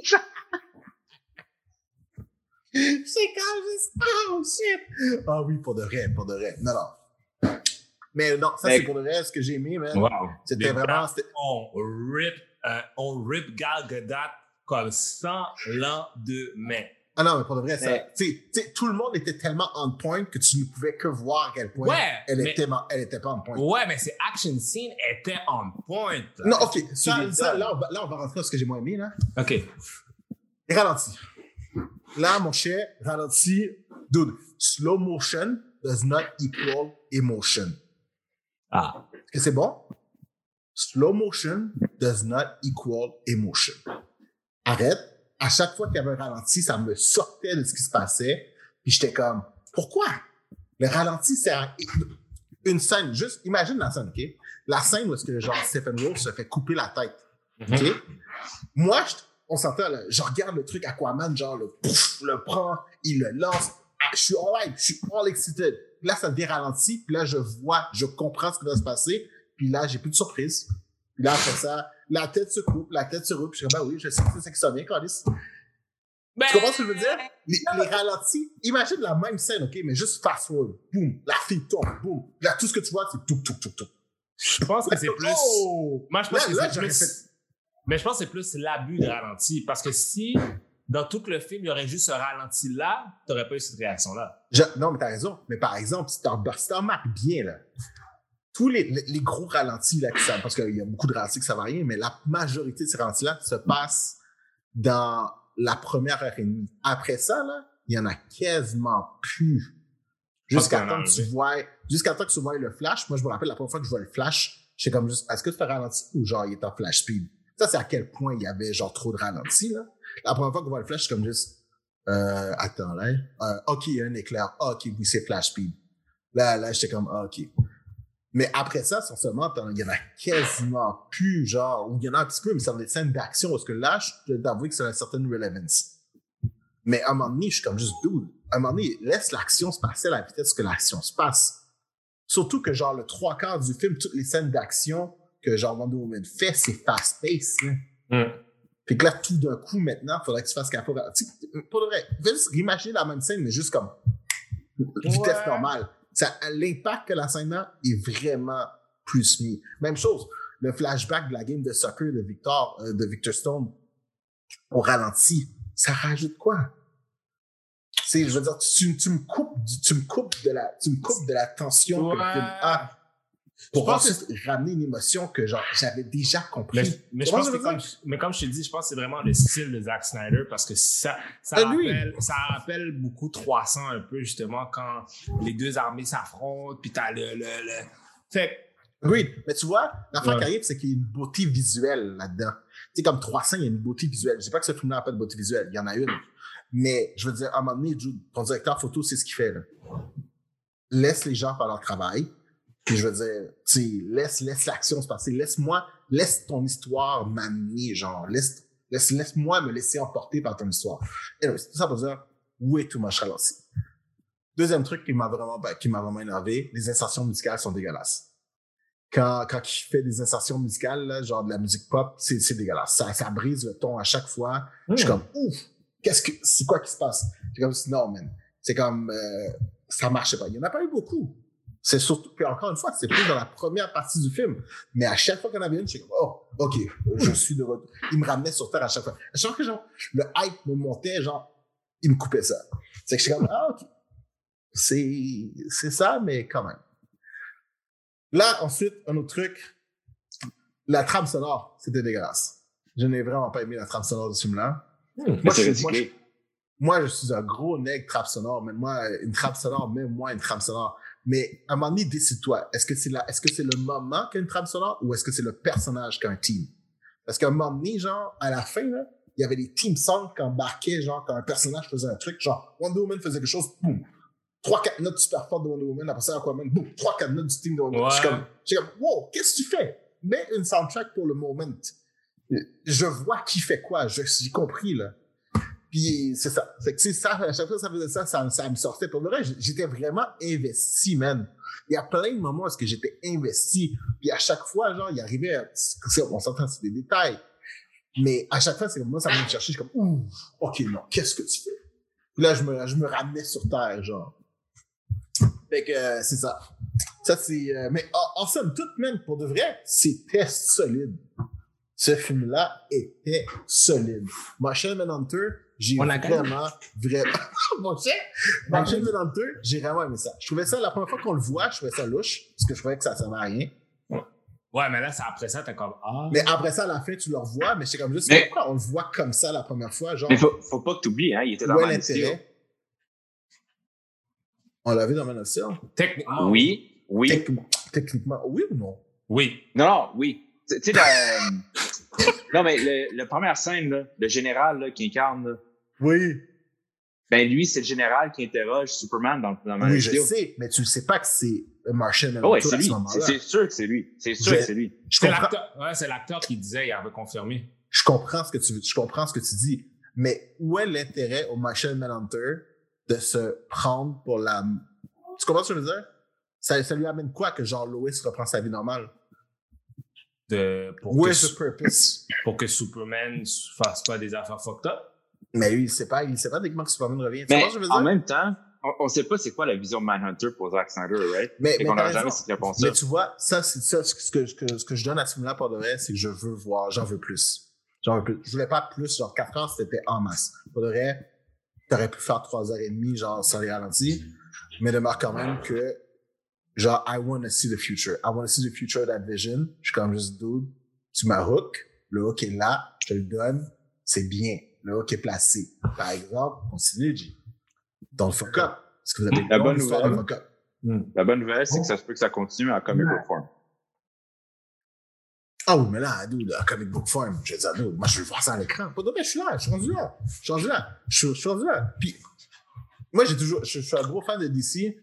C'est quand juste, oh shit! Ah oui, pour de vrai, pour de vrai. Non, non. Mais non, ça, mais, c'est pour de vrai ce que j'ai aimé, man. Wow. C'était vraiment. C'était... On rip, euh, on rip Gal Gadot comme sans lendemain. Ah non, mais pour de vrai, ça. Tu sais, tout le monde était tellement on point que tu ne pouvais que voir à quel point ouais, elle, mais, était, elle était pas on point. Ouais, mais ces action scenes étaient on point. Non, ok. Ça, ça, là, on va, là, on va rentrer dans ce que j'ai moins aimé, là. Ok. Ralenti. Là, mon cher, ralenti. Dude, slow motion does not equal emotion. Ah. Est-ce que c'est bon? Slow motion does not equal emotion. Arrête. À chaque fois qu'il y avait un ralenti, ça me sortait de ce qui se passait. Puis j'étais comme, pourquoi? Le ralenti, c'est une scène. Juste, imagine la scène, OK? La scène où est-ce que, genre, Steppenwolf se fait couper la tête. OK? Mm-hmm. Moi, je, on s'entend, là, je regarde le truc Aquaman, genre, le pouf, le prend, il le lance. Je suis all right, je suis all excited. Là, ça devient ralenti. Puis là, je vois, je comprends ce qui va se passer. puis là, j'ai plus de surprise. Puis là, après ça, la tête se coupe, la tête se coupe, puis je suis comme, ben oui, je sais que c'est ça qui s'en vient, Carlis. Ben... Tu comprends ce que je veux dire? Les, les ralentis, imagine la même scène, OK, mais juste fast-forward, boum, la fille tombe, boum. Là, tout ce que tu vois, c'est tout, tout, tout, tout. Je pense que c'est plus... Oh! Moi, je pense là, que là, c'est plus... Fait... Mais je pense que c'est plus l'abus de ralenti, parce que si... Dans tout le film, il y aurait juste ce ralenti-là, t'aurais pas eu cette réaction-là. Je, non, mais t'as raison. Mais par exemple, si t'en, si t'en remarques bien, là, tous les, les, les gros ralentis, là, qui ça, parce qu'il y a beaucoup de ralentis qui ça va rien, mais la majorité de ces ralentis-là se passent dans la première heure et demie. Après ça, là, il y en a quasiment plus. Jusqu'à temps que tu vois, jusqu'à temps que tu vois le flash. Moi, je me rappelle la première fois que je vois le flash, j'étais comme juste, est-ce que c'est un ralenti ou genre, il est en flash speed? Ça, c'est à quel point il y avait genre trop de ralentis, là. La première fois qu'on voit le flash, c'est comme juste, euh, attends, là, euh, OK, il y a un éclair. Ah, OK, oui, c'est flash speed. Là, là, j'étais comme, ah, OK. Mais après ça, sur ce moment, il y en a quasiment plus, genre, ou il y en a un petit peu, mais ça va des scènes d'action, parce que là, je dois t'avouer que c'est une certaine relevance. Mais à un moment donné, je suis comme juste, dude, à un moment donné, laisse l'action se passer à la vitesse que l'action se passe. Surtout que, genre, le trois quarts du film, toutes les scènes d'action que, genre, Wonder Woman fait, c'est fast-paced, hein. Mm. Fait que là, tout d'un coup, maintenant, il faudrait que tu fasses capot. Tu sais, pour de vrai, juste imaginer la même scène, mais juste comme vitesse ouais. normale. Ça, l'impact que la scène a est vraiment plus mis. Même chose, le flashback de la game de soccer de Victor, euh, de Victor Stone au ralenti, ça rajoute quoi? C'est, je veux dire, tu, tu me coupes, tu me coupes de la, tu me coupes de la tension ouais. que le film a. Pour ensuite que... ramener une émotion que genre j'avais déjà compris. Mais, mais je pense que comme, mais comme je te dis, je pense que c'est vraiment le style de Zack Snyder parce que ça, ça, euh, rappelle, ça rappelle beaucoup trois cents un peu justement quand les deux armées s'affrontent puis t'as le, le, le... Fait oui, mais tu vois, l'affaire ouais. qui arrive, c'est qu'il y a une beauté visuelle là-dedans. Tu sais, comme trois cents, il y a une beauté visuelle. Je sais pas que ce film-là n'a pas de beauté visuelle, il y en a une. Mais je veux dire, à un moment donné, ton directeur photo, c'est ce qu'il fait là. Laisse les gens faire leur travail. Puis je veux dire, tu sais, laisse, laisse l'action se passer. Laisse-moi, laisse ton histoire m'amener, genre, laisse, laisse, laisse-moi me laisser emporter par ton histoire. Et anyway, c'est tout ça pour dire, way too much ralenti. Deuxième truc qui m'a vraiment, ben, qui m'a vraiment énervé, les insertions musicales sont dégueulasses. Quand, quand il fait des insertions musicales, là, genre de la musique pop, c'est, c'est dégueulasse. Ça, ça brise le ton à chaque fois. Mmh. Je suis comme, ouf, qu'est-ce que, c'est quoi qui se passe? C'est comme, non, man. C'est comme, euh, ça marchait pas. Il y en a pas eu beaucoup. C'est surtout, puis encore une fois, c'est plus dans la première partie du film. Mais à chaque fois qu'il y en avait une, j'étais comme, oh, OK, je suis de retour. Il me ramenait sur terre à chaque fois. À chaque fois que, genre, le hype me montait, genre, il me coupait ça. C'est que j'étais comme, ah, OK. C'est, c'est ça, mais quand même. Là, ensuite, un autre truc. La trame sonore, c'était dégueulasse. Je n'ai vraiment pas aimé la trame sonore de ce film-là. Mmh, moi, je suis, moi, je, moi, je suis un gros nègre trame sonore. Mais moi, une trame sonore, même moi, une trame sonore. Mais à un moment donné, décide-toi. Est-ce que c'est la, est-ce que c'est le moment qui a une trame sonore ou est-ce que c'est le personnage qui a un team? Parce qu'à un moment donné, genre, à la fin, là, il y avait des team songs qui embarquaient, genre, quand un personnage faisait un truc, genre, Wonder Woman faisait quelque chose, boum. Trois, quatre notes super fortes de Wonder Woman, après ça, Aquaman, boum. Trois, quatre notes du team de Wonder Woman. Ouais. Je suis comme, je suis comme, wow, qu'est-ce que tu fais? Mets une soundtrack pour le moment. Je vois qui fait quoi. Je suis compris, là. Puis c'est ça. C'est que c'est ça, à chaque fois que ça faisait ça, ça, ça me sortait. Pour le reste, j'étais vraiment investi, man. Il y a plein de moments où est-ce que j'étais investi. Puis à chaque fois, genre, il arrivait, à, on s'entend sur des détails. Mais à chaque fois, c'est comme moi, ça venait me chercher. Je suis comme, ouh, OK, non, qu'est-ce que tu fais? Puis là, je me, je me ramenais sur terre, genre. Fait que euh, c'est ça. Ça, c'est. Euh, mais en, en somme toute, même, pour de vrai, c'était solide. Ce film-là était solide. Martian Manhunter, j'ai On vraiment, vraiment, mon cher, Martian Manhunter, j'ai vraiment aimé ça. Je trouvais ça, la première fois qu'on le voit, je trouvais ça louche, parce que je trouvais que ça servait à rien. Ouais, mais là, c'est après ça, t'as comme, ah. Mais après ça, à la fin, tu le revois, mais c'est comme juste, mais... pourquoi on le voit comme ça la première fois, genre. Mais faut, faut pas que t'oublies, hein, il était dans Man of Steel. On l'a vu dans Man of Steel? Techniquement. Oui, oui. Techniquement, techniquement, oui ou non? Oui. Non, non, oui. Tu sais, la... non, mais le, la première scène, là, le général là, qui incarne, là, oui. Ben lui, c'est le général qui interroge Superman dans le dans Oui, je sais, mais tu ne sais pas que c'est Martian Manhunter oh, ouais, c'est à lui. ce moment-là. C'est, c'est sûr que c'est lui. C'est sûr je, que c'est lui. Je c'est, l'acteur, ouais, c'est l'acteur qui disait, il avait confirmé. Je comprends ce que tu je comprends ce que tu dis, mais où est l'intérêt au Martian Manhunter de se prendre pour la... Tu comprends ce que je veux dire? Ça, ça lui amène quoi que genre Lois reprend sa vie normale? de, pour, Where's que, the purpose? pour que Superman fasse pas des affaires fucked up. Mais lui, il sait pas, il sait pas dès que Superman revient. Tu Mais vois ce que je veux en dire? même temps, on, on sait pas c'est quoi la vision de Manhunter pour Zack Snyder, right? Mais, Et mais qu'on t'as n'aura jamais raison. cette réponse-là. Mais tu vois, ça, c'est ça, ce que, ce que, ce que je donne à ce film-là pour de vrai, c'est que je veux voir, j'en veux plus. J'en veux plus. Je voulais pas plus, genre quatre heures, c'était en masse. Pour de vrai, t'aurais pu faire trois heures et demie, genre, sans les ralentis, mais demeure quand même que, genre, I want to see the future. I want to see the future of that vision. Je suis comme juste, dude, tu m'as hook, le hook est là, je te le donne, c'est bien. Le hook est placé. Par exemple, on synergy. Don't fuck up. Est-ce que vous avez La une bonne histoire de nouvelle. fuck up? La bonne nouvelle, c'est que ça se peut que ça continue en comic book form. Ah oui, mais là, dude, à comic book form, je veux dire, dude, moi, je veux voir ça à l'écran. Pas de vrai, je suis là, je suis rendu là. Je suis rendu là. Je suis, je suis rendu là. Puis, moi, j'ai toujours, je, je suis un gros fan de D C.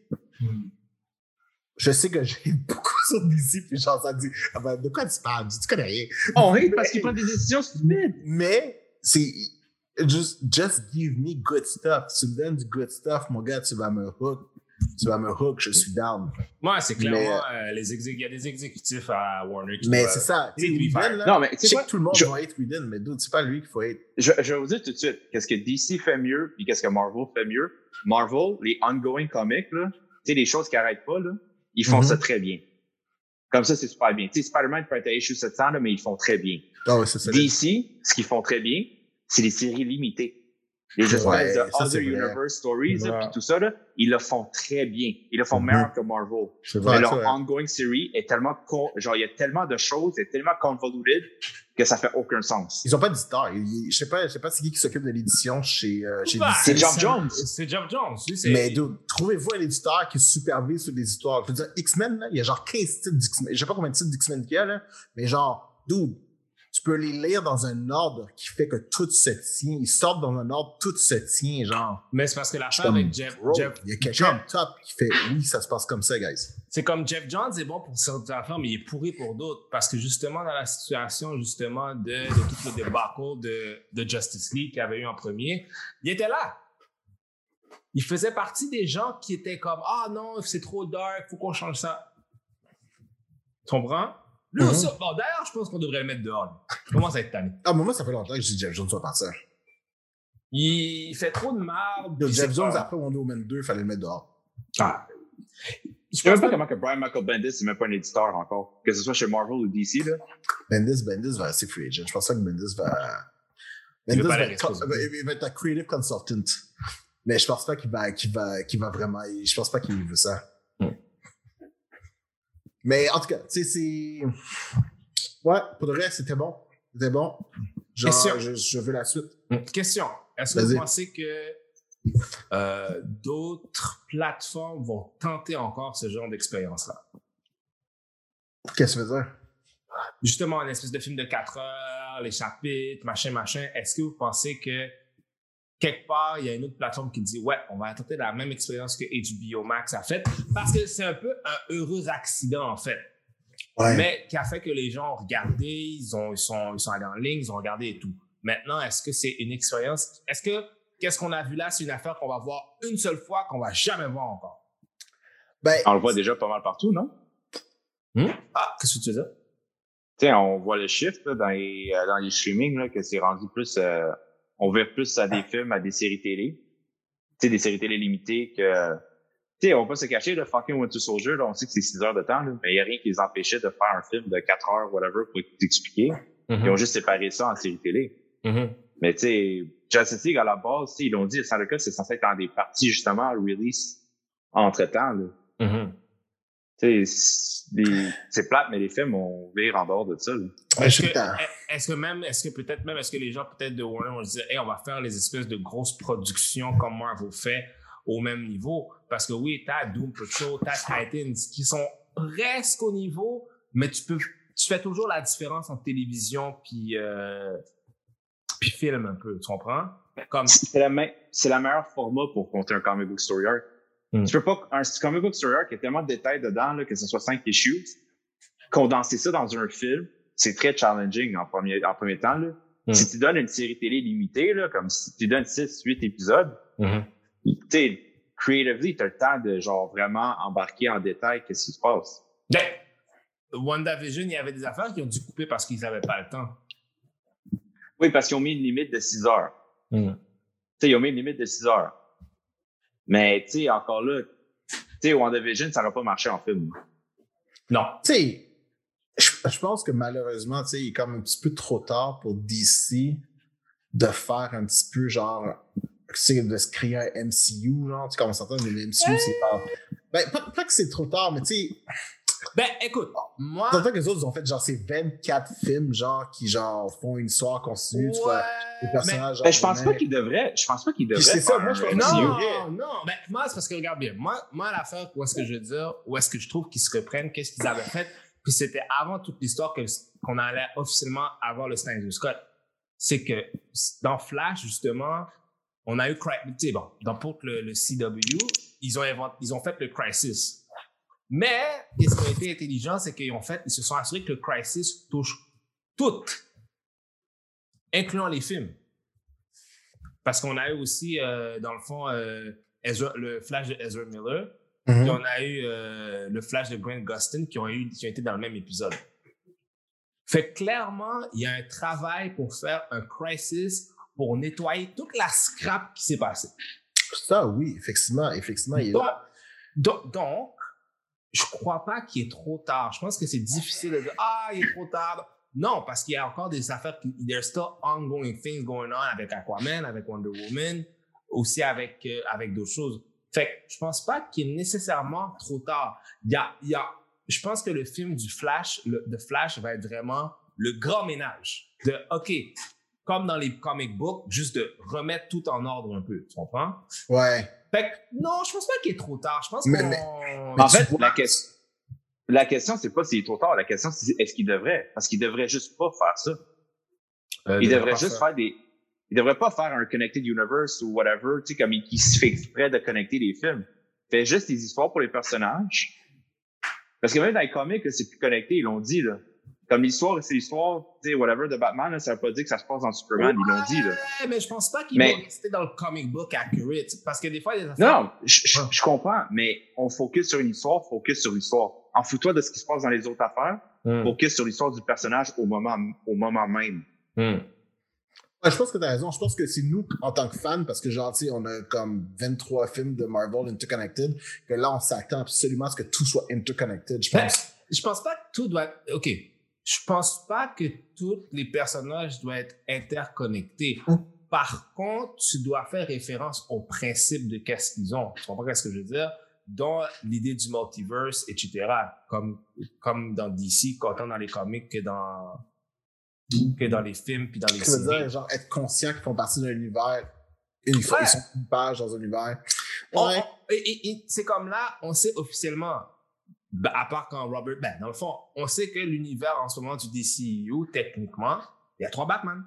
Je sais que j'ai beaucoup sur D C, puis genre, ça dit, ah ben, de quoi tu parles? Tu connais rien. On rit parce qu'il prend des décisions stupides. Mais, c'est, just, just give me good stuff. Tu me donnes du good stuff, mon gars, tu vas me hook. Tu vas me hook, je suis down. Moi, c'est clairement, Mais, euh, les exé- il y a des exécutifs à Warner qui Mais doivent- c'est ça. Tu sais, Oui, oui, Whedon, là. Non, mais tu Je sais sais quoi? que tout le monde Je- va être Whedon, mais dude, c'est pas lui qu'il faut être. Je, je vais vous dire tout de suite, qu'est-ce que D C fait mieux puis qu'est-ce que Marvel fait mieux. Marvel, les ongoing comics, là, tu sais, les choses qui arrêtent pas, là, ils font Mhm. ça très bien. Comme ça, c'est super bien. Tu sais, Spider-Man peut être à issue sept cents, là, mais ils font très bien. Ah ouais, c'est ça. D C, ce qu'ils font très bien, c'est les séries limitées. Les espèces Ouais, de ça, Other c'est vrai. Universe Stories, là, Ouais. puis tout ça, là, ils le font très bien. Ils le font Mhm. meilleur que Marvel. C'est Mais vrai, c'est leur vrai. ongoing series est tellement con, genre, il y a tellement de choses, c'est tellement convoluted que ça fait aucun sens. Ils ont pas d'éditeur. Ils- Je sais pas, je sais pas c'est qui qui s'occupe de l'édition chez, euh, chez Bah, D C. C'est Geoff ça- Jones. C'est Geoff Jones. Lui, c'est- Mais dude, trouvez-vous un éditeur qui supervise sur des histoires. Je veux dire, X-Men, là, il y a genre quinze titres d'X-Men. Je sais pas combien de titres d'X-Men qu'il y a, là, mais genre, dude, tu peux les lire dans un ordre qui fait que tout se tient. Ils sortent dans un ordre, tout se tient, genre. Mais c'est parce que l'affaire Comme, avec Jeff, bro, Jeff, il y a quelqu'un Jeff- en top qui fait, oui, ça se passe comme ça, guys. c'est comme Jeff Jones est bon pour certaines affaires, mais il est pourri pour d'autres. Parce que justement, dans la situation, justement, de, de tout le débâcle de, de Justice League qu'il y avait eu en premier, il était là. Il faisait partie des gens qui étaient comme, ah non, c'est trop dark, faut qu'on change ça. Tu comprends? Lui Mhm. aussi, bon, d'ailleurs, je pense qu'on devrait le mettre dehors. Je commence à être tanné. Ah, mais moi, ça fait longtemps que je dis Jeff Jones soit parti. Il fait trop de marde. Yo, puis Jeff c'est Jones, pas- après Wonder Woman deux, il fallait le mettre dehors. Ah. Je Je sais même pense pas pas comment que Brian Michael Bendis, c'est même pas un éditeur encore. Que ce soit chez Marvel ou D C, là. Bendis, Bendis va rester free agent. Je pense pas que Bendis va. Il veut Bendis pas va, la être, top- responsabilité. il va être un creative consultant. Mais je pense pas qu'il va, qu'il va, qu'il va vraiment. Je pense pas qu'il veut ça. Hmm. Mais en tout cas, tu sais, c'est. Ouais, pour le reste, c'était bon. C'était bon. Genre, Question. je, je veux la suite. Question. Est-ce que vous Vas-y. pensez que euh, d'autres plateformes vont tenter encore ce genre d'expérience-là? Qu'est-ce que tu veux dire? Justement, une espèce de film de quatre heures, les chapitres, machin, machin. Est-ce que vous pensez que quelque part, il y a une autre plateforme qui dit « Ouais, on va tenter la même expérience que H B O Max a faite. » Parce que c'est un peu un heureux accident, en fait. Ouais. Mais qui a fait que les gens ont regardé, ils, ont, ils, sont, ils sont allés en ligne, ils ont regardé et tout. Maintenant, est-ce que c'est une expérience? Est-ce que qu'est-ce qu'on a vu là, c'est une affaire qu'on va voir une seule fois, qu'on va jamais voir encore? Ben, On le voit déjà pas mal partout, non? Hmm? Ah, qu'est-ce que tu veux dire? Tu sais, on voit le shift là, dans les euh, dans les streamings là, que c'est rendu plus euh, on veut plus à des films, à des séries télé. Tu sais, des séries télé limitées que tu sais, on va pas se cacher, le fucking Winter Soldier, là, on sait que c'est six heures de temps, là, mais il y a rien qui les empêchait de faire un film de quatre heures, whatever, pour t'expliquer. Ils ont juste séparé ça en série télé. Mm-hmm. Mais tu sais, Justice League, à la base, tu sais, ils l'ont dit, sans le cas, c'est censé être dans des parties, justement, release entre-temps, là. Mm-hmm. Tu sais, c'est des- c'est plate, mais les films, on vire en dehors de ça, là. ouais, je Est-ce suis que, putain. est-ce que même, est-ce que peut-être même, est-ce que les gens peut-être de Warner vont se dire, hey, on va faire les espèces de grosses productions comme Marvel fait au même niveau? Parce que oui, t'as Doom Patrol, t'as Titans qui sont presque au niveau, mais tu peux, tu fais toujours la différence entre télévision puis, euh, puis film un peu, tu comprends? Comme, C'est la, me- c'est la meilleure format pour compter un comic book story arc. Mm. Tu peux pas, un comic book story arc, il y a tellement de détails dedans, là, que ce soit cinq issues. Condenser ça dans un film, c'est très challenging en premier, en premier temps, là. Mm. Si tu donnes une série télé limitée, là, comme si tu donnes six, huit épisodes, mm-hmm. tu sais, creatively, t'as le temps de, genre, vraiment embarquer en détail qu'est-ce qui se passe. Ben, WandaVision, il y avait des affaires qui ont dû couper parce qu'ils n'avaient pas le temps. Oui, parce qu'ils ont mis une limite de six heures. Mm. Tu sais, ils ont mis une limite de six heures. Mais, tu sais, encore là, tu sais, WandaVision, ça n'aurait pas marché en film. Non. Tu sais, je, je pense que malheureusement, tu sais, il est comme un petit peu trop tard pour D C de faire un petit peu genre, tu sais, de se créer un M C U, genre, tu sais, comme on s'entend, mais le M C U, c'est pas. Ben, pas, pas que c'est trop tard, mais tu sais. Ben, écoute, moi. Tant que les autres, ils ont fait genre ces vingt-quatre films, genre, qui genre font une histoire continue, tu vois, les personnages. Mais, ben, je pense pas qu'ils devraient. Je pense pas qu'ils devraient. C'est ça, moi, je pense Non, non, non. Ben, moi, c'est parce que, regarde bien, moi, moi l'affaire, où est-ce que je veux dire, où est-ce que je trouve qu'ils se reprennent, qu'est-ce qu'ils avaient fait, puis c'était avant toute l'histoire que, qu'on allait officiellement avoir le Snyder Cut. C'est que dans Flash, justement, on a eu, tu sais, bon, dans pour le, le C W, ils ont inventé, ils ont fait le Crisis. Mais, ce qui a été intelligent, c'est qu'ils ont fait, ils se sont assurés que le Crisis touche toutes, incluant les films. Parce qu'on a eu aussi, euh, dans le fond, euh, Ezra, le Flash de Ezra Miller, mm-hmm. Puis on a eu euh, le Flash de Grant Gustin qui ont, eu, qui ont été dans le même épisode. Fait que clairement, il y a un travail pour faire un Crisis pour nettoyer toute la scrap qui s'est passée. Ça, oui, effectivement, effectivement, il est donc, là. Donc, donc, je crois pas qu'il est trop tard. Je pense que c'est difficile de dire « Ah, il est trop tard ». Non, parce qu'il y a encore des affaires qui... There's still ongoing things going on avec Aquaman, avec Wonder Woman, aussi avec, euh, avec d'autres choses. Fait que je pense pas qu'il est nécessairement trop tard. Il y a, il y a, je pense que le film du Flash, le, de Flash va être vraiment le grand ménage. De, OK, comme dans les comic books, juste de remettre tout en ordre un peu. Tu comprends? Ouais. Fait que non, je pense pas qu'il est trop tard. Je pense mais, qu'on... Mais, en fait, la question... La question, c'est pas s'il est trop tard. La question, c'est est-ce qu'il devrait? Parce qu'il devrait juste pas faire ça. Euh, il devrait juste faire. faire des... Il devrait pas faire un Connected Universe ou whatever, tu sais, comme il, il se fait exprès de connecter les films. Il fait juste des histoires pour les personnages. Parce que même dans les comics, là, c'est plus connecté, ils l'ont dit, là. Comme l'histoire, c'est l'histoire, tu sais, whatever, de Batman, là, ça veut pas dire que ça se passe dans Superman, ouais, ils l'ont dit, là. Mais je pense pas qu'ils mais... vont rester dans le comic book accurate. Parce que des fois, il y a des affaires... Non, je, je, je comprends, mais on focus sur une histoire, focus sur l'histoire. En fous-toi de ce qui se passe dans les autres affaires, mm. focus sur l'histoire du personnage au moment, au moment même. Mm. Ouais, je pense que t'as raison. Je pense que c'est nous, en tant que fans, parce que genre, tu sais, on a comme vingt-trois films de Marvel interconnected, que là, on s'attend absolument à ce que tout soit interconnected, je pense. Ben, je pense pas que tout doit être... OK. Je pense pas que tous les personnages doivent être interconnectés. Mm. Par contre, tu dois faire référence au principe de qu'est-ce qu'ils ont. Tu comprends ce que je veux dire? Dont l'idée du multiverse, et cetera. Comme, comme dans D C, autant dans les comics que dans, que dans les films puis dans les séries. Ça veut dire, genre, être conscient qu'ils font partie d'un univers. Une fois, ouais. Ils sont une page dans un univers. Ouais. On, on, et, et, et, c'est comme là, on sait officiellement, ben, à part quand Robert, ben, dans le fond, on sait que l'univers en ce moment du D C U, techniquement, il y a trois Batman.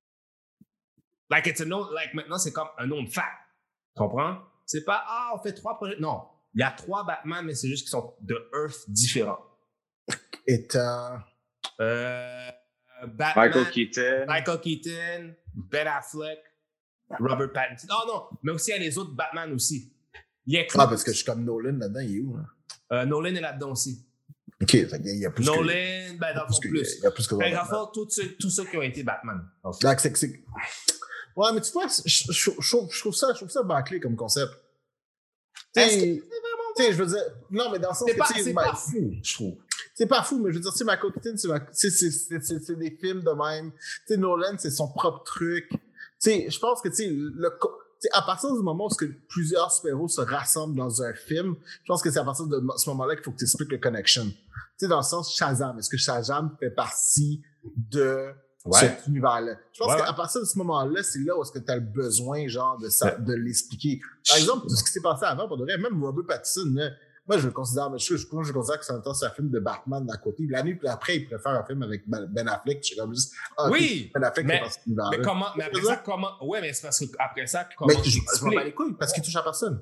Like, it's a no, like, maintenant, c'est comme un known fact. Tu comprends? C'est pas, ah, on fait trois projets. Non. Il y a trois Batman, mais c'est juste qu'ils sont de Earth différents. Et euh... euh Batman, Michael Keaton. Michael Keaton, Ben Affleck, Robert Pattinson. Oh non, mais aussi il y a les autres Batman aussi. Il y a ah, parce que je suis comme Nolan là-dedans, il est où? Là? Euh, Nolan est là-dedans aussi. OK, il y a plus Nolan, que... ben dans le fond plus. Il y a plus que... Ben, dans le fond, tous ceux, tous ceux qui ont été Batman. Là, c'est, c'est... Ouais, mais tu vois, je, je, je, je trouve ça, je trouve ça bâclé comme concept. Est-ce que c'est vraiment Tu sais, je veux dire, non, mais dans le sens c'est que, pas, tu sais, c'est ma... pas fou, je trouve. C'est pas fou, mais je veux dire, tu sais, Michael Keaton, c'est, ma... c'est, c'est, c'est, c'est, c'est des films de même. Tu sais, Nolan, c'est son propre truc. Tu sais, je pense que, tu sais, le, tu sais, à partir du moment où ce que plusieurs super-héros se rassemblent dans un film, je pense que c'est à partir de ce moment-là qu'il faut que tu expliques le connection. Tu sais, dans le sens Shazam, est-ce que Shazam fait partie de ouais. cet univers-là? Je pense ouais, qu'à ouais. partir de ce moment-là, c'est là où est-ce que tu as le besoin, genre, de, ça, ouais. de l'expliquer. Par exemple, tout ce qui s'est passé avant, pour de vrai, même Robert Pattinson, là, moi, je le considère, je, je, je considère que c'est un, c'est un film de Batman d'à côté. L'année après, il préfère un film avec Ben Affleck. Je suis comme juste, ah, oui, Ben Affleck mais, est parti de mais comment, mais après ça, comment, ouais, mais c'est parce qu'après ça, comment mais je, je m'en bats les couilles parce qu'il touche à personne.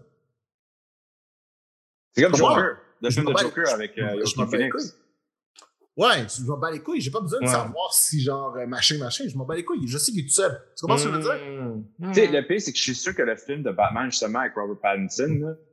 C'est comme Joker. Le film de Joker avec Joaquin Phoenix. Ouais, je m'en bats les couilles. J'ai pas besoin de ouais. savoir si, genre, machin, machin. Je m'en bats les couilles. Je sais qu'il est tout seul. Tu comprends mmh, ce que je veux dire? Mmh. Tu sais, le pire, c'est que je suis sûr que le film de Batman, justement, avec Robert Pattinson, là,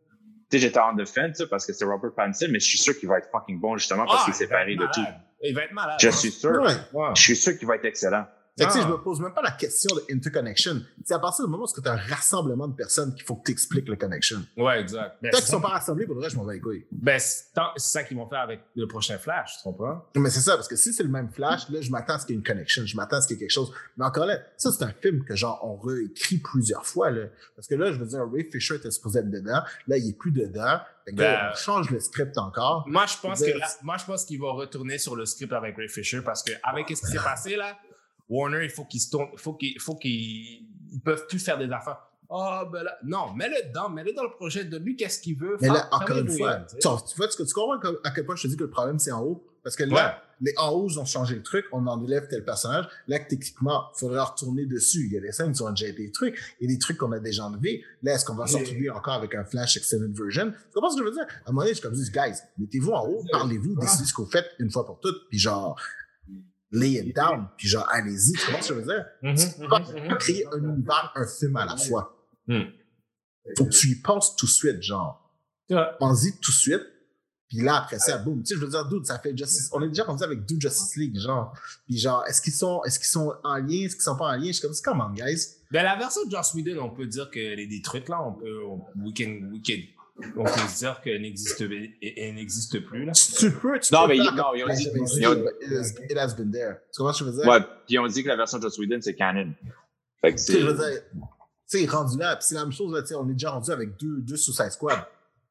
sais, j'étais en defense parce que c'est Robert Pattinson, mais je suis sûr qu'il va être fucking bon justement parce Ah, qu'il s'est il va séparé être de tout. malade. Il va être malade. Je suis sûr. Ouais. Ouais. Je suis sûr qu'il va être excellent. Fait que, tu sais, Ah. je me pose même pas la question de interconnection. C'est à partir du moment où tu as un rassemblement de personnes qu'il faut que tu expliques le connection. Ouais, exact. Ben, Tant c'est qu'ils sont ça. pas rassemblés, pour le reste, je m'en vais les couilles. Ben, c'est tant- c'est ça qu'ils vont faire avec le prochain Flash, tu comprends? Mais c'est ça, parce que si c'est le même Flash, là, je m'attends à ce qu'il y ait une connection, je m'attends à ce qu'il y ait quelque chose. Mais encore là, ça, c'est un film que, genre, on réécrit plusieurs fois, là. Parce que là, je veux dire, Ray Fisher était supposé être dedans. Là, il est plus dedans. Fait que là, Ben, on change le script encore. Moi, je pense Ben, que là, moi, je pense qu'il va retourner sur le script avec Ray Fisher parce que avec ce qui s'est passé là, Warner, il faut qu'ils se tournent, il faut qu'ils, faut qu'ils, ils peuvent plus faire des affaires. Ah, ben là, non, mets-le dedans, mets-le dans le projet de lui, qu'est-ce qu'il veut. Mais Faire- là, encore fermez une les fois, bouillons, tu sais. tu, tu vois, tu, tu comprends comme- à quel point je te dis que le problème, c'est en haut? Parce que là, les en haut, ils ont changé le truc, on enlève tel personnage. Là, techniquement, il faudrait retourner dessus. Il y a des scènes qui ont déjà été des trucs. Il y a des trucs qu'on a déjà enlevés. Là, est-ce qu'on va se Mais- retrouver encore avec un Flash Extended Version? Tu comprends ce que je veux dire? À un moment donné, je suis comme, dis, guys, mettez-vous en haut, parlez-vous, décidez ce que vous faites une fois pour toutes, puis genre, lay it down, puis genre, allez-y. Tu comprends ce que je veux dire? Mhm, Tu peux pas mhm, mhm. créer un univers, un film à la fois. Hmm. Faut que tu y penses tout de suite, genre. Ouais. Pense-y tout de suite. Puis là, après ça, boum. Tu sais, je veux dire, dude, ça fait Justice. On est déjà rendu avec deux Justice League, genre. Puis genre, est-ce qu'ils sont, est-ce qu'ils sont en lien, est-ce qu'ils sont pas en lien? Je suis comme, come on, guys. Ben, la version de Joss Whedon, on peut dire qu'elle est détruite, là. On peut, on, we can, we can, on peut se dire qu'elle n'existe, elle n'existe plus, là. Tu, tu peux, tu Non, peux mais faire ils- non, comme- ils ont dit- Mais ils ont- it has- it has been there. Tu comprends ce que je veux dire? Ouais, puis on dit que la version de Joss Whedon, c'est canon. Fait que Tu sais, c'est. je veux dire, tu sais, rendu là, puis c'est la même chose, là, tu sais, on est déjà rendu avec deux, deux Suicide Squad.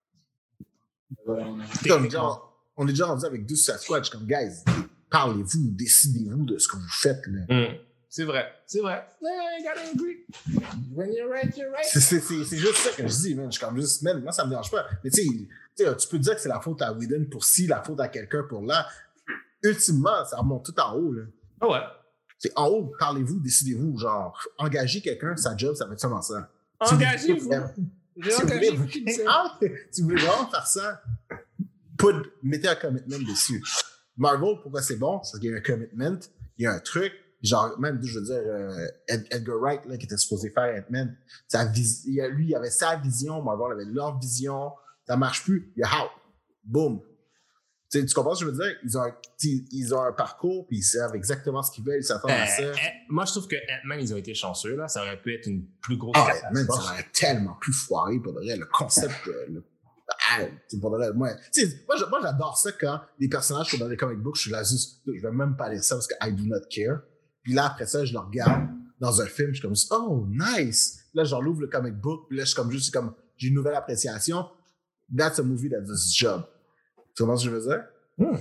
Puis on est déjà, on est déjà rendu avec deux Suicide Squad. Je suis comme, guys, parlez-vous, décidez-vous de ce que vous faites, là. Hmm. C'est vrai, c'est vrai. Yeah, I gotta agree. When you're right, you're right. C'est, c'est, c'est, c'est juste ça que je dis, man. Je suis comme juste, man, moi, ça me dérange pas. Mais tu sais, tu sais, tu peux dire que c'est la faute à Whedon pour ci, la faute à quelqu'un pour là. Ultimement, ça remonte tout en haut, là. Ah ouais. C'est en haut, parlez-vous, décidez-vous. Genre, engagez quelqu'un, sa job, ça va être seulement ça. Si vous- Engagez-vous. J'ai Si vous engagé voulez, vous qui me sait. Ah, si vous voulez vraiment faire ça, put, mettez un commitment dessus. Marvel, pourquoi c'est bon? C'est qu'il y a un commitment, il y a un truc. Genre, même, je veux dire, euh, Ed- Edgar Wright, là, qui était supposé faire Ant-Man, sa vis- il y a- lui, il avait sa vision, Marvel avait leur vision, ça marche plus, il y a out. Boom. Tu sais, tu comprends ce que je veux dire? Ils ont un, ils ils ont un parcours, puis ils savent exactement ce qu'ils veulent, ils s'attendent à ça. Euh, Ant- moi, je trouve que Ant-Man, ils ont été chanceux, là. Ça aurait pu être une plus grosse Ah, catastrophe. man, ça aurait tellement plus foiré pour de vrai. Le concept, euh, le, ah, c'est pour de vrai. Moi, tu sais, moi, j'a- moi, j'adore ça quand les personnages sont dans les comic books, je suis là juste, je vais même pas lire ça parce que I do not care. Puis là, après ça, je le regarde dans un film, je suis comme, oh, nice. Là, j'en ouvre le comic book, puis là, je suis comme, juste, c'est comme, j'ai une nouvelle appréciation. That's a movie that does its job. Tu comprends ce que je veux dire? Hmm.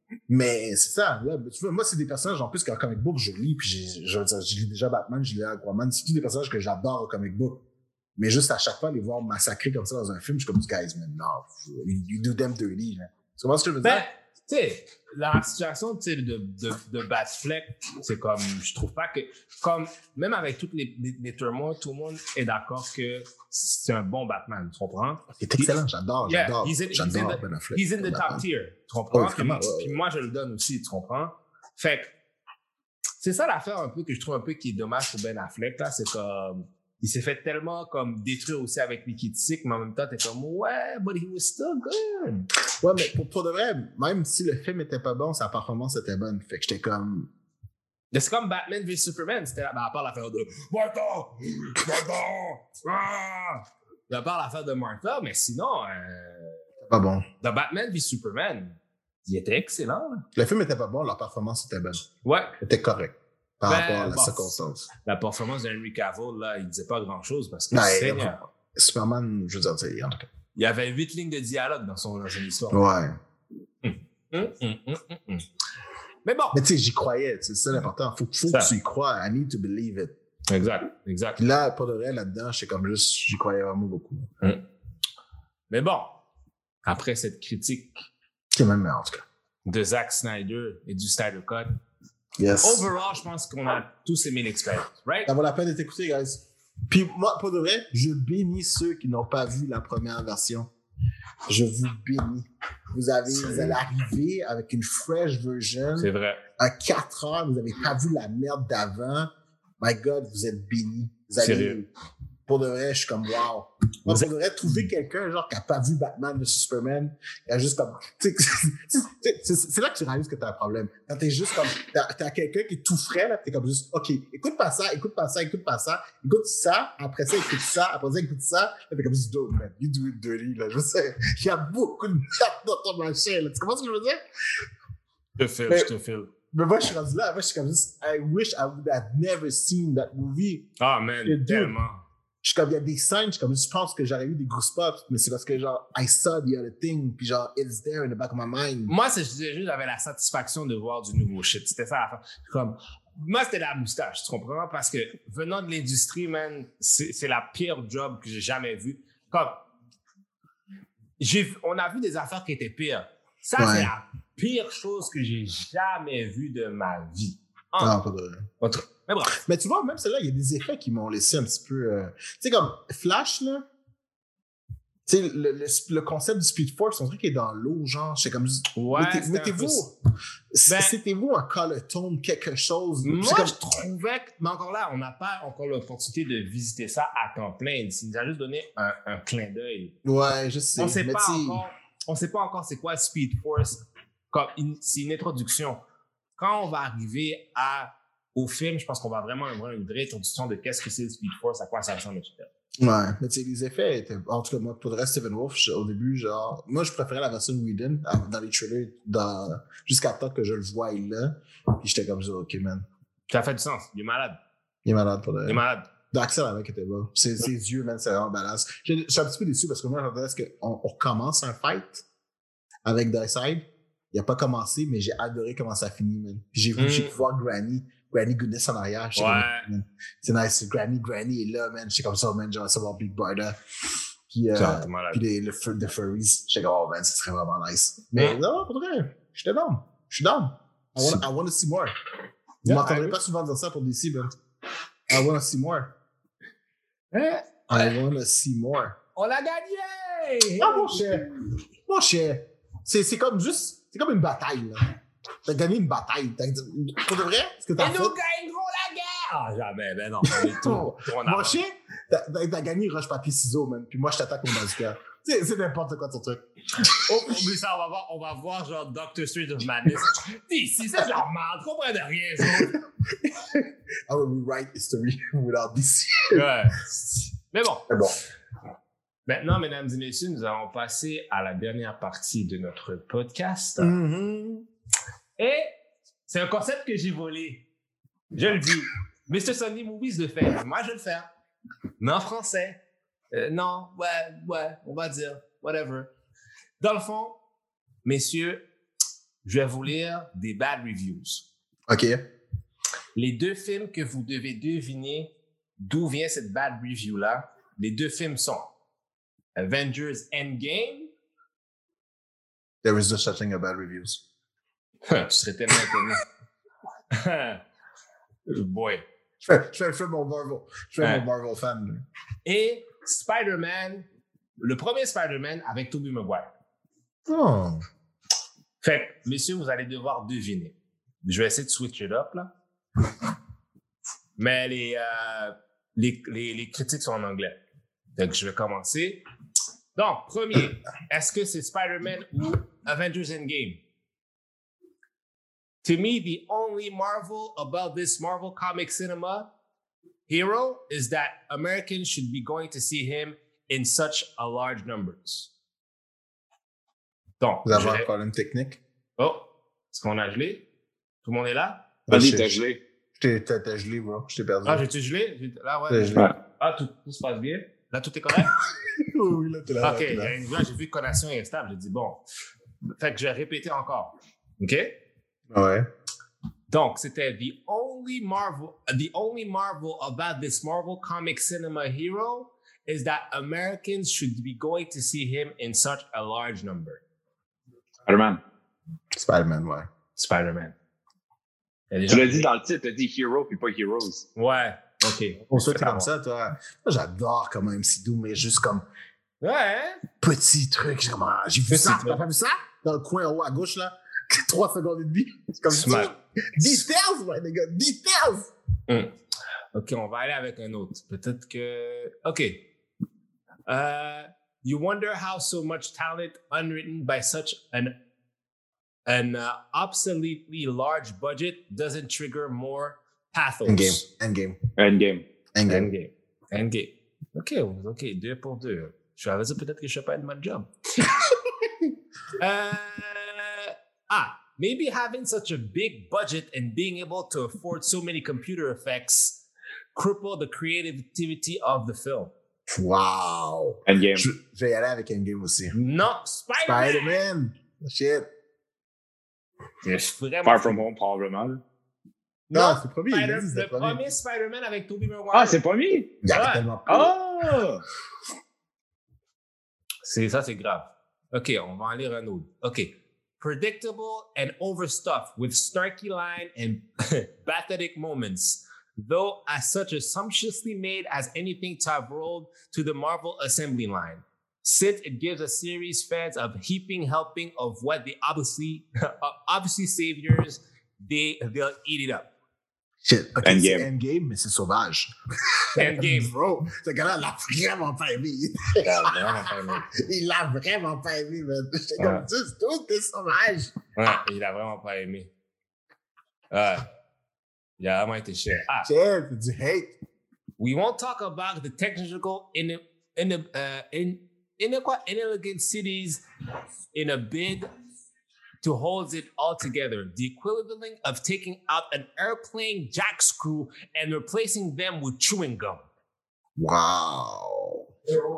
Mais c'est ça, là, tu vois, moi, c'est des personnages, en plus, qu'en comic book, je lis, puis j'ai- je veux dire, je lis déjà Batman, je lis Aquaman, c'est tous des personnages que j'adore au comic book. Mais juste à chaque fois, les voir massacrer comme ça dans un film, je suis comme, guys, man, no, you, you do them dirty, là. Tu comprends ce que je veux dire? Ben, tu sais, la situation, tu sais, de, de, de Batfleck, c'est comme, je trouve pas que, comme, même avec toutes les, les, les turmoils, tout le monde est d'accord que c'est un bon Batman, tu comprends? C'est excellent, j'adore, Yeah, j'adore, he's in- he's in j'adore the- Ben Affleck. He's in the Batman. top tier, tu comprends? Oh, puis, vraiment, ouais, puis ouais. moi, je le donne aussi, tu comprends? Fait que, c'est ça l'affaire un peu que je trouve un peu qui est dommage pour Ben Affleck, là, c'est comme, il s'est fait tellement comme détruire aussi avec Nikki Tick, mais en même temps, t'es comme, ouais, but he was still good. Ouais, mais pour, pour de vrai, même si le film était pas bon, sa performance était bonne. Fait que j'étais comme, Mais c'est comme Batman v Superman, c'était ben, à part l'affaire de Martha! Martha! Ah! À part l'affaire de Martha, mais sinon, euh, c'était pas bon. dans Batman v Superman, il était excellent. là. Le film était pas bon, leur performance était bonne. Ouais. C'était correct. Par Ben, rapport à la bon, circonstance. La performance d'Henry Cavill, là, il disait pas grand-chose parce que Non, Seigneur, Superman, je veux dire, tu sais, en tout cas. il y avait huit lignes de dialogue dans son, dans son histoire. Ouais. Hum, hum, hum, hum, hum. Mais bon. Mais tu sais, j'y croyais, c'est ça l'important. Faut, faut Ça. que tu y crois. I need to believe it. Exact, exact. Puis là, pour de vrai, là-dedans, j'étais comme juste, j'y croyais vraiment beaucoup. Mais bon, après cette critique C'est même, en tout cas. de Zack Snyder et du Snyder Cut, Yes. overall, je pense qu'on a tous aimé l'expérience, right? Ça vaut la peine d'être écouté, guys. Puis moi, pour de vrai, je bénis ceux qui n'ont pas vu la première version. Je vous bénis. Vous avez, vous allez arriver avec une fresh version. C'est vrai. À quatre heures, vous n'avez pas vu la merde d'avant. My God, vous êtes bénis. Vous allez, Sérieux. pour de vrai, je suis comme wow. Moi, pour de vrai, trouver quelqu'un genre qui a pas vu Batman versus Superman, qui a juste comme, tu sais, c'est, c'est là que tu réalises que t'as un problème. Quand t'es juste comme, t'as, t'as quelqu'un qui est tout frais là, t'es comme juste, ok, écoute pas ça, écoute pas ça, écoute pas ça, écoute ça, après ça écoute ça, après ça écoute ça, là, t'es comme juste, dude, man, you do it dirty là, je sais, il y a beaucoup de merde dans ton machin là, tu comprends ce que je veux dire? Je te file, Mais- je te file. Mais moi, je suis rendu là, moi, je suis comme juste, I wish I would have never seen that movie. Ah, man, Dude. tellement. Je suis comme, il y a des scènes, je suis comme, je pense que j'aurais eu des goosebumps, mais c'est parce que, genre, I saw the other thing, puis genre, it's there in the back of my mind. Moi, c'est, je disais juste, j'avais la satisfaction de voir du nouveau shit. C'était ça la fin. Comme, moi, c'était la moustache, tu comprends? Parce que venant de l'industrie, man, c'est, c'est la pire job que j'ai jamais vue. Comme, j'ai, vu- on a vu des affaires qui étaient pires. Ça, Ouais. c'est la pire chose que j'ai jamais vue de ma vie. Non, Ah, pas de vrai. autre- Mais bref. Mais tu vois, même celle-là, il y a des effets qui m'ont laissé un petit peu. euh, Tu sais, comme Flash, là. Tu sais, le, le, le concept du Speed Force, on dirait qu'il est dans l'eau, genre. C'est comme. Ouais, mettez, c'était un mettez-vous. peu- c- Ben- Mettez-vous un color tone, quelque chose. Moi, C'est comme- je trouvais que, mais encore là, on n'a pas encore l'opportunité de visiter ça à temps plein. Il nous a juste donné un, un clin d'œil. Ouais, je sais. On sait mais pas tu sais, encore, on sait pas encore c'est quoi Speed Force. Comme une- c'est une introduction. Quand on va arriver à, au film, je pense qu'on va vraiment avoir une vraie introduction de qu'est-ce que c'est le Speed Force, à quoi ça ressemble, et cetera. Ouais, mais tu sais, les effets étaient. En tout cas, moi, pour le reste, Stephen Wolf, je- au début, genre. Moi, je préférais la version Whedon à- dans les trailers, dans... jusqu'à temps que je le voie là. Puis j'étais comme ça, ok, man. Ça fait du sens. Il est malade. Il est malade pour le. Il est malade. Axel avec était là. Ses, ses yeux, man, c'est vraiment badass. Je je suis un petit peu déçu parce que moi, j'entendais ce qu'on on recommence un fight avec Darkseid. Il a pas commencé, mais j'ai adoré comment ça finit, man. Puis j'ai vu, Mm. j'ai pu voir Granny, Granny Goodness en arrière. J'étais Ouais. comme, man, c'est nice. Granny, Granny est là, man. J'étais comme ça, man. J'aimerais savoir Big Brother. Puis, euh, Ça, t'es malade. puis les, le fur, the furries. J'étais comme, oh, man, ça serait vraiment nice. Mais Mm. non, pour vrai, j'étais down. Je suis down. I wanna, I wanna see more. Vous Yeah, m'entendrez I- pas souvent dire ça pour D C, man. I wanna see more. Hein? I wanna see more. On l'a gagné! Ah, mon cher. Mon cher. C'est, c'est comme juste, c'est comme une bataille, là. T'as gagné une bataille. T'as, pour de vrai, ce que Et t'as nous fait. gagnerons la guerre! Ah, jamais, ben non. On est tout, tout en Mon avant. cher, t'as, t'as, t'as gagné roche, papier, ciseaux, man. Puis moi, je t'attaque au bazooka. C'est, c'est n'importe quoi ton truc. Oh, oublie ça, on va voir, on va voir genre Doctor Strange of Madness. Si, si, c'est de la merde, je comprends de rien, ça. I will rewrite history without D C. Ouais. Mais bon. Mais bon. Maintenant, mesdames et messieurs, nous allons passer à la dernière partie de notre podcast. Mm-hmm. Et c'est un concept que j'ai volé. Je le dis. mister Sunday Movies le fait. Moi, je le fais. Mais en français. Euh, non, ouais, ouais, on va dire. Whatever. Dans le fond, messieurs, je vais vous lire des bad reviews. OK. Les deux films que vous devez deviner d'où vient cette bad review-là, les deux films sont Avengers Endgame. There is no such thing as bad reviews. Tu serais tellement étonné. Boy. Je fais, je fais, je fais mon Marvel. Je fais Ouais. mon Marvel fan, là. Et Spider-Man, le premier Spider-Man avec Tobey Maguire. Oh. Fait que, messieurs, vous allez devoir deviner. Je vais essayer de switch it up, là. Mais les, euh, les, les, les critiques sont en anglais. Donc, je vais commencer. Donc, premier, est-ce que c'est Spider-Man ou Avengers Endgame? To me, the only marvel about this Marvel comic cinema hero is that Americans should be going to see him in such a large numbers. Donc, Vous avez je un vais- problème technique? Oh, est-ce qu'on a gelé? Tout le monde est là? Vas-y, Je- t'as gelé. Je t'ai, t'as, t'as gelé, bro. Je t'ai perdu. Ah, j'ai-tu gelé? J'ai- Là, ouais. T'as gelé. Ouais. Ah, tout, tout se passe bien? Là, tout est correct? Oui, là, t'es là. OK, là, t'es il y là. a une- là, j'ai vu que connexion est instable. J'ai dit, bon. Fait que je vais répéter encore. OK? Ouais. Donc, c'était the only Marvel, the only marvel about this Marvel comic cinema hero is that Americans should be going to see him in such a large number. Spider-Man. Spider-Man, ouais. Spider-Man. Il y a des Tu gens l'as qui- dit dans le titre, t'as dit Hero puis pas Heroes. Ouais, OK. On se fait Ah, comme ça, toi. Moi, j'adore comme M C deux, mais juste comme Ouais, hein? petit truc. J'ai, comme, ah, j'ai vu Petit ça. truc. T'as pas vu ça? Dans le coin en haut à gauche, là. Trois secondes et demie. C'est comme Smart. ça. Details, ouais, les gars. Details. OK, on va aller avec un autre. Peut-être que... OK. Uh, you wonder how so much talent unwritten by such an, an uh, obsoletely large budget doesn't trigger more pathos. Endgame. Endgame. Endgame. Endgame. Endgame. Endgame. OK, OK, deux pour deux. Je vais dire peut-être que je fais pas une bonne job. uh, ah, maybe having such a big budget and being able to afford so many computer effects cripple the creativity of the film. Wow. Endgame. Je, je vais y aller avec Endgame aussi. Non, Spider-Man! Spider-Man. Shit. C'est vraiment... Far From Home, probablement. là. Non, c'est le premier. Spider- il dit, c'est le premier Spider-Man avec Tobey Maguire. Ah, c'est pas mis? Il y a Ouais. tellement Ah! C'est ça, c'est grave. OK, on va en lire un autre. OK. Predictable and overstuffed with snarky line and pathetic moments, though as such as sumptuously made as anything to have rolled to the Marvel assembly line. Since it gives a series fans a heaping helping of what they obviously, obviously saviors, they, they'll eat it up. Shit. OK, Endgame. c'est Endgame, mais c'est sauvage. Endgame. Bro, ce gars-là l'a vraiment pas aimé. Il l'a vraiment pas aimé, man. J'étais Ouais. comme, juste, tout est sauvage. Ouais, il a vraiment pas aimé. Ouais. Il a vraiment été cher. Ah, Shit, c'est du hate. we won't talk about the technical in in uh, in inequa- inelegant cities in a bid to hold it all together. The equivalent of taking out an airplane jack screw and replacing them with chewing gum. Wow.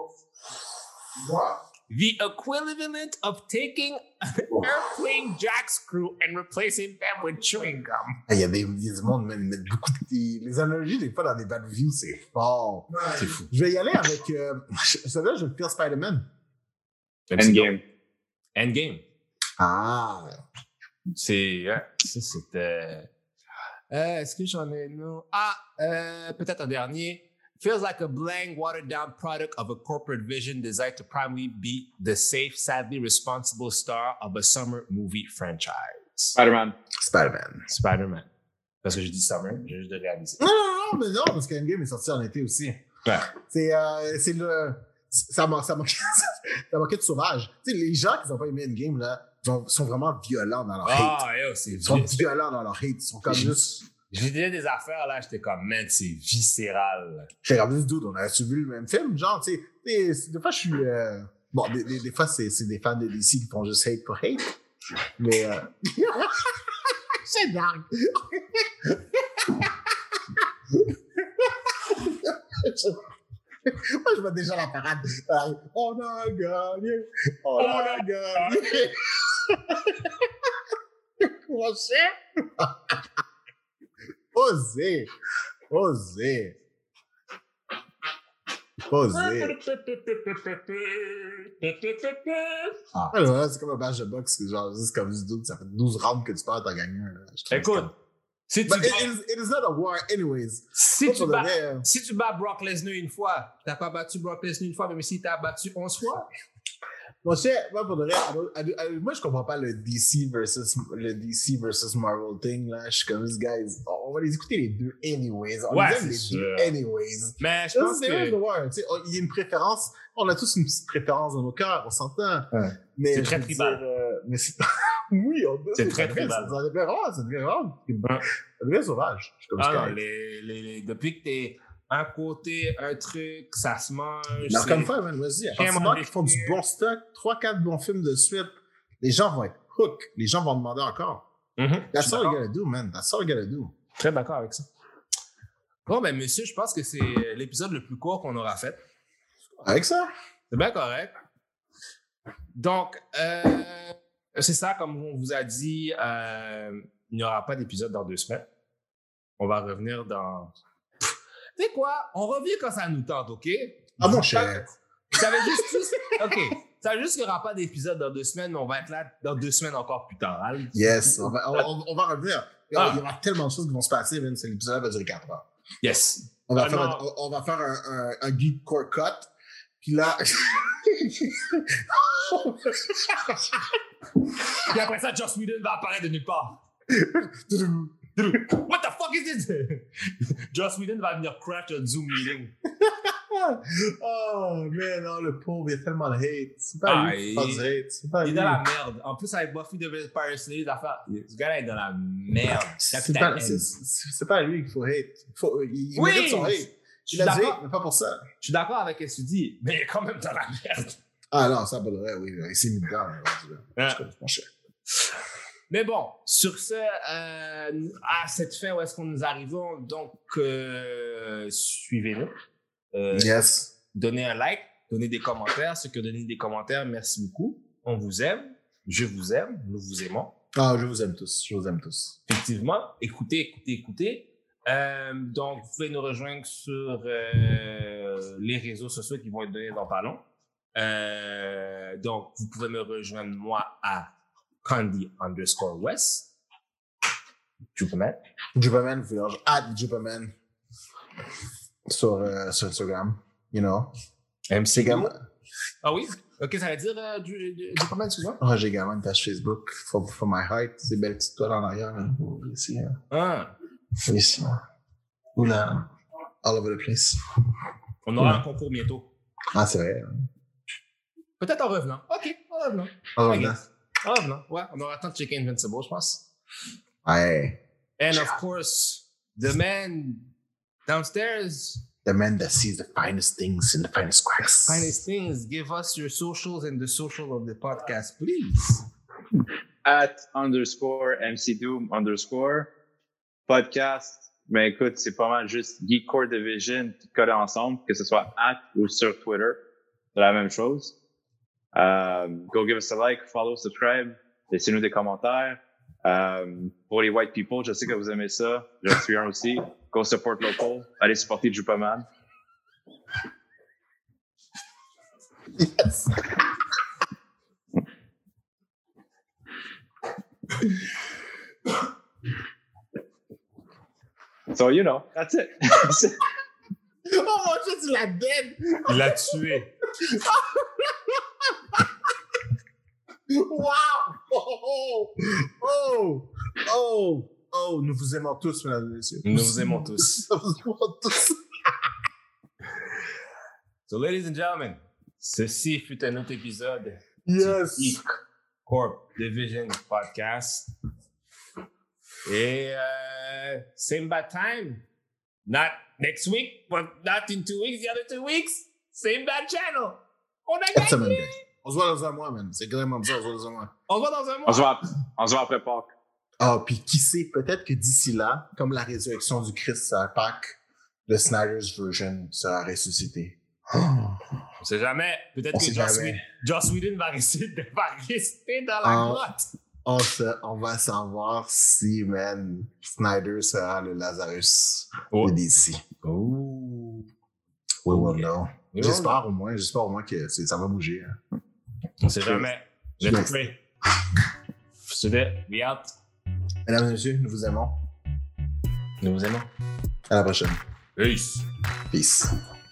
The equivalent of taking an airplane jack screw and replacing them with chewing gum. Il y a des, il y a du monde, man, ils mettent beaucoup de... des- Les analogies, des fois, dans des bad reviews, c'est fort. C'est fou. Je vais y aller avec... Euh, celui-là, je vais faire Spider-Man. Endgame. Endgame. Ah. C'est. Ouais, ça, c'était. Euh, Est-ce que j'en ai un autre? Ah, euh, peut-être un dernier. Feels like a blank, watered down product of a corporate vision designed to primarily be the safe, sadly responsible star of a summer movie franchise. Spider-Man. Spider-Man. Spider-Man. Parce que j'ai dit summer, j'ai juste de réaliser. Non, non, non, mais non, parce qu'Endgame est sorti en été aussi. Ouais. C'est euh, c'est le... Ça manquait ça manquait- ça manquait de sauvage. Tu sais, les gens qui n'ont pas aimé Endgame, là, sont, sont vraiment violents dans leur hate. Ah, yo, c'est Ils sont vi- violents dans leur hate. Ils sont comme J'ai- juste... J'ai dit des affaires, là, j'étais comme, man, c'est viscéral. J'ai regardé ce dude, on a-tu vu le même film? Genre, tu sais, des, des fois, je suis... Euh... Bon, des, des, des fois, c'est c'est des fans de D C qui font juste hate pour hate. Mais... Euh... c'est dingue! Moi, je vois déjà la parade. Euh, On a gagné! On a gagné! Mon cher! Osez! Osez! Osez! Ah, là, c'est comme un match de boxe, que genre, c'est comme du doute, ça fait douze rounds que tu perds, t'as gagné un. là. Je trouve Écoute, que si c'est tu, comme- But bats, it, is, it is not a war anyways. si, Pas tu pour de bats, vrai, hein. si tu bats Brock Lesnar une fois, t'as pas battu Brock Lesnar une fois, même si t'as battu onze fois. Mon cher, moi, pour de vrai, I don't- I don't- I- moi, je comprends pas le D C versus, le D C versus Marvel thing, là. Je suis comme, these guys, on va les écouter les deux anyways. On Ouais, les aime c'est les sûr. deux anyways. Mais je pense C'est vrai, que de voir, tu sais, on- il y a une préférence. On a tous une petite préférence dans nos cœurs, on s'entend. Ouais. Mais C'est je très veux tribal. dire, euh, mais c'est oui, on C'est très tribal. Ça devient vraiment, ça devient vraiment, Ouais. ça devient sauvage. Je suis comme Ah ça. non, les, les, les- depuis que t'es un côté, un truc, ça se mange. Alors, c'est- comme ça, man, vas-y. À partir du moment qu'ils font du bon stock, trois quatre bons films de suite, les gens vont être hook. Les gens vont demander encore. Mhm, je That's suis all you d'accord. gotta do, man. That's all you gotta do. Très d'accord avec ça. Bon, ben, monsieur, je pense que c'est l'épisode le plus court qu'on aura fait. Avec ça? C'est bien correct. Donc, euh, c'est ça, comme on vous a dit, euh, il n'y aura pas d'épisode dans deux semaines. On va revenir dans... Pff, tu sais quoi? On revient quand ça nous tente, OK? Ah, mon cher. Ça veut juste... juste- OK. Ça veut juste qu'il n'y aura pas d'épisode dans deux semaines, mais on va être là dans deux semaines encore plus tard. Allez. Yes, on va, on, on va revenir. Il y Ah. aura- il y aura tellement de choses qui vont se passer, man. C'est l'épisode va durer quatre heures. Yes. On va, Ah, faire, non. un, on, on va faire un, un, un geek core cut. Puis là. Puis après ça, Joss Whedon va apparaître de nulle part. What the fuck is this? Joss Whedon va venir crash un Zoom meeting. Oh, man, non, le pauvre, il y a tellement de hate. C'est pas Ah, lui qui il- fait du hate. C'est pas Il est lui. dans la merde. En plus, avec Buffy de Vampire Slayer, l'affaire, ce gars-là est dans la merde. C'est pas, c'est, c'est, c'est pas lui qu'il faut hate. Il, faut, il Oui! mérite son hate. Je suis Il a dit d'accord. hate, mais pas pour ça. Je suis d'accord avec ce que tu dis, mais il est quand même dans la merde. Ah non, ça, pas de vrai, oui. Il s'est mis dedans. Là, Hein? je connais mon cher. Mais bon, sur ce, euh, à cette fin où est-ce qu'on nous arrivons, donc euh, suivez-nous. Euh, Yes. Donnez un like, donnez des commentaires. Ceux qui ont donné des commentaires, merci beaucoup. On vous aime, je vous aime, nous vous aimons. Ah, je vous aime tous. Je vous aime tous. Effectivement, écoutez, écoutez, écoutez. Euh, donc, vous pouvez nous rejoindre sur euh, les réseaux sociaux qui vont être donnés dans pas long. Euh, donc, vous pouvez me rejoindre moi à Candy underscore West. Jupaman. Jupaman, vous pouvez rejoindre at Jupaman sur, euh, sur Instagram. You know. M C J'ai également, Ah oui? Ok, ça veut dire euh, Ju- Ju- Jupaman, excuse-moi? ouais, j'ai également une page Facebook for, for my height. Des belles petites toiles en arrière. Là. Ici. Hein. Ah, Ici. Oula. All over the place. on aura Ouais. un concours bientôt. Ah, c'est vrai. Peut-être en revenant. Ok, en revenant. All I over guess. En revenant. Ouais, on aura le temps de checker Invincible, je pense. Ouais. And of course, the man downstairs, The man that sees the finest things in the finest cracks. finest things, give us your socials and the social of the podcast, please. At underscore M C Doom underscore podcast. Mais écoute, c'est pas mal juste Geek Core Division tout collé ensemble, que ce soit at ou sur Twitter. C'est la même chose. Um, go give us a like, follow, subscribe. Laissez-nous des commentaires. Um, pour les white people, je sais que vous aimez ça. Je suis un aussi. Go support local. Allez supporter Jupaman. Yes. So, you know, that's it. Oh mon Dieu, tu l'as dead! Il l'a tué. Wow! Oh! Oh! Oh! Oh! Nous vous aimons tous, mesdames et messieurs. Nous vous aimons tous. Nous vous aimons tous. So, ladies and gentlemen, ceci fut un autre épisode Yes! du Geek Corp Division Podcast. Et uh, same bad time. Not next week, but not in two weeks. The other two weeks, same bad channel. On a Cette semaine, gagné. guys. On se voit dans un mois, man. C'est carrément bizarre, on se voit dans un mois. On se voit dans un mois. On se voit, on se voit après Pâques. Ah, puis qui sait, peut-être que d'ici là, comme la résurrection du Christ à Pâques, le Snyder's version sera ressuscité. Oh. On sait jamais. Peut-être On que sait Joss jamais. Whedon, Joss Whedon va rester, va rester dans la Ah. grotte. On, se- on va savoir si, man, Snyder sera le Lazarus Oh. de D C. Oh. We will Yeah. know. We will J'espère au moins, j'espère au moins que c'est- ça va bouger. Hein. On sait jamais. Je Let's pense. pray. C'était, we out. Mesdames et messieurs, nous vous aimons. Nous vous aimons. À la prochaine. Peace. Peace.